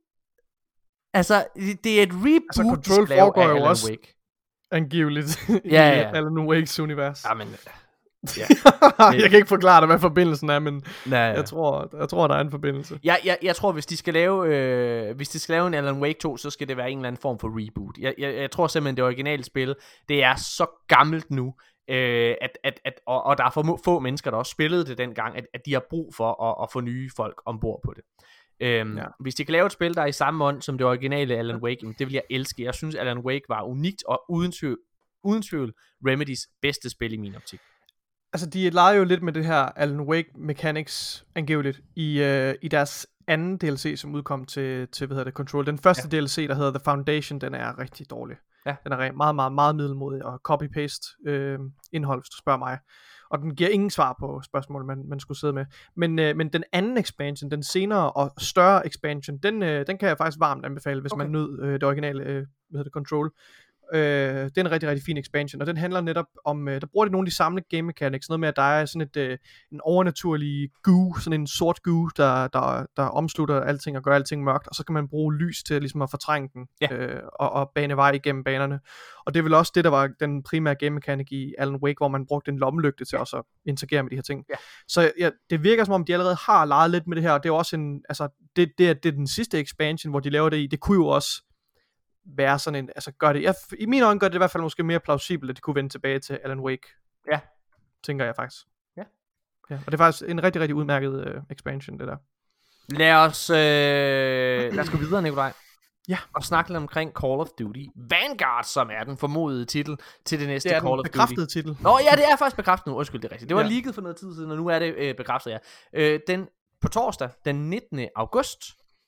Altså, det er et reboot, altså, Control foregår jo Alan også Wake. Angiveligt i ja, ja. Alan Wakes univers. Jamen, ja. Jeg kan ikke forklare dig, hvad forbindelsen er, men Nej, ja. jeg, tror, jeg tror, der er en forbindelse. Jeg, jeg, jeg tror, hvis de skal lave øh, hvis de skal lave en Alan Wake to, så skal det være en eller anden form for reboot. Jeg, jeg, jeg tror simpelthen, det originale spil, det er så gammelt nu, øh, at, at, at, og, og der er for få mennesker, der også spillede det dengang, at, at de har brug for at, at få nye folk ombord på det. Øhm, ja. Hvis de kan lave et spil, der er i samme ånd som det originale Alan Wake, det vil jeg elske. Jeg synes, Alan Wake var unikt og uden tvivl, uden tvivl Remedys bedste spil i min optik. Altså, de legede jo lidt med det her Alan Wake mechanics angiveligt i, øh, i deres anden D L C, som udkom til, til hvad hedder det, Control. Den første ja. D L C, der hedder The Foundation, den er rigtig dårlig. Ja. Den er meget, meget, meget middelmodig og copy-paste øh, indhold, hvis du spørger mig. Og den giver ingen svar på spørgsmål, man, man skulle sidde med. Men, øh, men den anden expansion, den senere og større expansion, den, øh, den kan jeg faktisk varmt anbefale, hvis okay. man nød øh, det originale øh, hvad hedder det, Control. Øh, det er en rigtig, rigtig fin expansion, og den handler netop om, øh, der bruger de nogle af de samme game mechanics, noget med, at der er sådan et, øh, en overnaturlig goo, sådan en sort goo, der, der, der omslutter alting og gør alting mørkt, og så kan man bruge lys til ligesom at fortrænge den, ja. øh, og, og bane vej igennem banerne. Og det er vel også det, der var den primære game mechanic i Alan Wake, hvor man brugte en lommelygte til også at interagere med de her ting. Ja. Så ja, det virker som om, de allerede har leget lidt med det her, og det er også en, altså, det, det, er, det er den sidste expansion, hvor de laver det i, det kunne jo også være sådan en, altså gør det, jeg, i mine øjne gør det i hvert fald måske mere plausibelt, at de kunne vende tilbage til Alan Wake. Ja. Tænker jeg faktisk. Ja. Ja, og det er faktisk en rigtig, rigtig udmærket uh, expansion, det der. Lad os, øh, lad os gå videre, Nikolaj. Ja. Og snakke lidt omkring Call of Duty Vanguard, som er den formodede titel til det næste det er Call of Duty. Det er den bekræftede titel. Nå ja, det er faktisk bekræftet nu, undskyld, det er rigtigt. Det var ja. leaget for noget tid siden, og nu er det øh, bekræftet, ja. Øh, den, på torsdag, den nittende august,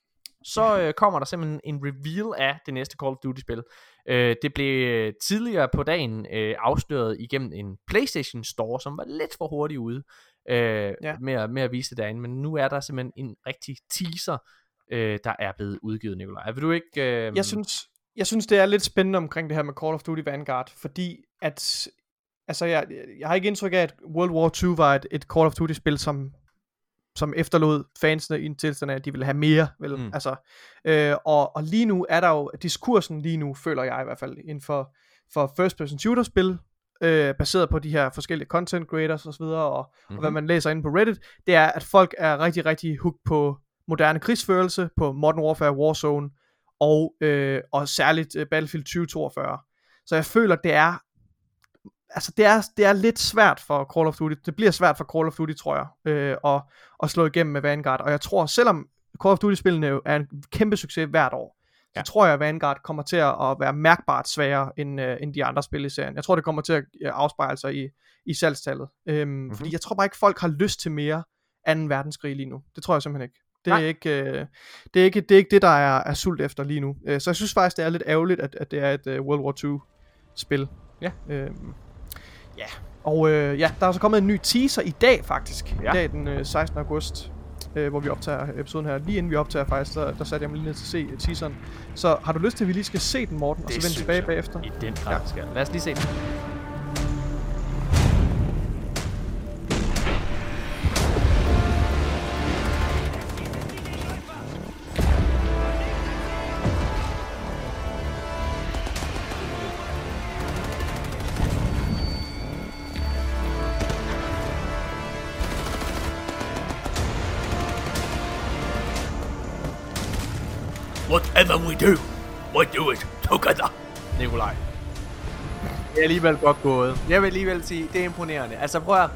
så øh, kommer der simpelthen en reveal af det næste Call of Duty-spil. Øh, det blev tidligere på dagen øh, afsløret igennem en PlayStation Store, som var lidt for hurtigt ude øh, ja. med, at, med at vise det derinde. Men nu er der simpelthen en rigtig teaser, øh, der er blevet udgivet, Nikolaj. Vil du ikke... Øh... Jeg synes, jeg synes, det er lidt spændende omkring det her med Call of Duty Vanguard, fordi at... Altså, jeg, jeg har ikke indtryk af, at World War to var et, et Call of Duty-spil, som... som efterlod fansene i en tilstand af, at de ville have mere, vel? Mm. Altså, øh, og, og lige nu er der jo, diskursen lige nu, føler jeg i hvert fald, inden for, for first person shooter spil, øh, baseret på de her forskellige content creators og så videre, og, mm-hmm. og hvad Mhm. man læser inde på Reddit, det er, at folk er rigtig, rigtig hooked på moderne krigsførelse, på Modern Warfare, Warzone, og, øh, og særligt øh, Battlefield tyve toogfyrre. Så jeg føler, det er, altså det er, det er lidt svært for Call of Duty, det bliver svært for Call of Duty, tror jeg, øh, at, at slå igennem med Vanguard, og jeg tror, selvom Call of Duty-spillene jo er en kæmpe succes hvert år, så Ja. tror jeg, at Vanguard kommer til at være mærkbart sværere end, øh, end de andre spil i serien. Jeg tror, det kommer til at øh, afspejle sig i, i salgstallet. Øhm, mm-hmm. Fordi jeg tror bare ikke, folk har lyst til mere anden verdenskrig lige nu. Det tror jeg simpelthen ikke. Det er ikke, øh, det, er ikke, det er ikke det, der er, er sult efter lige nu. Øh, så jeg synes faktisk, det er lidt ærgerligt, at, at det er et uh, World War to-spil. Ja. Øhm, ja. Og øh, ja, der er så kommet en ny teaser i dag faktisk. Ja. I dag den øh, sekstende august. Øh, hvor vi optager episoden her. Lige inden vi optager faktisk, der, der satte jeg mig lige ned til at se uh, teaseren. Så har du lyst til, at vi lige skal se den, Morten, og så vende synes tilbage jeg. bagefter? I den grad Ja. skal. Lad os lige se den. Whatever we do, we do it together. Nikolaj. Det er alligevel godt gået. Jeg vil alligevel sige, det er imponerende. Altså prøv at...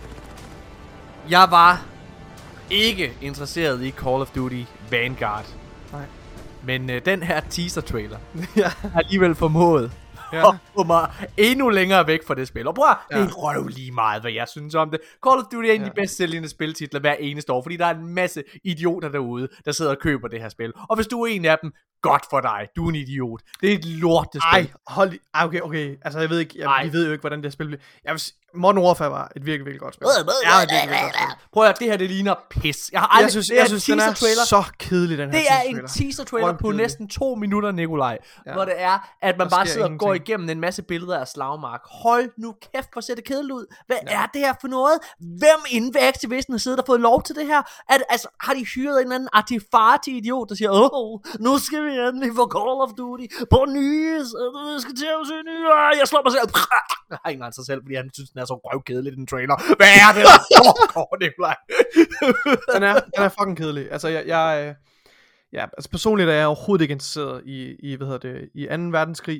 Jeg var ikke interesseret i Call of Duty Vanguard. Nej. Men øh, den her teaser-trailer Ja. har alligevel formået Ja. at få mig endnu længere væk fra det spil. Og prøv at, Ja. det er røv lige meget, hvad jeg synes om det. Call of Duty er en af Ja. de bedst sælgende spiltitler hver eneste år, fordi der er en masse idioter derude, der sidder og køber det her spil. Og hvis du er en af dem, godt for dig. Du er en idiot. Det er et lortespil. Ej, hold i... Ej, okay, okay. Altså, jeg ved ikke... Jeg, Ej. vi ved jo ikke, hvordan det her spil bliver. Jeg vil sige, Modern Warfare var et virkelig, virkelig godt spil. Ja, et virkelig, virkelig godt spil. Prøv at det her, det ligner pis. Jeg har aldrig... Jeg synes, det er jeg en synes den er teaser-trailer. så kedelig, den her Det er en teaser-trailer. teaser-trailer Røv på kedelig. næsten to minutter, Nikolaj. Ja. Hvor det er, at man Der bare sker sidder og går ingenting. igennem en masse billeder af slagmark. Hold nu kæft, hvor ser det kedeligt ud. Hvad Ja. er det her for noget? Hvem inden ved Activision har siddet og fået lov til det her? Er det, altså, har de hyret en eller anden artifarti-idiot, der siger, åh, nu skal vi endelig få Call of Duty på nye, så jeg skal til at se nye, ah, jeg slår mig selv. Jeg har ikke engang sig selv, fordi han synes, den er så røvkedelig, den trailer. Hvad er det, der foregår, Nikolaj? Den er, den er fucking kedelig. Altså, jeg... jeg øh, ja, altså personligt er jeg overhovedet ikke interesseret i, i hvad hedder det, i anden verdenskrig.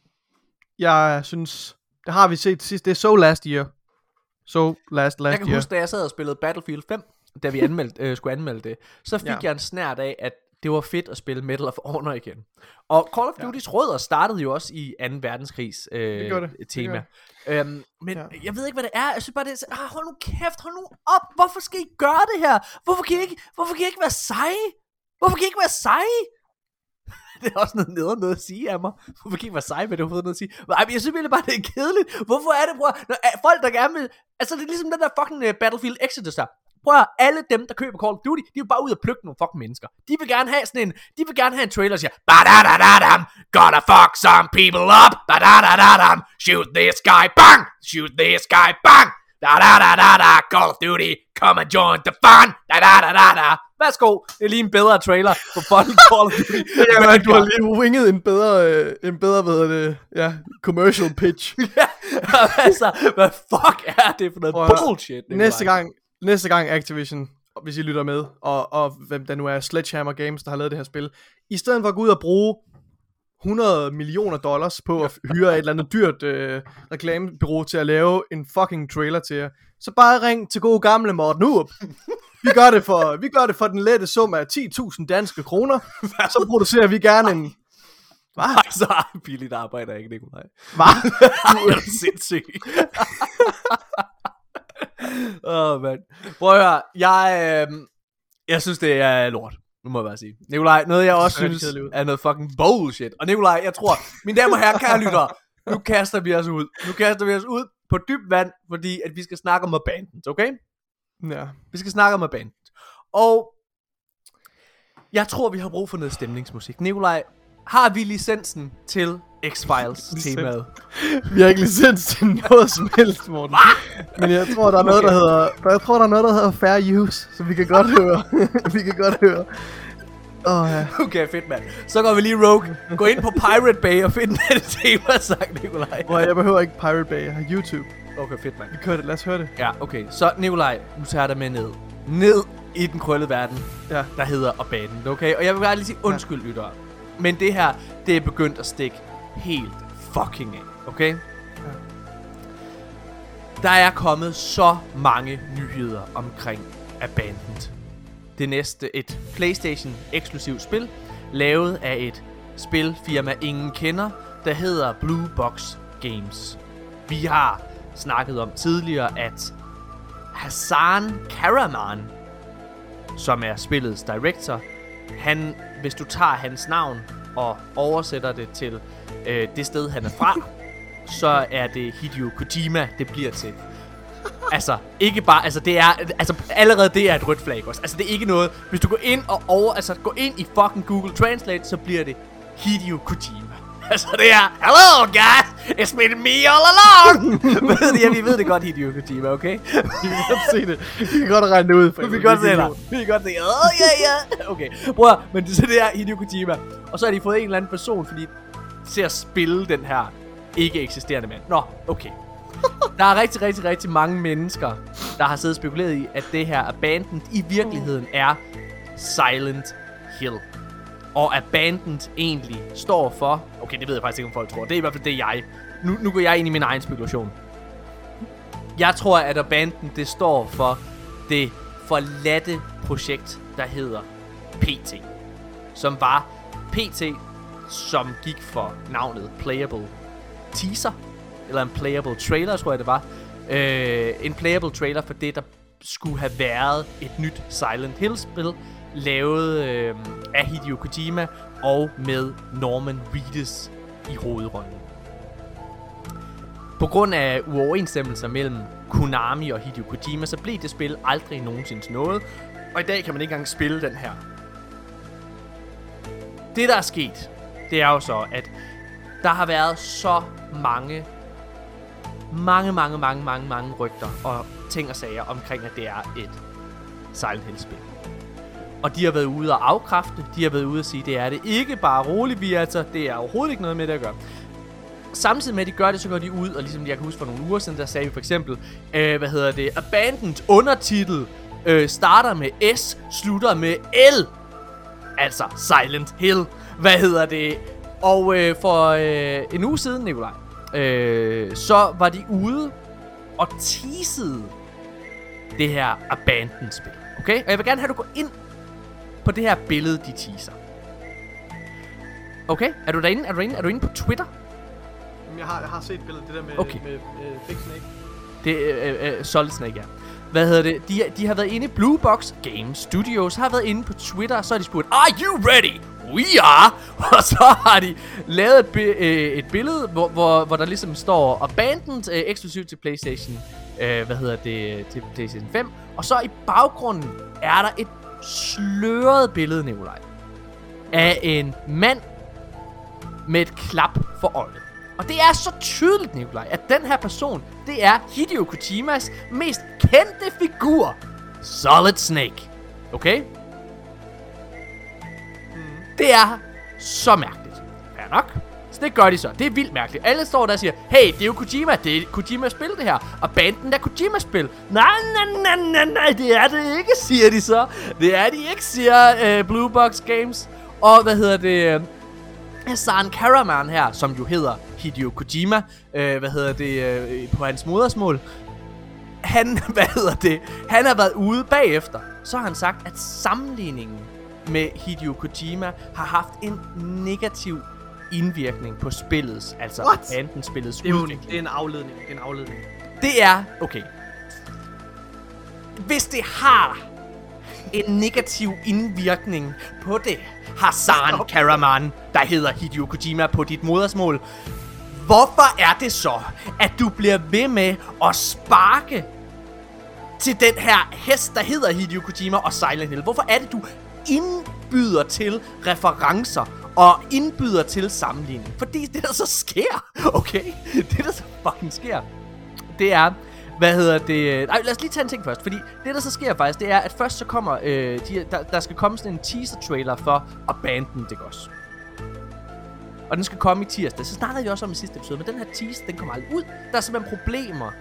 Jeg synes, det har vi set sidst, det er so last year. So last, last Jeg kan year. huske, da jeg sad og spillede Battlefield fem, da vi anmeldte, øh, skulle anmelde det, så fik Ja. jeg en snert af, at det var fedt at spille Medal of Honor igen. Og Call of Duty's ja. rødder startede jo også i anden verdenskrigs øh, Det gør det. Det tema. gør Øhm, men Ja. jeg ved ikke, hvad det er. Jeg synes bare, det er så, ah, hold nu kæft, hold nu op. Hvorfor skal I gøre det her? Hvorfor kan I ikke, hvorfor kan I ikke være seje? Hvorfor kan I ikke være seje? Det er også noget nederen noget at sige af mig. Hvorfor kan I ikke være seje, hvad det har fået noget at sige? Ej, men jeg synes virkelig bare, det er kedeligt. Hvorfor er det, bror? Når, øh, folk, der gerne vil... Altså, det er ligesom den der fucking uh, Battlefield Exodus der. Prøv at alle dem, der køber Call of Duty, de vil bare ud og plukke nogle fucking mennesker. De vil gerne have sådan en... De vil gerne have en trailer, der siger... Ba-da-da-da-dam, gonna fuck some people up. Ba-da-da-da-dam, shoot this guy, bang! Shoot this guy, bang! Da-da-da-da-da, Call of Duty, come and join the fun! Da-da-da-da-da. Værsgo, det er lige en bedre trailer for fucking Call of Duty. Ja, men du har lige winget en bedre, øh, en bedre, hvad hedder det, ja, commercial pitch. Ja, altså, hvad fuck er det for noget Prøv at høre. bullshit? Nikolaj? Næste gang, næste gang Activision, hvis I lytter med, og, og hvem der nu er, Sledgehammer Games, der har lavet det her spil, i stedet for at gå ud og bruge hundrede millioner dollars på at hyre et eller andet dyrt øh, reklamebureau til at lave en fucking trailer til jer, så bare ring til gode gamle Morten Urup. Vi gør det for, vi gør det for den lette sum af ti tusind danske kroner, så producerer vi gerne en... Hvad? Nej, så er billigt arbejder ikke, Nikolaj. Hvad? Du er sindssyg. Åh, oh, mand. Prøv at høre, jeg, øh, jeg synes, det er lort. Nu må jeg bare sige. Nikolaj, noget jeg også ser rigtig synes kedeligt ud. er noget fucking bullshit. Og Nikolaj, jeg tror, mine damer og herrer, kære lyttere, nu kaster vi os ud. Nu kaster vi os ud på dybt vand, fordi at vi skal snakke om Abandoned, okay? Ja. Vi skal snakke om Abandoned. Og jeg tror, vi har brug for noget stemningsmusik. Nikolaj, har vi licensen til X-Files temaet? Vi har ikke licens til noget som helst, Morten. Men jeg tror, der er noget, der hedder, jeg tror, der er noget, der hedder fair use, så vi kan godt høre. vi kan godt høre. Åh, ja. Okay, fedt, mand. Så går vi lige rogue. Gå ind på Pirate Bay og find den temasang, Nikolaj. Hvor jeg behøver ikke Pirate Bay, jeg har YouTube. Okay, fedt, mand. Vi kører det, lad os høre det. Ja, okay. Så Nikolaj, nu tager jeg dig med ned. Ned i den krøllede verden, Ja. der hedder Abandoned, okay? Og jeg vil bare lige sige undskyld, lyttere. Men det her, det er begyndt at stikke helt fucking af, okay? Ja. Der er kommet så mange nyheder omkring Abandoned. Det næste, et PlayStation eksklusivt spil, lavet af et spilfirma ingen kender, der hedder Blue Box Games. Vi har snakket om tidligere, at Hasan Kahraman, som er spillets director, han, hvis du tager hans navn og oversætter det til øh, det sted, han er fra, så er det Hideo Kojima, det bliver til. Altså, ikke bare, altså det er, altså allerede det er et rødt flag også. Altså det er ikke noget, hvis du går ind og over, altså går ind i fucking Google Translate, så bliver det Hideo Kojima. Altså det er, hello guys, it's been me all along. ved det, ja, vi ved det godt, Hideo Kojima, okay? Vi kan godt se det. Vi kan godt regne det ud. For Vi kan godt se det. Vi kan godt se, åh ja ja. Okay, bror, men det, så det er Hideo Kojima. Og så har de fået en eller anden person, fordi til at spille den her ikke eksisterende mand. Nå, okay. Der er rigtig, rigtig, rigtig mange mennesker, der har siddet og spekuleret i, at det her Abandoned i virkeligheden er Silent Hill. Og Abandoned egentlig står for... Okay, det ved jeg faktisk ikke, om folk tror. Det er i hvert fald det, jeg... Nu, nu går jeg ind i min egen spekulation. Jeg tror, at Abandoned, det står for det forladte projekt, der hedder P T. Som var P T, som gik for navnet Playable Teaser. Eller en playable trailer, tror jeg det var. Øh, en playable trailer for det, der skulle have været et nyt Silent Hill-spil, lavet øh, af Hideo Kojima og med Norman Reedus i hovedrollen. På grund af uoverensstemmelser mellem Konami og Hideo Kojima, så blev det spil aldrig nogensinde til noget. Og i dag kan man ikke engang spille den her. Det, der er sket, det er jo så, at der har været så mange Mange, mange, mange, mange, mange rygter og ting og sager omkring, at det er et Silent Hill-spil. Og de har været ude og afkræfte, de har været ude og sige, det er det ikke, bare roligt, vi altså, det er overhovedet ikke noget med det at gøre. Samtidig med, at de gør det, så går de ud, og ligesom jeg kan huske for nogle uger siden, der sagde vi for eksempel, øh, hvad hedder det, Abandoned undertitel, øh, starter med S, slutter med L. Altså Silent Hill. Hvad hedder det? Og øh, for øh, en uge siden, Nikolaj, Øh, så var de ude og teasede det her Abandoned-spil. Okay? Og jeg vil gerne have, at du går ind på det her billede, de teaser. Okay? Er du derinde? Er du derinde? Er du inde på Twitter? Jamen, jeg har, jeg har set billedet, det der med, okay. med, med Big Snake. Det er øh, øh, Solid Snake, ja. Hvad hedder det? De, de har været inde i Blue Box Game Studios, har været inde på Twitter, og så har de spurgt, are you ready? We are! Og så har de lavet et, bi- øh, et billede, hvor, hvor, hvor der ligesom står Abandoned, øh, eksklusivt til PlayStation, øh, hvad hedder det, til PlayStation fem. Og så i baggrunden er der et sløret billede, Nikolaj, af en mand med et klap for øjet. Og det er så tydeligt, Nikolaj, at den her person, det er Hideo Kojimas mest kendte figur, Solid Snake. Okay? Det er så mærkeligt. Fair nok. Så det gør de så. Det er vildt mærkeligt. Alle står der og siger, hey, det er jo Kojima. Det er Kojimas spil, det her. Og banden er Kojimas spil. Nej, nej, nej, nej, nej, det er det ikke, siger de så. Det er de ikke, siger uh, Blue Box Games. Og hvad hedder det? Hasan Kahraman her, som jo hedder Hideo Kojima. Uh, hvad hedder det? Uh, på hans modersmål. Han, hvad hedder det? Han har været ude bagefter. Så har han sagt, at sammenligningen med Hideo Kojima har haft en negativ indvirkning på spillets, altså Abandoned-spillets det er udvikling. Det er en afledning, det er en afledning. Det er, okay. Hvis det har en negativ indvirkning på det, Hasan Kahraman, der hedder Hideo Kojima på dit modersmål, hvorfor er det så, at du bliver ved med at sparke til den her hest, der hedder Hideo Kojima og Silent Hill? Hvorfor er det, du indbyder til referencer og indbyder til sammenligning? Fordi det der så sker, okay, det der så fucking sker, det er, Hvad hedder det? Ej, lad os lige tage en ting først, fordi det der så sker faktisk, det er, at først så kommer, øh, de, der, der skal komme sådan en teaser-trailer for Abandoned, ikke også? Og den skal komme i tirsdag. Så snakkede vi også om i sidste episode, men den her teaser, den kommer aldrig ud. Der er simpelthen problemer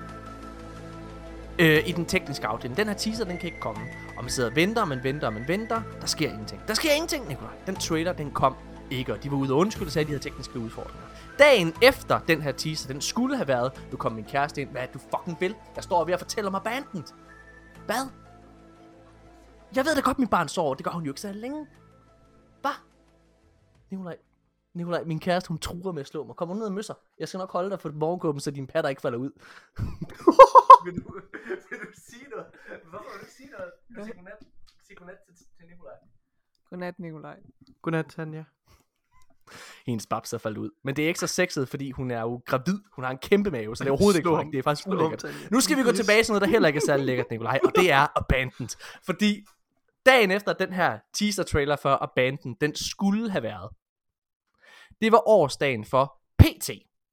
øh, i den tekniske afdeling. Den her teaser, den kan ikke komme. Og man sidder og venter, og man venter, og man venter. Der sker ingenting. Der sker ingenting, Nikolaj. Den trailer, den kom ikke, og de var ude og undskylde og sagde, at de havde tekniske udfordringer. Dagen efter den her teaser, den skulle have været, nu kom min kæreste ind, hvad er det, du fucking vil? Jeg står ved at fortælle om Abandoned. Hvad? Jeg ved da godt, min barn sover. Det gør hun jo ikke så længe. Hvad? Nikolaj, Nikolaj, min kæreste, hun truer med at slå mig. Kom ned og møsser. Jeg skal nok holde dig for morgenkåben, så dine patter ikke falder ud. vil, du, vil du sige noget? Hvorfor vil du sige noget? Vil du sige godnat? Sige godnat til, til Nikolaj. Godnat, Nikolaj. Godnat, Tanja. Hendes babs er faldet ud. Men det er ikke så sexet, fordi hun er jo gravid. Hun har en kæmpe mave, så det er overhovedet ikke korrekt. Det er faktisk ulækkert. Nu skal vi gå tilbage til noget, der heller ikke er særlig lækkert, Nikolaj. Og det er Abandoned. Fordi dagen efter den her teaser-trailer for Abandoned, den skulle have været. Det var årsdagen for P T.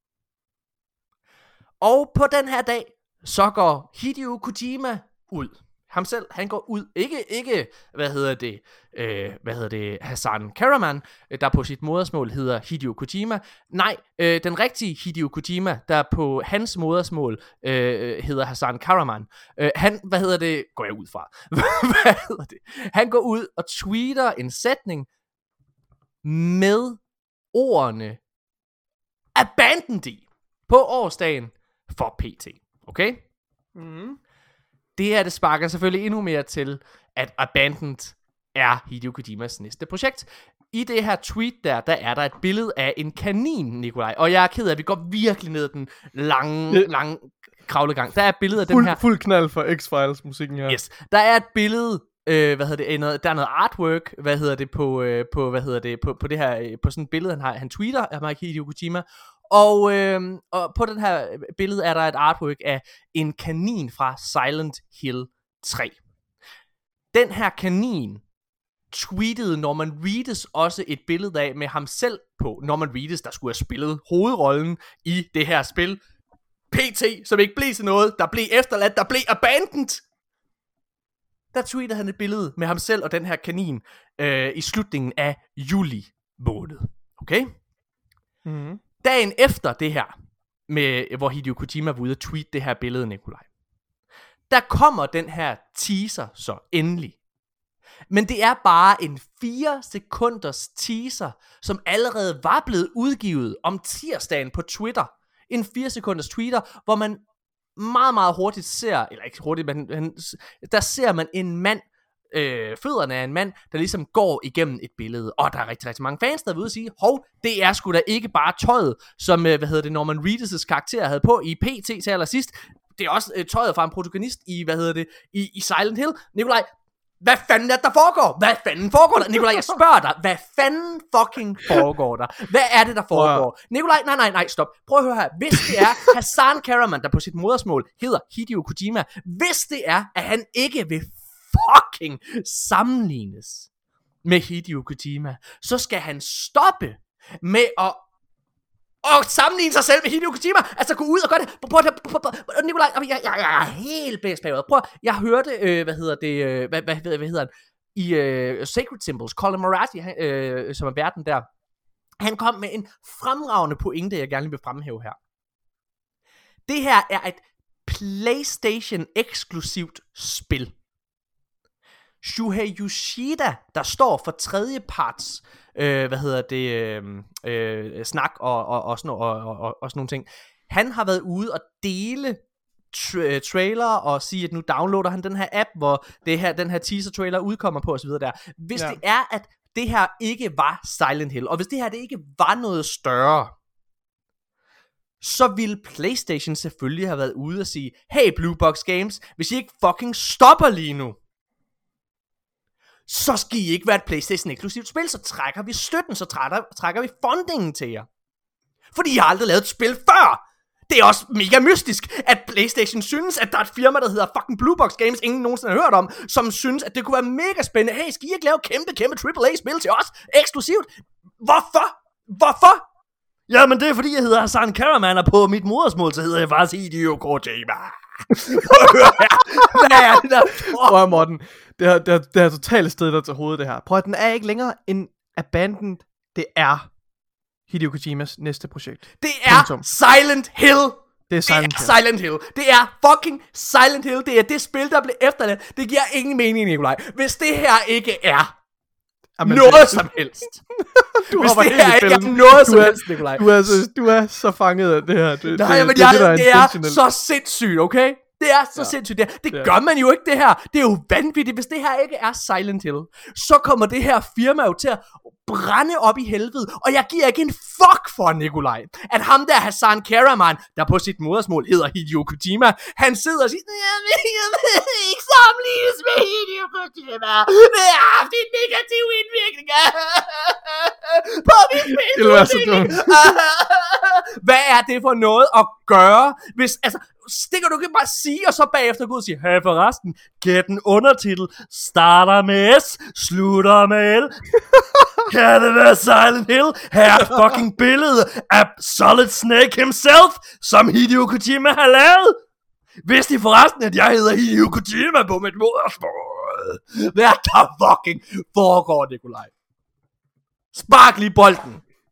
Og på den her dag, så går Hideo Kojima ud. Ham selv, han går ud, ikke, ikke, hvad hedder det, øh, hvad hedder det, Hasan Kahraman, der på sit modersmål hedder Hideo Kojima. Nej, øh, den rigtige Hideo Kojima, der på hans modersmål øh, hedder Hasan Kahraman. Øh, han, hvad hedder det, går jeg ud fra. Hvad hedder det? Han går ud og tweeter en sætning med ordene Abandoned i på årsdagen for P T. Okay? Mhm. Det her, det sparker selvfølgelig endnu mere til, at Abandoned er Hideo Kojimas næste projekt. I det her tweet der, der er der et billede af en kanin, Nikolaj. Og jeg er ked af, at vi går virkelig ned ad den lange, lange kravlegang. Der er et billede af Fuld, den her... fuld knald for X-Files musikken her. Yes. Der er et billede, øh, hvad hedder det, noget, der er noget artwork, hvad hedder det, på, øh, på hvad hedder det, på, på det her, øh, på sådan et billede, han har, han tweeter af Mike Hideo Kojima. Og, øh, og på den her billede er der et artwork af en kanin fra Silent Hill tre. Den her kanin tweetede Norman Reedus også et billede af med ham selv på. Norman Reedus, der skulle have spillet hovedrollen i det her spil. P T, som ikke blev til noget, der blev efterladt, der blev abandoned. Der tweetede han et billede med ham selv og den her kanin øh, i slutningen af juli måned. Okay? Mhm. Dagen efter det her, med, hvor Hideo Kojima var ude at tweete det her billede, Nikolaj, der kommer den her teaser så endelig. Men det er bare en fire sekunders teaser, som allerede var blevet udgivet om tirsdagen på Twitter. En fire sekunders tweeter, hvor man meget, meget hurtigt ser, eller ikke hurtigt, men der ser man en mand, Øh, fødderne af en mand, der ligesom går igennem et billede. Og der er rigtig, rigtig mange fans, der er ude at sige, hov, det er sgu da ikke bare tøjet, som, øh, hvad hedder det, Norman Reedus' karakter havde på i P T til allersidst. Det er også øh, tøjet fra en protagonist i, hvad hedder det, i, i Silent Hill. Nikolaj, hvad fanden er der foregår? Hvad fanden foregår der? Nikolaj, jeg spørger dig, hvad fanden fucking foregår der? Hvad er det, der foregår? Wow. Nikolaj, nej, nej, nej, stop. Prøv at høre her. Hvis det er Hasan Kahraman, der på sit modersmål hedder Hideo Kojima, hvis det er, at han ikke vil fucking sammenlignes med Hideo Kojima, så skal han stoppe med at og sammenligne sig selv med Hideo Kojima. Altså gå ud og gøre det. Prøv at Nikolaj, jeg, jeg, jeg er helt blæst bagud. Prøv, jeg hørte, øh, hvad hedder det, øh, hvad, hvad, hvad, hvad hedder han, i øh, Sacred Symbols, Colin Moratti, øh, som er verden der. Han kom med en fremragende pointe, jeg gerne vil fremhæve her. Det her er et PlayStation eksklusivt spil. Shuhei Yoshida, der står for tredjeparts, øh, hvad hedder det, øh, øh, snak og, og, og, sådan, og, og, og, og sådan nogle ting. Han har været ude og dele tra- trailer og sige, at nu downloader han den her app, hvor det her, den her teaser trailer udkommer på osv. der. Hvis ja. det er, at det her ikke var Silent Hill, og hvis det her det ikke var noget større, så ville PlayStation selvfølgelig have været ude og sige, hey Blue Box Games, hvis I ikke fucking stopper lige nu, så skal I ikke være et PlayStation eksklusivt spil, så trækker vi støtten, så trækker, trækker vi fundingen til jer. Fordi I har aldrig lavet et spil før. Det er også mega mystisk, at PlayStation synes, at der er et firma, der hedder fucking Blue Box Games, ingen nogensinde har hørt om, som synes, at det kunne være mega spændende. Hey, skal I ikke lave kæmpe, kæmpe triple A-spil til os eksklusivt? Hvorfor? Hvorfor? Jamen det er fordi, jeg hedder Hasan Kahraman, og på mit modersmål, så hedder jeg faktisk Hideo Kojima. Hvad er det der? Prøv at Morten, det har, det har, det har totalt stedet der til hovedet det her. Prøv at den er ikke længere en Abandoned. Det er Hideo Kojimas næste projekt. Det er Punktum. Silent Hill. Det er Silent det Hill. er Silent Hill. Det er fucking Silent Hill. Det er det spil, der blev efterladt. Det giver ingen mening, Nikolaj. Hvis det her ikke er Jamen, noget det- som helst. Du Hvis hopper det helt her i ikke er fælden. noget Du som er- helst, Nikolaj. Du er, så, du er så fanget af det her. Det, Nej, det, men det, jeg, det, der er det er intentionelt. så sindssygt, okay? Det er så ja. sindssygt. Det, det Det er gør man jo ikke, det her. Det er jo vanvittigt. Hvis det her ikke er Silent Hill, så kommer det her firma jo til at brænde op i helvede. Og jeg giver ikke en fuck for Nikolaj, at ham der Hasan Kahraman, der på sit modersmål hedder Hideo Kojima, han sidder og siger, jeg vil, jeg vil ikke sammenlignes med Hideo Kojima. Det har haft en negativ indvirkning på min Det vil være så spiludvikling. dumt. Hvad er det for noget at gøre, hvis, altså, det kan du ikke bare sige, og så bagefter gå ud og sige, hey forresten, gæt en undertitel, starter med S, slutter med L, kan det være Silent Hill, her er fucking billede af Solid Snake himself, som Hideo Kojima har lavet. Vidste I forresten, at jeg hedder Hideo Kojima på mit modersmål? Hvad der fucking foregår, Nikolaj? Spark lige bolden.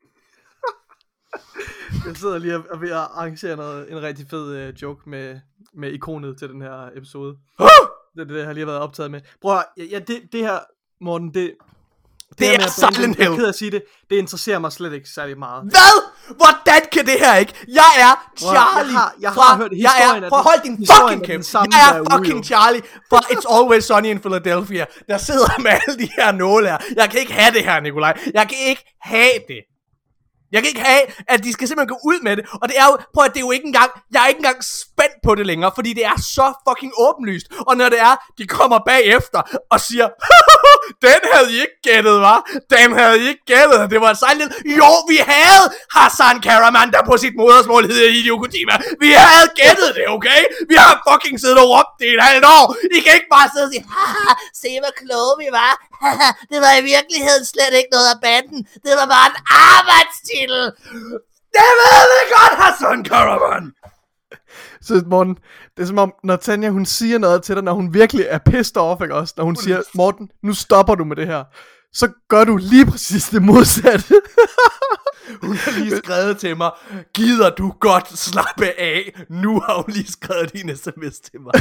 Jeg sidder lige og er ved at arrangere noget, en rigtig fed uh, joke med, med ikonet til den her episode. Det, det har lige været optaget med. Bror, ja, ja, det, det her, Morten, det... Det her er med Abandoned, Silent Jeg er Hill. ked af at sige det, det interesserer mig slet ikke særlig meget. Hvad? Hvordan kan det her ikke? Jeg er Charlie jeg har- jeg har fra... hørt jeg historien er, af prøv at den- holde din historien fucking af den kæft. samme, Jeg der er er fucking ude, jo. Charlie fra It's Always Sunny in Philadelphia, der sidder med alle de her nåle her. Jeg kan ikke have det her, Nikolaj. Jeg kan ikke have det. Jeg kan ikke have, at de skal simpelthen gå ud med det. Og det er jo, prøv at det er jo ikke engang, jeg er ikke engang spændt på det længere, fordi det er så fucking åbenlyst. Og når det er, de kommer bagefter og siger, den havde I ikke gættet, hva? Den havde I ikke gættet. Det var Silent Hill. Jo, vi havde Hasan Kahraman, der på sit modersmål hedder Hideo Kojima. Vi havde gættet det, okay? Vi har fucking siddet og råbt det et halvt år. I kan ikke bare sidde og sige, haha, se hvor kloge vi var. Det var i virkeligheden slet ikke noget af banden. Det var bare en arbejdstitel. Det ved vi godt, Hasan Kahraman. Så Morten, det er som om, når Tanja hun siger noget til dig, når hun virkelig er pissed off, ikke også? Når hun siger, Morten, nu stopper du med det her. Så gør du lige præcis det modsatte. Hun har lige skrevet til mig, gider du godt slappe af? Nu har hun lige skrevet din sms til mig.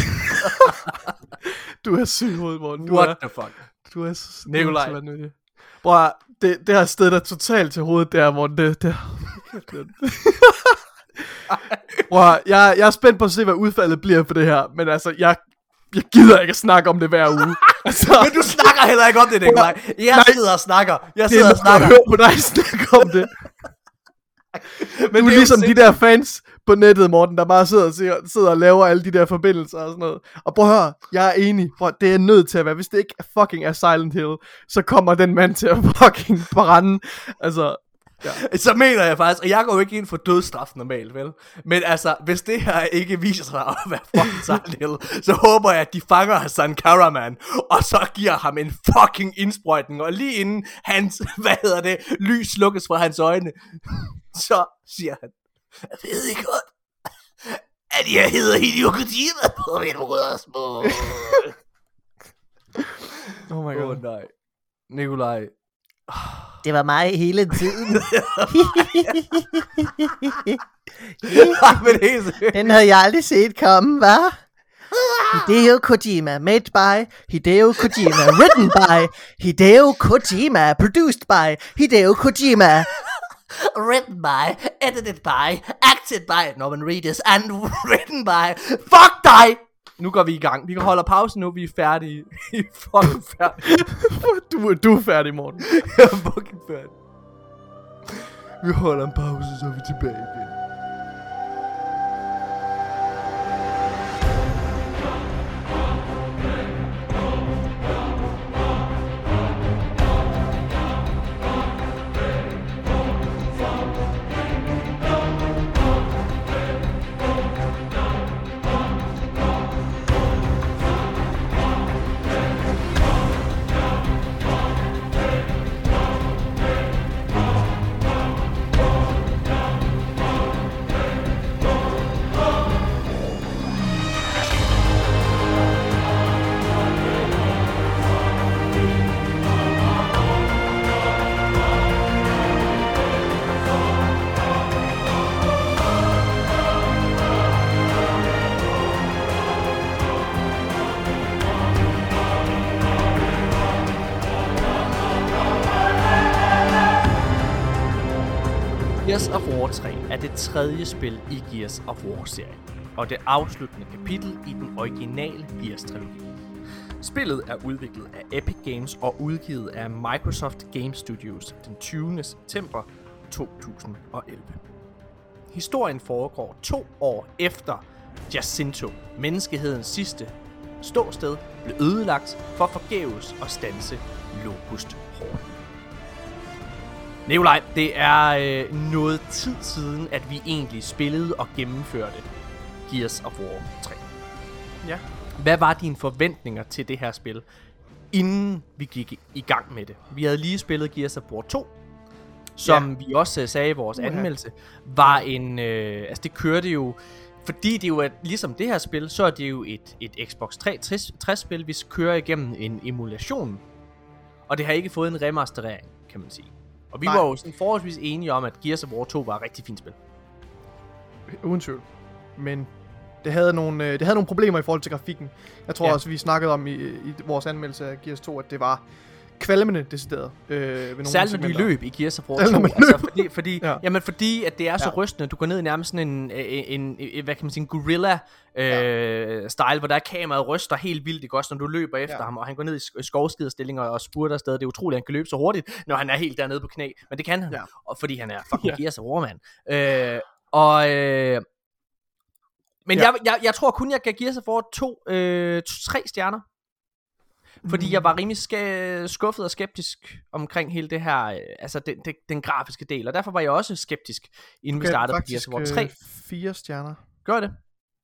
Du er syg hoved, Morten. Du What er, the fuck? du er så Nikolaj. du er så vanvittig. Bror, det, det her sted, der totalt til hovedet, der, Morten, det, det. Bror, jeg, jeg er spændt på at se, hvad udfaldet bliver for det her, men altså, jeg, jeg gider ikke at snakke om det hver uge. Altså, Men du snakker heller ikke om det, Nikolaj. Jeg Nej. sidder og snakker. Jeg det sidder er og noget, snakker. jeg hører på dig snakke om det. Men Du det er jo ligesom de sindssygt. der fans på nettet, Morten, der bare sidder og, siger, sidder og laver alle de der forbindelser og sådan noget. Og prøv at høre, jeg er enig. Prøv, at- det er nødt til at være. Hvis det ikke fucking er Silent Hill, så kommer den mand til at fucking brænde. Altså, Så mener jeg faktisk, og jeg går jo ikke ind for dødsstraf normalt, vel? Men altså, hvis det her ikke viser sig at være fucking Silent Hill, så håber jeg, at de fanger Hasan Kahraman, og så giver ham en fucking indsprøjtning, og lige inden hans, hvad hedder det, lys slukkes fra hans øjne, så siger han, jeg ved ikke godt, at jeg hedder Hideo Kojima på mit modersmål. oh my Åh god. oh, nej. Nikolaj. Det var mig hele tiden. Ej, men helt seriøst. Den havde jeg aldrig set komme, hva'? Hideo Kojima, made by Hideo Kojima, written by Hideo Kojima, produced by Hideo Kojima. Written by, edited by, acted by Norman Reedus, and Written by. Fuck dig! Nu går vi i gang. Vi kan holde pause nu. Vi er færdige. Vi er fucking færdige. Du, du er færdig, Morten. Jeg er fucking færdig. Vi holder en pause, så er vi tilbage igen. Gears of War tre er det tredje spil i Gears of War-serien, og det afsluttende kapitel i den originale Gears-trilogi. Spillet er udviklet af Epic Games og udgivet af Microsoft Game Studios den tyvende september to tusind og elleve. Historien foregår to år efter Jacinto, menneskehedens sidste ståsted, blev ødelagt for forgæves at standse Locust-horden. Nikolaj, det er øh, noget tid siden, at vi egentlig spillede og gennemførte Gears of War tre. Ja. Hvad var dine forventninger til det her spil, inden vi gik i gang med det? Vi havde lige spillet Gears of War to, som ja. vi også sagde i vores uh-huh. anmeldelse, var en... Øh, altså det kørte jo... Fordi det jo er ligesom det her spil, så er det jo et, et Xbox tre tres spil, hvis kører igennem en emulation. Og det har ikke fået en remasterering, kan man sige. Og vi Nej. var jo sådan forholdsvis enige om, at Gears of War to var et rigtig fint spil. Uden tvivl. Men det havde, nogle, det havde nogle problemer i forhold til grafikken. Jeg tror ja. også, vi snakkede om i, i vores anmeldelse af Gears to, at det var kvalmende decideret. Øh, ved nogle Særligt når de løb i Gears of War to. Altså fordi, fordi, ja. jamen fordi at det er så ja. rystende. Du går ned i nærmest sådan en, en, en hvad kan man sige, en gorilla øh, ja. style, hvor der er kameraet ryster helt vildt, ikke også, når du løber efter ja. ham, og han går ned i skovskiderstillinger og spurter afsted. Det er utroligt, at han kan løbe så hurtigt, når han er helt dernede på knæ. Men det kan han, ja. og fordi han er fucking ja. Gears of War, mand. Øh, og... Øh, men ja. jeg, jeg, jeg tror kun, jeg gav Gears of War to, øh, tre stjerner. Fordi mm. jeg var rimelig sk- skuffet og skeptisk omkring hele det her, øh, altså den, den, den grafiske del. Og derfor var jeg også skeptisk, inden vi startede på Gears of War tre. fire stjerner. Gør det?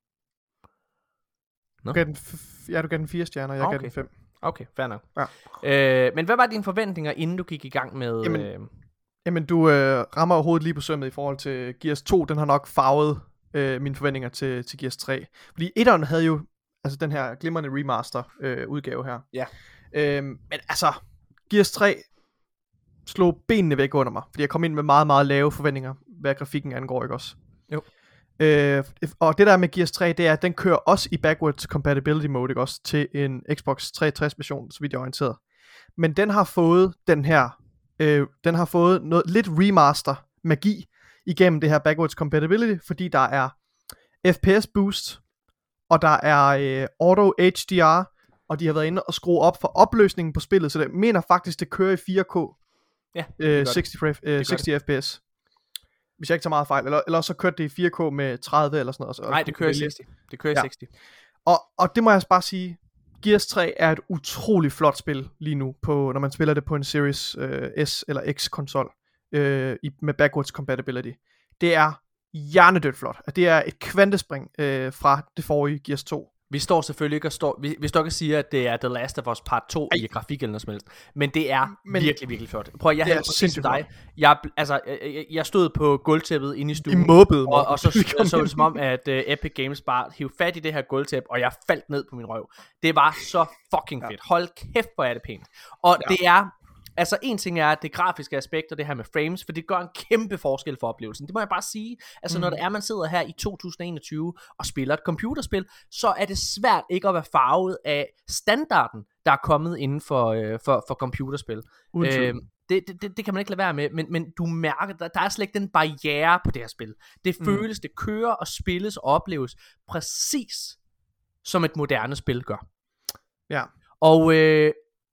No. Du gav den f- ja, du gav den fire stjerner, jeg okay. gav den fem. Okay, fair nok. Ja. Øh, men hvad var dine forventninger, inden du gik i gang med... Jamen, øh... jamen du øh, rammer jo hovedet lige på sømmet i forhold til Gears to. Den har nok farvet øh, mine forventninger til, til Gears tre. Fordi etteren havde jo altså den her glimrende remaster øh, udgave her. Ja. Øhm, men altså, Gears tre slog benene væk under mig, fordi jeg kom ind med meget, meget lave forventninger, hvad grafikken angår, ikke også? Jo. Øh, og det der med Gears tre, det er, at den kører også i backwards compatibility mode, ikke også? Til en Xbox tre tres version, så vidt jeg er orienteret. Men den har fået den her, øh, den har fået noget lidt remaster magi igennem det her backwards compatibility, fordi der er F P S boost, og der er øh, Auto H D R, og de har været inde og skrue op for opløsningen på spillet, så det mener faktisk, det kører i fire K. Ja, øh, tres, øh, tres F P S. Hvis jeg ikke tager meget fejl. Eller, eller så kørte det i fire K med tredive eller sådan noget. Så Nej, det kører i tres. Det kører i ja. tres. Og, og det må jeg bare sige, Gears tre er et utroligt flot spil lige nu, på, når man spiller det på en Series øh, S eller X konsol øh, i, med backwards compatibility. Det er hjernedødt flot. Det er et kvantespring øh, fra det forrige Gears to. Vi står selvfølgelig ikke og står, vi, vi står ikke og siger, at det er The Last of Us Part to Ej. i grafik eller noget som helst. Men det er men, virkelig, virkelig flot. Prøv at jeg havde præcis til dig. Jeg, altså, jeg, jeg stod på gulvtæppet inde i stuen. I mobbede, og, og så så, så det som om, at uh, Epic Games bare hævde fat i det her gulvtæppe, og jeg faldt ned på min røv. Det var så fucking fedt. Hold kæft, hvor er det pænt. Og ja. det er... Altså en ting er det grafiske aspekt og det her med frames, for det gør en kæmpe forskel for oplevelsen. Det må jeg bare sige. Altså mm. når det er, man sidder her i to tusind og enogtyve og spiller et computerspil, så er det svært ikke at være farvet af standarden, der er kommet inden for, øh, for, for computerspil. Øh, det, det, det kan man ikke lade være med, men, men du mærker, der, der er slet ikke den barriere på det her spil. Det føles, mm. det kører og spilles og opleves præcis som et moderne spil gør. Ja. Og... Øh,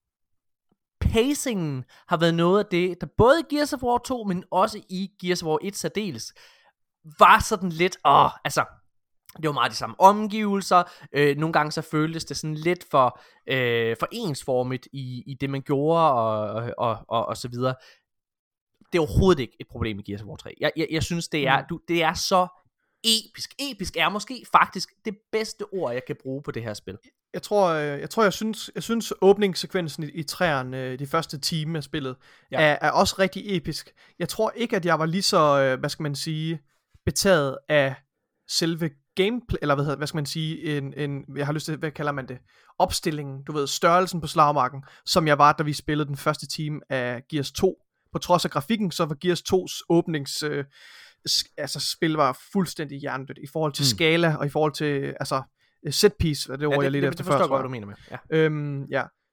pacingen har været noget af det, der både i Gears of War to, men også i Gears of War et særdeles, var sådan lidt, åh, altså, det var meget de samme omgivelser, øh, nogle gange så føltes det sådan lidt for, øh, for ensformigt i, i det man gjorde, og, og, og, og så videre. Det er overhovedet ikke et problem i Gears of War tre. Jeg, jeg, jeg synes, det er, du, det er så episk. Episk er måske faktisk det bedste ord, jeg kan bruge på det her spil. Jeg tror, jeg, tror, jeg synes, jeg synes åbningssekvensen i, i træerne, de første time af spillet, ja. er, er også rigtig episk. Jeg tror ikke, at jeg var lige så, hvad skal man sige, betaget af selve gameplay, eller hvad, hedder, hvad skal man sige, en, en, jeg har lyst til, hvad kalder man det, opstillingen, du ved, størrelsen på slagmarken, som jeg var, da vi spillede den første time af Gears to. På trods af grafikken, så var Gears tos åbnings, øh, altså spil var fuldstændig hjernedødt i forhold til mm. skala, og i forhold til, altså, set piece, det ord, ja, det, jeg lidt det, efter det forstår før, godt, hvad du mener med. Ja. Øhm, ja.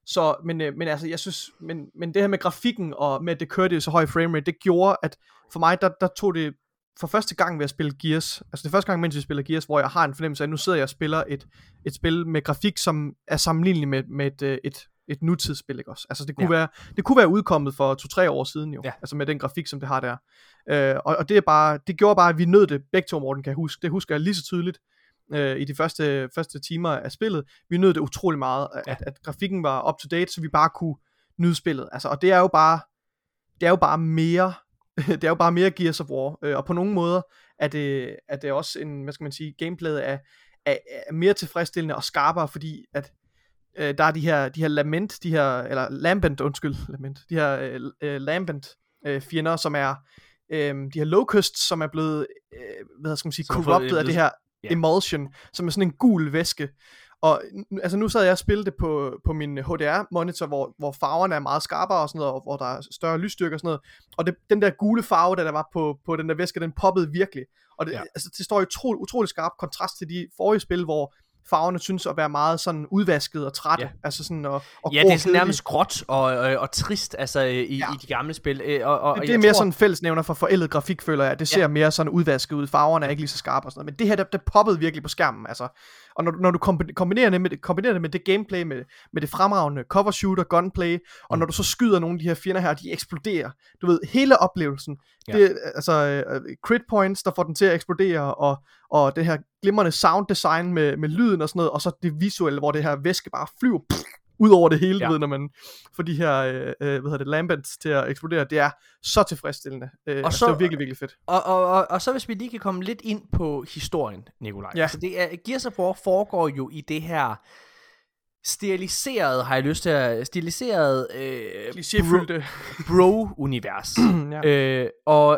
Så, men, øh, men altså, jeg synes, men, men det her med grafikken, og med at det kørte i så høj framerate, det gjorde, at for mig, der, der tog det, for første gang ved at spille Gears, altså det første gang, mens vi spiller Gears, hvor jeg har en fornemmelse af, at nu sidder jeg og spiller et, et spil med grafik, som er sammenlignelig med, med et, et, et, et nutidsspil, ikke også? Altså det kunne, ja. være, det kunne være udkommet for to-tre år siden jo, ja. Altså med den grafik, som det har der. Øh, og, og det er bare, det gjorde bare, at vi nød det, begge to, Morten, kan jeg huske. Det husker jeg lige så tydeligt øh, i de første, første timer af spillet. Vi nød det utrolig meget, at, ja. at, at grafikken var up to date, så vi bare kunne nyde spillet. Altså, og det er jo bare, det er jo bare mere, det er jo bare mere Gears of War, øh, og på nogle måder er det, er det også en, hvad skal man sige, gameplayet er, er, er mere tilfredsstillende og skarpere, fordi at øh, der er de her, de her lament, de her, eller lambent, undskyld, lament, de her øh, lambent øh, fjender, som er øh, de her locusts, som er blevet, øh, hvad skal man sige, corrupted blevet, af det her yeah. emulsion, som er sådan en gul væske. Og altså nu sad jeg og spillede det på, på min H D R monitor, hvor, hvor farverne er meget skarpere og sådan noget, og hvor der er større lysstyrke og sådan noget. Og det, den der gule farve, der, der var på, på den der væske, den poppede virkelig. Og det, ja. altså, det står i utrolig, utrolig skarp kontrast til de forrige spil, hvor farverne synes at være meget sådan udvasket og trætte. Ja, altså sådan, og, og ja det er sådan nærmest gråt og, og, og trist altså, i, ja. i de gamle spil. Og, og, det, det er mere tror... sådan en fællesnævner for forældet grafik, føler jeg. Det ser ja. mere sådan udvasket ud. Farverne er ikke lige så skarpe og sådan noget. Men det her, der, der poppede virkelig på skærmen. Altså. Og når, når du kombinerer det, med det, kombinerer det med det gameplay, med, med det fremragende cover shooter, gunplay, og mm. når du så skyder nogle af de her fjender her, de eksploderer. Du ved, hele oplevelsen. Ja. Det, altså uh, crit points, der får den til at eksplodere, og, og det her glimrende sound design med, med lyden og sådan noget, og så det visuelle, hvor det her væske bare flyver pff, ud over det hele, ja. Du ved, når man får de her øh, hvad hedder det, lambents til at eksplodere. Det er så tilfredsstillende. Øh, og altså, så, det er virkelig, virkelig fedt. Og, og, og, og så hvis vi lige kan komme lidt ind på historien, Nikolaj. Ja. Altså det er, Gears of War foregår jo i det her stiliseret, har jeg lyst til at stiliseret øh, bro, bro-univers. Ja. øh, og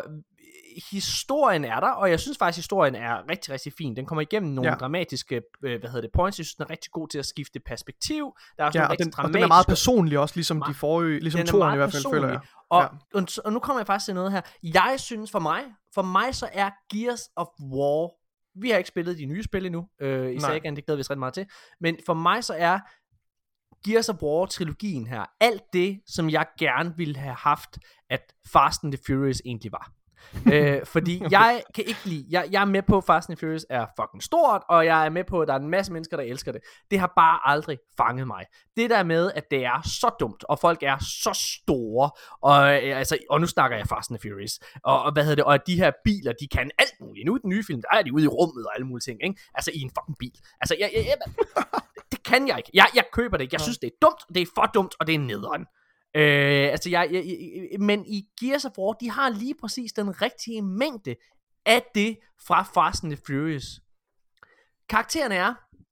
historien er der, og jeg synes faktisk, historien er rigtig, rigtig fin. Den kommer igennem nogle ja. dramatiske, øh, hvad hedder det, points. Jeg synes, den er rigtig god til at skifte perspektiv. Der er også ja, nogle og, den, og den er meget personlig også, ligesom de forrige, ligesom toerne i hvert fald, føler jeg. Og, ja. og, og nu kommer jeg faktisk til noget her. Jeg synes for mig, for mig så er Gears of War, vi har ikke spillet de nye spil endnu, øh, i Sagaen, det glæder vi os ret meget til, men for mig så er Gears of War-trilogien her, alt det, som jeg gerne ville have haft, at Fast and the Furious egentlig var. øh, fordi jeg kan ikke lide jeg, jeg er med på, at Fast and Furious er fucking stort, og jeg er med på, at der er en masse mennesker, der elsker det. Det har bare aldrig fanget mig. Det der med, at det er så dumt, og folk er så store, og, øh, altså, og nu snakker jeg Fast and Furious, og, og hvad hedder det, og at de her biler, de kan alt muligt. Nu i den nye film, der er de ude i rummet og alle mulige ting, ikke? Altså i en fucking bil. Altså jeg, jeg, jeg, det kan jeg ikke. Jeg, jeg køber det ikke. Jeg synes, det er dumt, det er for dumt, og det er nederen. Øh, altså jeg, jeg, jeg, men i Gears of War, de har lige præcis den rigtige mængde af det fra Fast and the Furious. Karaktererne er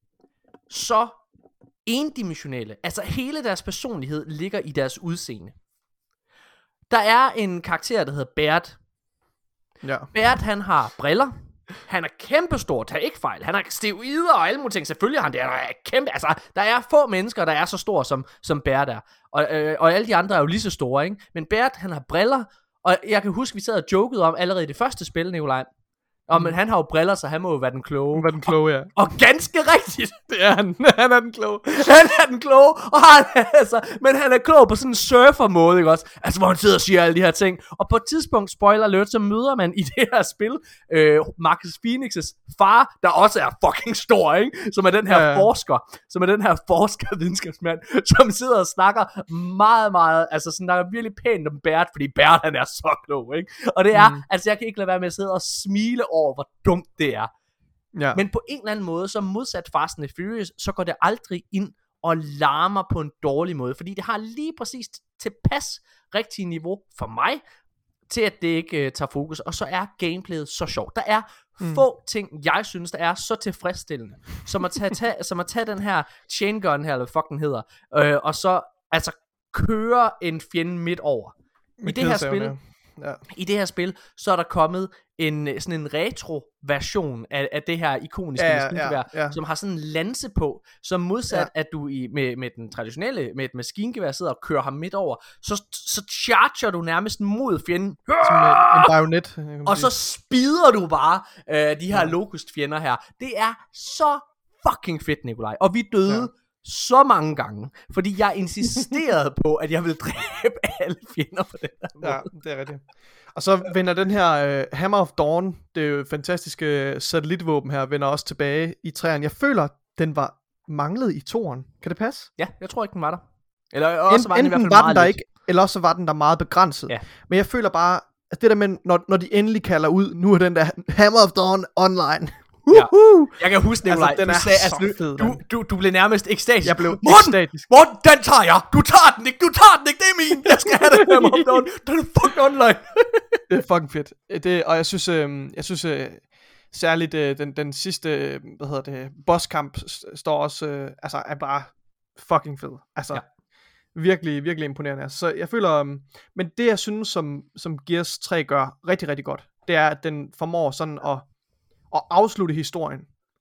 så endimensionelle. Altså hele deres personlighed ligger i deres udseende. Der er en karakter, der hedder Baird. Ja. Baird, han har briller. Han er kæmpestor, tag ikke fejl. Han har steroider og alle mulige ting. Selvfølgelig har han det. Der er kæmpe, altså, der er få mennesker, der er så store som, som Baird er. Og, øh, og alle de andre er jo lige så store, ikke? Men Baird, han har briller. Og jeg kan huske, vi sad og jokede om allerede i det første spil, Nikolaj. Og men han har jo briller, så han må jo være den kloge. Være den kloge, ja. Og, og ganske rigtigt. Det er han. Han er den kloge. Han er den kloge. Og han, altså, men han er klog på sådan en surfer-måde, ikke også? Altså, hvor han sidder og siger alle de her ting. Og på et tidspunkt, spoiler alert, så møder man i det her spil øh, Marcus Phoenix' far, der også er fucking stor, ikke? Som er den her ja. forsker. Som er den her forsker-videnskabsmand, som sidder og snakker meget, meget, altså snakker virkelig pænt om Baird, fordi Baird, han er så klog, ikke? Og det er, mm. altså, jeg kan ikke lade være med at sidde og smile over, hvor dumt det er. Ja. Men på en eller anden måde, så modsat Fast and the Furious, så går det aldrig ind og larmer på en dårlig måde, fordi det har lige præcis tilpas rigtigt niveau for mig, til at det ikke uh, tager fokus, og så er gameplayet så sjovt. Der er mm. få ting, jeg synes, der er så tilfredsstillende, som at tage, tage, som at tage den her chain gun her, eller hvad fuck den hedder, øh, og så altså køre en fjende midt over. I det her spil, ja. I det her spil, så er der kommet en sådan en retro version af, af det her ikoniske ja, maskingevær, ja, ja. som har sådan en lanse på, som modsat ja. at du i, med, med den traditionelle, med et maskingevær sidder og kører ham midt over, så, så charger du nærmest mod fjenden. Som en, en bajonet. Og så spider du bare øh, de her ja. locust fjender her. Det er så fucking fedt, Nikolaj. Og vi døde ja. så mange gange, fordi jeg insisterede på, at jeg ville dræbe alle fjender på den her måde. Ja, det er rigtigt. Og så vender den her uh, Hammer of Dawn, det er jo fantastiske satellitvåben her, vender også tilbage i træerne. Jeg føler, den var manglet i toeren. Kan det passe? Ja, jeg tror ikke, den var der. Eller også En, var den i hvert fald var meget den der lidt. ikke, eller også var den der meget begrænset. Ja. Men jeg føler bare, at det der med, når, når de endelig kalder ud, nu er den der Hammer of Dawn online. Ja. Jeg kan huske, Nikolaj, Altså, den du er sagde, så altså, fed, du, mand. du, du blev nærmest ekstatisk. Jeg blev Morten, ekstatisk. Morten, den tager jeg! Du tager den ikke, du tager den ikke, det er min! Jeg skal have den her Morten, den er fucking online. Det er fucking fedt. Det, og jeg synes, øh, jeg synes øh, særligt øh, den, den sidste, øh, hvad hedder det, bosskamp s- står også, øh, altså er bare fucking fed. Altså, Ja. virkelig, virkelig imponerende. Altså, så jeg føler, øh, men det jeg synes, som, som Gears tre gør rigtig, rigtig godt, det er, at den formår sådan at, at afslutte historien.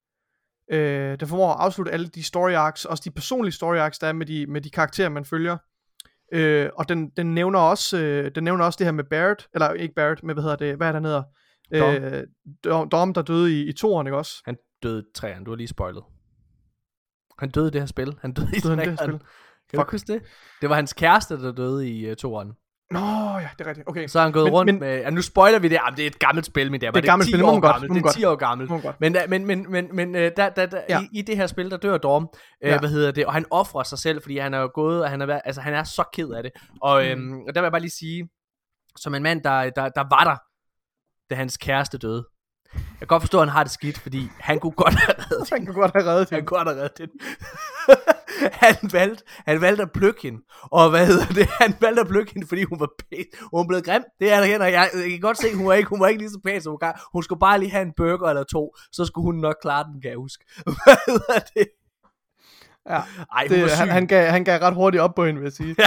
Øh, den formår at afslutte alle de story arcs, også de personlige story arcs, der er med de, med de karakterer, man følger. Øh, og den, den nævner også øh, den nævner også det her med Barrett, eller ikke Barrett, men hvad hedder det, hvad er der hedder? Dom. Øh, Dom, Dom, der døde i, i toeren, ikke også? Han døde i træerne, du har lige spoilet. Han døde i det her spil. Han døde i Døde han i det her træerne. spil? Kan du huske det? Det var hans kæreste, der døde i uh, toeren. Nå ja, det er rigtigt, okay. Så har han gået Men- rundt men- med... Ja, nu spoiler vi det. Jamen, det er et gammelt spil, men det er, Det er et gammelt ti spil, det må år man godt, gammelt. må man Det er godt. ti år gammelt. Må man godt. Men, men, men, men, men øh, der, der, der, Ja. i, i det her spil, der dør Dorm, øh, Ja. hvad hedder det, og han offrer sig selv, fordi han er jo gået, og han er, altså, han er så ked af det. Og, øhm, Mm. og der vil jeg bare lige sige, som en mand, der, der, der var der, da hans kæreste døde. Jeg kan godt forstå, at han har det skidt, fordi han kunne godt have reddet Han kunne godt have reddet Han hende. kunne godt have reddet hende. han, valgte, han valgte at plukke hende. Og hvad hedder det? Han valgte at plukke hende, fordi hun var pæn. Hun blev grim. Det er der hen, og jeg, jeg kan godt se, hun var ikke, hun var ikke lige så pæn, som hun kan. Hun skulle bare lige have en burger eller to, så skulle hun nok klare den, kan jeg huske. Hvad hedder det? Ja, Ej, hun det, var syg. han, han, gav, han gav ret hurtigt op på hende, vil jeg sige.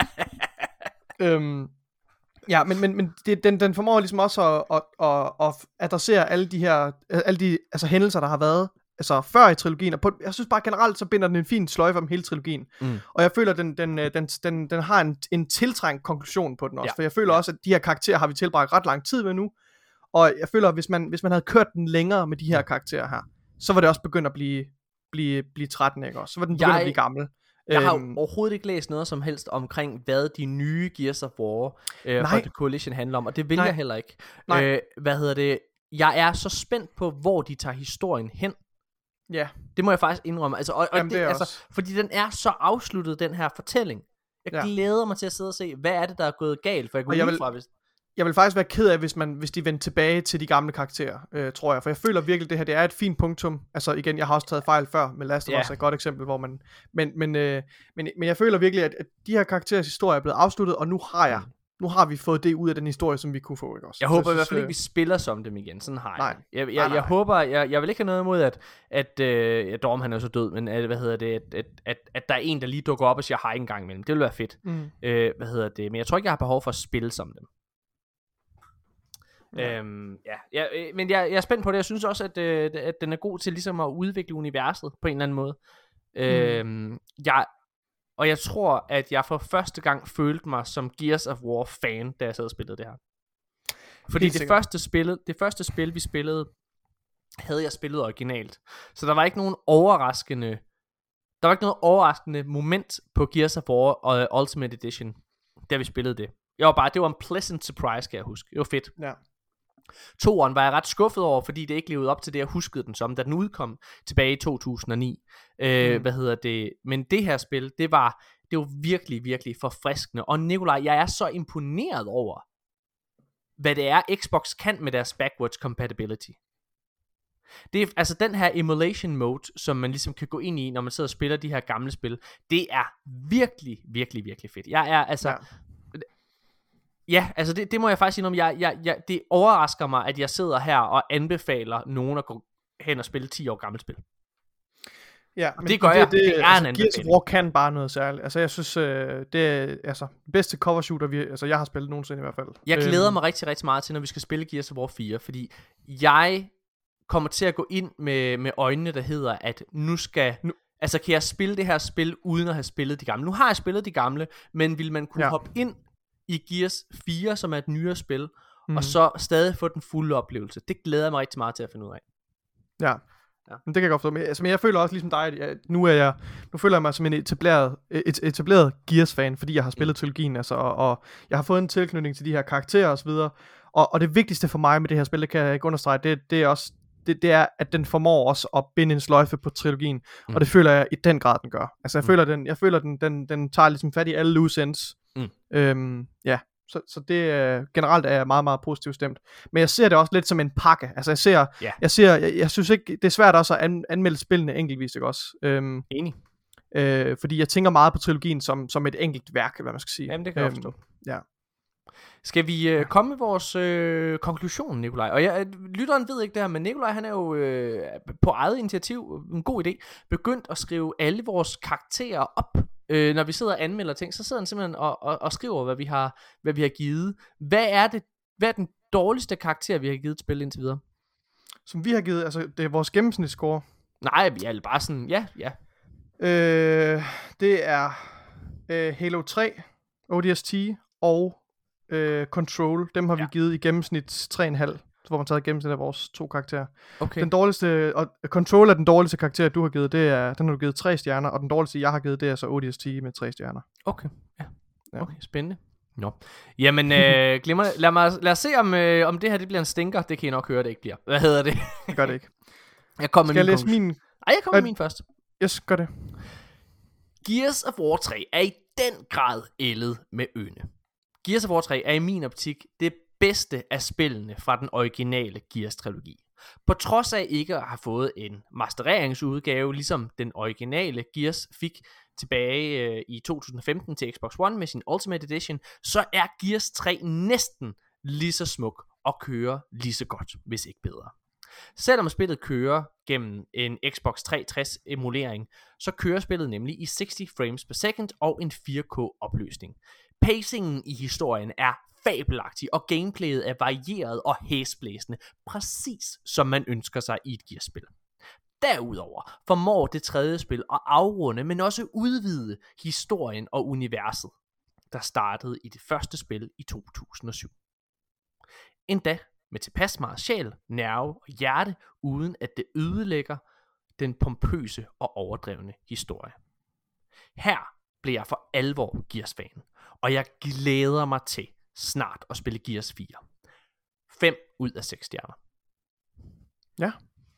øhm, ja, men, men, men det, den, den formår ligesom også at, at, at, at adressere alle de her, alle de altså, hændelser, der har været altså, før i trilogien, og på, jeg synes bare generelt, så binder den en fin sløjfe om hele trilogien, Mm. og jeg føler, den, den, den, den, den har en, en tiltrængt konklusion på den også, Ja. for jeg føler også, at de her karakterer har vi tilbragt ret lang tid med nu, og jeg føler, at hvis man, hvis man havde kørt den længere med de her karakterer her, så var det også begyndt at blive, blive, blive trættende, ikke også? Så var den begyndt Jeg- at blive gammel. Jeg har Øhm, jo overhovedet ikke læst noget som helst omkring, hvad de nye Gears of War øh, Nej. for The Coalition handler om, og det vil Nej. jeg heller ikke. Nej. Øh, hvad hedder det? Jeg er så spændt på, hvor de tager historien hen. ja, Det må jeg faktisk indrømme. Altså, og, og Jamen, det, det er altså, også- fordi den er så afsluttet, den her fortælling. Jeg Ja. glæder mig til at sidde og se, hvad er det, der er gået galt, for jeg går Og jeg ud vil- fra, hvis... jeg vil faktisk være ked af, hvis, man, hvis de vendte tilbage til de gamle karakterer, øh, tror jeg. For jeg føler virkelig, det her det er et fint punktum. Altså igen, jeg har også taget fejl før med Last of Ja. Us, er et godt eksempel, hvor man... Men, men, øh, men, men jeg føler virkelig, at, at de her karakterers historie er blevet afsluttet, og nu har jeg... Nu har vi fået det ud af den historie, som vi kunne få, ikke også? Jeg Så håber i synes, hvert fald ikke, øh, vi spiller som dem igen. Sådan har jeg. Nej. det. Jeg, jeg, Nej, jeg, nej, jeg nej. håber, jeg, jeg vil ikke have noget imod, at, at øh, ja, Dorm han er så død, men at, hvad hedder det, at, at, at, at der er en, der lige dukker op og siger hej en gang imellem. Det vil være fedt. Mm. Øh, hvad hedder det? Men jeg tror ikke, jeg har behov for at spille som dem. Ja. Øhm, ja, ja øh, men jeg, jeg er spændt på det. Jeg synes også, at, øh, at den er god til ligesom at udvikle universet på en eller anden måde. Mm. Øhm, jeg, og jeg tror, at jeg for første gang følte mig som Gears of War fan, da jeg sad og spillede det her. Fordi Helt det sikkert. første, spillet, det første spil, vi spillede, havde jeg spillet originalt. Så der var ikke nogen overraskende, der var ikke noget overraskende moment på Gears of War og Ultimate Edition, da vi spillede det. Jeg var bare, det var en pleasant surprise, kan jeg huske. Det var fedt. Ja. Toeren var jeg ret skuffet over, fordi det ikke levede op til det, jeg huskede den som, da den udkom tilbage i to tusind og ni. Øh, Mm. Hvad hedder det? Men det her spil, det var, det var virkelig, virkelig forfriskende. Og Nikolaj, jeg er så imponeret over, hvad det er, Xbox kan med deres backwards compatibility. Det er, altså den her emulation mode, som man ligesom kan gå ind i, når man sidder og spiller de her gamle spil, det er virkelig, virkelig, virkelig fedt. Jeg er altså... Ja. Ja, altså det, det må jeg faktisk sige om. Jeg, jeg, jeg, det overrasker mig, at jeg sidder her og anbefaler nogen at gå hen og spille ti år gammelt spil. Ja, men Det gør jeg. Det er en altså, Gears of anbefaling. War kan bare noget særligt. Altså, jeg synes, øh, det er altså bedste cover shooter, vi, altså, jeg har spillet nogensinde i hvert fald. Jeg glæder Øhm, mig rigtig, rigtig meget til, når vi skal spille Gears of War fire, fordi jeg kommer til at gå ind med, med øjnene, der hedder, at nu skal... Nu- Altså, kan jeg spille det her spil, uden at have spillet de gamle? Nu har jeg spillet de gamle, men vil man kunne Ja. hoppe ind i Gears fire, som er et nyere spil, Mhm. og så stadig få den fulde oplevelse? Det glæder jeg mig rigtig meget til at finde ud af. Ja, Ja. Men det kan jeg godt forstå. Men, altså, men jeg føler også ligesom dig, at jeg, nu er jeg, nu føler jeg mig som en etableret, et, etableret Gears-fan, fordi jeg har spillet mm. trilogien, altså, og, og jeg har fået en tilknytning til de her karakterer og så videre. Og, og det vigtigste for mig med det her spil, det kan jeg ikke understrege, det, det er også, det, det er, at den formår også at binde en sløjfe på trilogien, mm. og det føler jeg i den grad, den gør. Altså, jeg mm. føler, den, jeg føler den, den, den tager ligesom fat i alle loose ends. Mm. Øhm, ja. Så, så det øh, generelt er jeg meget, meget positivt stemt. Men jeg ser det også lidt som en pakke. Altså jeg ser, yeah. jeg ser, jeg, jeg synes ikke, det er svært også at an, anmelde spillene enkeltvis, ikke også? Øhm, Enig. Øh, fordi jeg tænker meget på trilogien som, som et enkelt værk, hvad man skal sige. Jamen det kan jeg øhm, forstå. Ja. Skal vi øh, komme med vores øh, konklusion, Nikolaj? Og jeg, lytteren ved ikke det her, men Nikolaj han er jo øh, på eget initiativ, en god idé, begyndt at skrive alle vores karakterer op. Øh, når vi sidder og anmelder ting, så sidder han simpelthen og, og, og skriver, hvad vi har, hvad vi har givet. Hvad er det? Hvad er den dårligste karakter, vi har givet til spil indtil videre? Som vi har givet, altså det er vores gennemsnitsscore. Nej, vi er bare sådan, ja, ja. Øh, det er øh, Halo tre, O D S T og øh, Control. Dem har ja. vi givet i gennemsnit tre komma fem. Hvor man taget gennemsnit af vores to karakterer. Okay. Den dårligste, og Control er den dårligste karakter, du har givet, det er, den har du givet tre stjerner, og den dårligste, jeg har givet, det er så O D S T med tre stjerner. Okay, ja. ja. Okay, spændende. Nå. Jamen, øh, glemmer, lad, mig, lad os se, om, øh, om det her det bliver en stinker. Det kan I nok høre, det ikke bliver. Hvad hedder det? Det gør det ikke. Jeg kommer med min jeg læse min... Nej, jeg kommer med min først. Yes, gør det. Gears of War tre er i den grad ældet med øne. Gears of War tre er i min optik det bedste af spillene fra den originale Gears-trilogi. På trods af ikke at have fået en mastereringsudgave, ligesom den originale Gears fik tilbage øh, i to tusind og femten til Xbox One med sin Ultimate Edition, så er Gears tre næsten lige så smuk og kører lige så godt, hvis ikke bedre. Selvom spillet kører gennem en Xbox tre tres emulering, så kører spillet nemlig i tres frames per second og en fire K opløsning. Pacingen i historien er fabelagtig, og gameplayet er varieret og hæsblæsende, præcis som man ønsker sig i et Gears-spil. Derudover formår det tredje spil at afrunde, men også udvide historien og universet, der startede i det første spil i to tusind og syv. Endda med tilpas meget sjæl, nerve og hjerte, uden at det ødelægger den pompøse og overdrevne historie. Her bliver jeg for alvor Gears-fan, og jeg glæder mig til snart at spille Gears fire. fem ud af seks stjerner. Ja.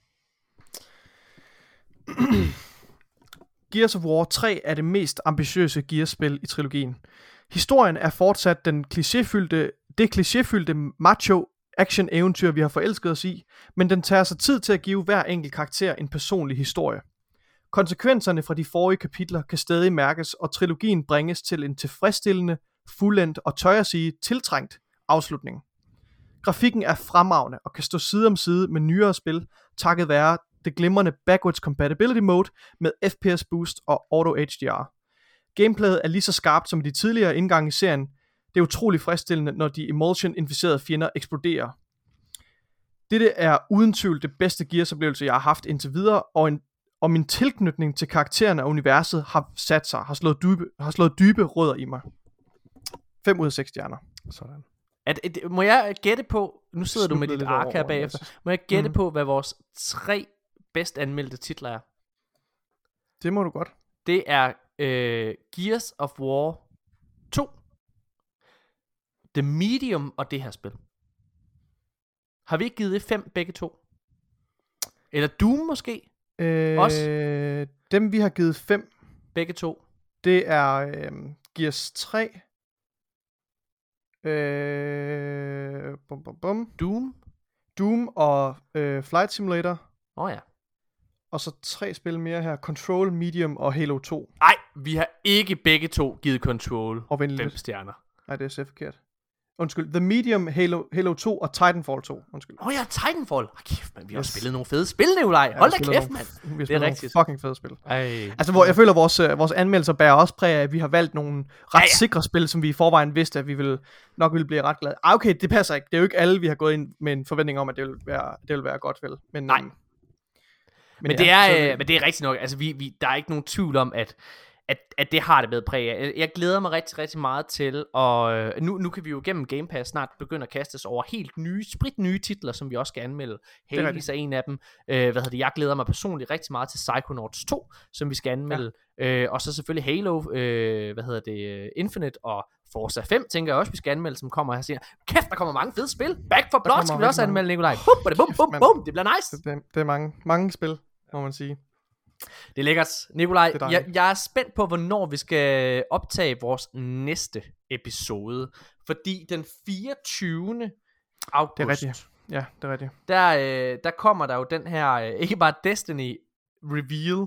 Gears of War tre er det mest ambitiøse Gears-spil i trilogien. Historien er fortsat den klichéfyldte, det klichéfyldte macho action-eventyr, vi har forelsket os i, men den tager sig tid til at give hver enkelt karakter en personlig historie. Konsekvenserne fra de forrige kapitler kan stadig mærkes, og trilogien bringes til en tilfredsstillende, fuldendt og tør jeg sige tiltrængt afslutning. Grafikken er fremragende og kan stå side om side med nyere spil, takket være det glimrende Backwards Compatibility Mode med F P S Boost og Auto H D R. Gameplayet er lige så skarpt som de tidligere indgange i serien. Det er utrolig friskstillende, når de emulsion-inficerede fjender eksploderer. Dette er uden tvivl det bedste Gears-oplevelse, jeg har haft indtil videre, og, en, og min tilknytning til karaktererne og universet har sat sig, har slået dybe, har slået dybe rødder i mig. fem ud af seks stjerner. Sådan. At, at, må jeg gætte på, nu sidder du med dit ark her bagefter, må jeg gætte mm. på, hvad vores tre bedst anmeldte titler er? Det må du godt. Det er øh, Gears of War to, The Medium og det her spil. Har vi ikke givet det fem begge to? Eller Doom måske? Øh, Også? Dem vi har givet fem. Begge to. Det er øh, Gears tre. Øh, bum, bum, bum. Doom. Doom og øh, Flight Simulator. Åh oh, ja. Og så tre spil mere her. Control, Medium og Halo to. Nej, vi har ikke begge to givet Control og fem stjerner. Nej, det er så forkert. Undskyld, The Medium, Halo, Halo to og Titanfall to. Undskyld. Åh oh ja, Titanfall. Oh, kæft, man, vi har yes. spillet nogle fede spil, Nikolaj. Hold da kæft, mand. Det er rigtigt. Fucking fede spil. Ej. Altså, hvor jeg føler, vores, vores anmeldelser bærer også præg af, at vi har valgt nogle ret ja, ja. sikre spil, som vi i forvejen vidste, at vi ville, nok ville blive ret glade. Ah, okay, det passer ikke. Det er jo ikke alle, vi har gået ind med en forventning om, at det vil være, det vil være godt, vel? Men, Nej. Um, men, men, det ja, er, det... men det er rigtigt nok. Altså, vi, vi, der er ikke nogen tvivl om, at at, at det har det med præg af. Jeg glæder mig rigtig, rigtig meget til, og øh, nu, nu kan vi jo gennem Game Pass snart begynde at kaste os over helt nye, sprit nye titler, som vi også skal anmelde. Hades er en af dem. Øh, hvad hedder det? Jeg glæder mig personligt rigtig meget til Psychonauts to, som vi skal anmelde. Ja. Øh, og så selvfølgelig Halo, øh, hvad hedder det, Infinite og Forza fem, tænker jeg også, vi skal anmelde, som kommer her senere. Kæft, der kommer mange fede spil. Back for Blood skal vi også anmelde, Nikolaj. Bum, bum, bum, bum, bum. Det bliver nice. Det, det, det er mange, mange spil, må man sige. Det er lækkert. Nikolaj, jeg, jeg er spændt på, hvornår vi skal optage vores næste episode. Fordi den fireogtyvende august, det er rigtigt. Ja, det er rigtigt. Der, øh, der kommer der jo den her, øh, ikke bare Destiny reveal,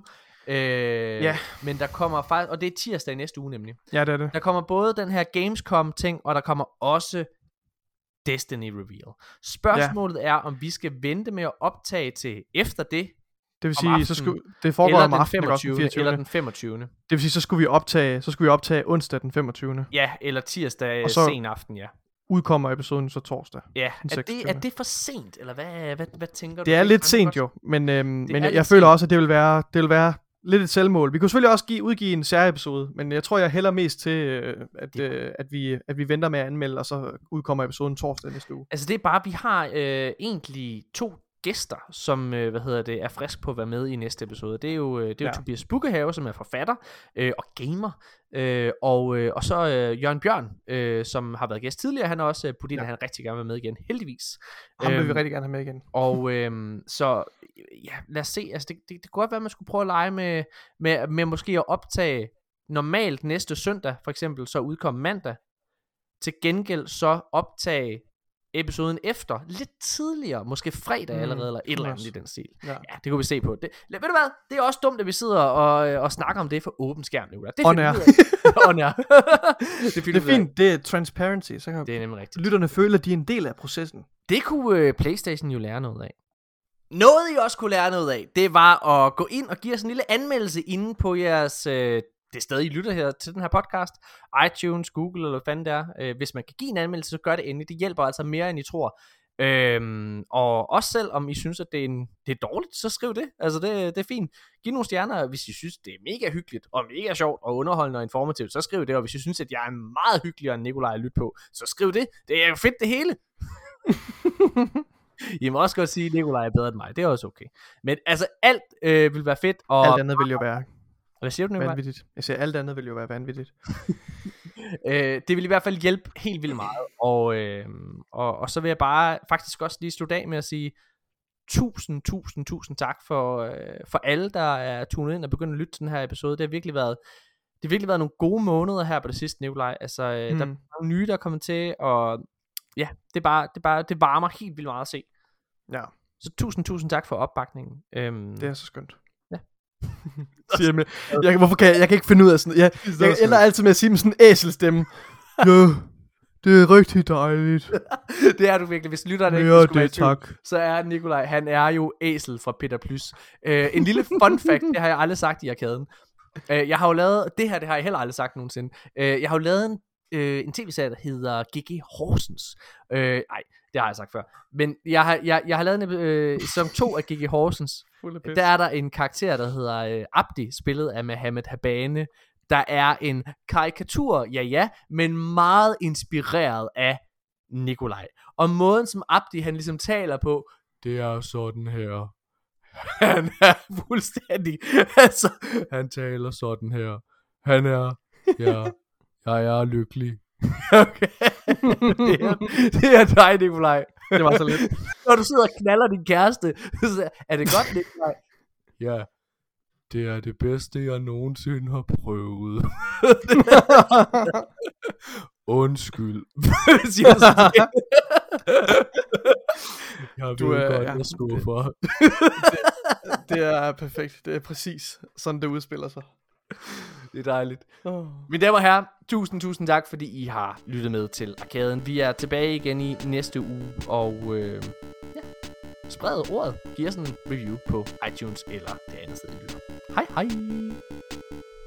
øh, ja. men der kommer faktisk, og det er tirsdag i næste uge nemlig. Ja, det er det. Der kommer både den her Gamescom ting, og der kommer også Destiny reveal. Spørgsmålet ja. er, om vi skal vente med at optage til efter det. Det vil sige, så skulle det foregår om aftenen, den fireogtyvende eller den femogtyvende. Det vil sige, så skulle vi optage, så skulle vi optage onsdag den femogtyvende. Ja, eller tirsdag så sen aften, ja. Udkommer episoden så torsdag. Ja, er det, er det for sent, eller hvad, hvad, hvad, hvad tænker det du? Det er lidt sent jo, men, øhm, men jeg, jeg sent. føler også, at det vil være, det vil være lidt et selvmål. Vi kunne selvfølgelig også give, udgive en særepisode, men jeg tror, jeg hælder mest til, øh, at, øh, at, vi, at vi venter med at anmelde, og så udkommer episoden torsdag næste uge. Altså det er bare, vi har øh, egentlig to gæster, som øh, hvad hedder det, er frisk på at være med i næste episode. Det er jo, øh, det er jo ja. Tobias Bukkehave, som er forfatter øh, og gamer, øh, og, øh, og så øh, Jørgen Bjørn, øh, som har været gæst tidligere. Han har også øh, puttet ind, ja. han rigtig gerne vil med igen, heldigvis. Ham vil øhm, vi rigtig gerne have med igen. Og øh, så ja, lad os se. Altså det, det, det kunne godt være, at man skulle prøve at lege med, med, med måske at optage normalt næste søndag, for eksempel, så udkomme mandag. Til gengæld så optage episoden efter, lidt tidligere, måske fredag mm, allerede, eller et eller andet i den stil. Ja. ja, det kunne vi se på. Det, ved du hvad, det er også dumt, at vi sidder og, og snakker om det for åben skærm. Det er On air. On air. det er fint, det er, fint. Det er transparency. Så kan det er nemlig rigtigt. Lytterne føler, at de er en del af processen. Det kunne uh, PlayStation jo lære noget af. Noget I også kunne lære noget af, det var at gå ind og give os en lille anmeldelse inde på jeres... Uh, det sted, I lytter her til den her podcast, iTunes, Google eller hvad fanden det er. Øh, hvis man kan give en anmeldelse, så gør det endelig. Det hjælper altså mere, end I tror. Øhm, og også selv om I synes, at det er, en, det er dårligt, så skriv det. Altså, det, det er fint. Giv nogle stjerner, hvis I synes, det er mega hyggeligt, og mega sjovt, og underholdende og informativt, så skriv det. Og hvis I synes, at jeg er meget hyggeligere end Nikolaj at lytte på, så skriv det. Det er jo fedt det hele. I må også godt sige, at Nikolaj er bedre end mig. Det er også okay. Men altså, alt øh, vil være fedt. Og alt andet vil jo være... Hvad siger du, Nikolaj? Vanvittigt. Jeg siger, alt andet vil jo være vanvittigt. øh, det vil i hvert fald hjælpe helt vildt meget. Og, øh, og, og så vil jeg bare faktisk også lige slutte af med at sige tusind, tusind, tusind tak for, øh, for alle, der er tunet ind og begyndt at lytte til den her episode. Det har virkelig været, det har virkelig været nogle gode måneder her på det sidste, Nikolaj. Altså, øh, mm. der er nogle nye, der er kommet til, og ja, det er bare, det er bare, det varmer helt vildt meget at se. Ja. Så tusind, tusind tak for opbakningen. Øhm, det er så skønt. Ja. Siger jeg, jeg, hvorfor kan jeg, jeg kan ikke finde ud af sådan, jeg, jeg, jeg ender altid med at sige med sådan en æselstemme. Ja, det er rigtig dejligt. Det er du virkelig. Hvis lytterne ikke ja, skulle det, være tak. Tvivl, så er Nikolaj, han er jo æsel fra Peter Plys. Uh, en lille fun fact, det har jeg aldrig sagt i arkaden. Uh, jeg har jo lavet, det her det har jeg heller aldrig sagt nogensinde. Uh, jeg har jo lavet en, uh, en tv-serie, der hedder G G Horsens. Uh, nej, det har jeg sagt før. Men jeg har, jeg, jeg har lavet en uh, sæson to af G G Horsens. Der er der en karakter, der hedder uh, Abdi, spillet af Mohammed Habane. Der er en karikatur, ja ja, men meget inspireret af Nikolaj. Og måden som Abdi han ligesom taler på, det er sådan her. Han er fuldstændig, altså, han taler sådan her. Han er, ja, jeg er lykkelig. Okay, det er, det er dig, Nikolaj. Det var så lidt. Når du sidder og knaller din kæreste, så er det godt, Nikolaj? Ja. Det er det bedste, jeg nogensinde har prøvet. Undskyld. Siger så jeg ved du er, godt, ja, jeg skuffer. det, det er perfekt. Det er præcis sådan, det udspiller sig. Det er dejligt. Oh. Mine damer og herrer, tusind, tusind tak, fordi I har lyttet med til Arkaden. Vi er tilbage igen i næste uge, og øh, ja, spred ordet. Giv os en review på iTunes eller det andet sted, I lytter. Hej hej!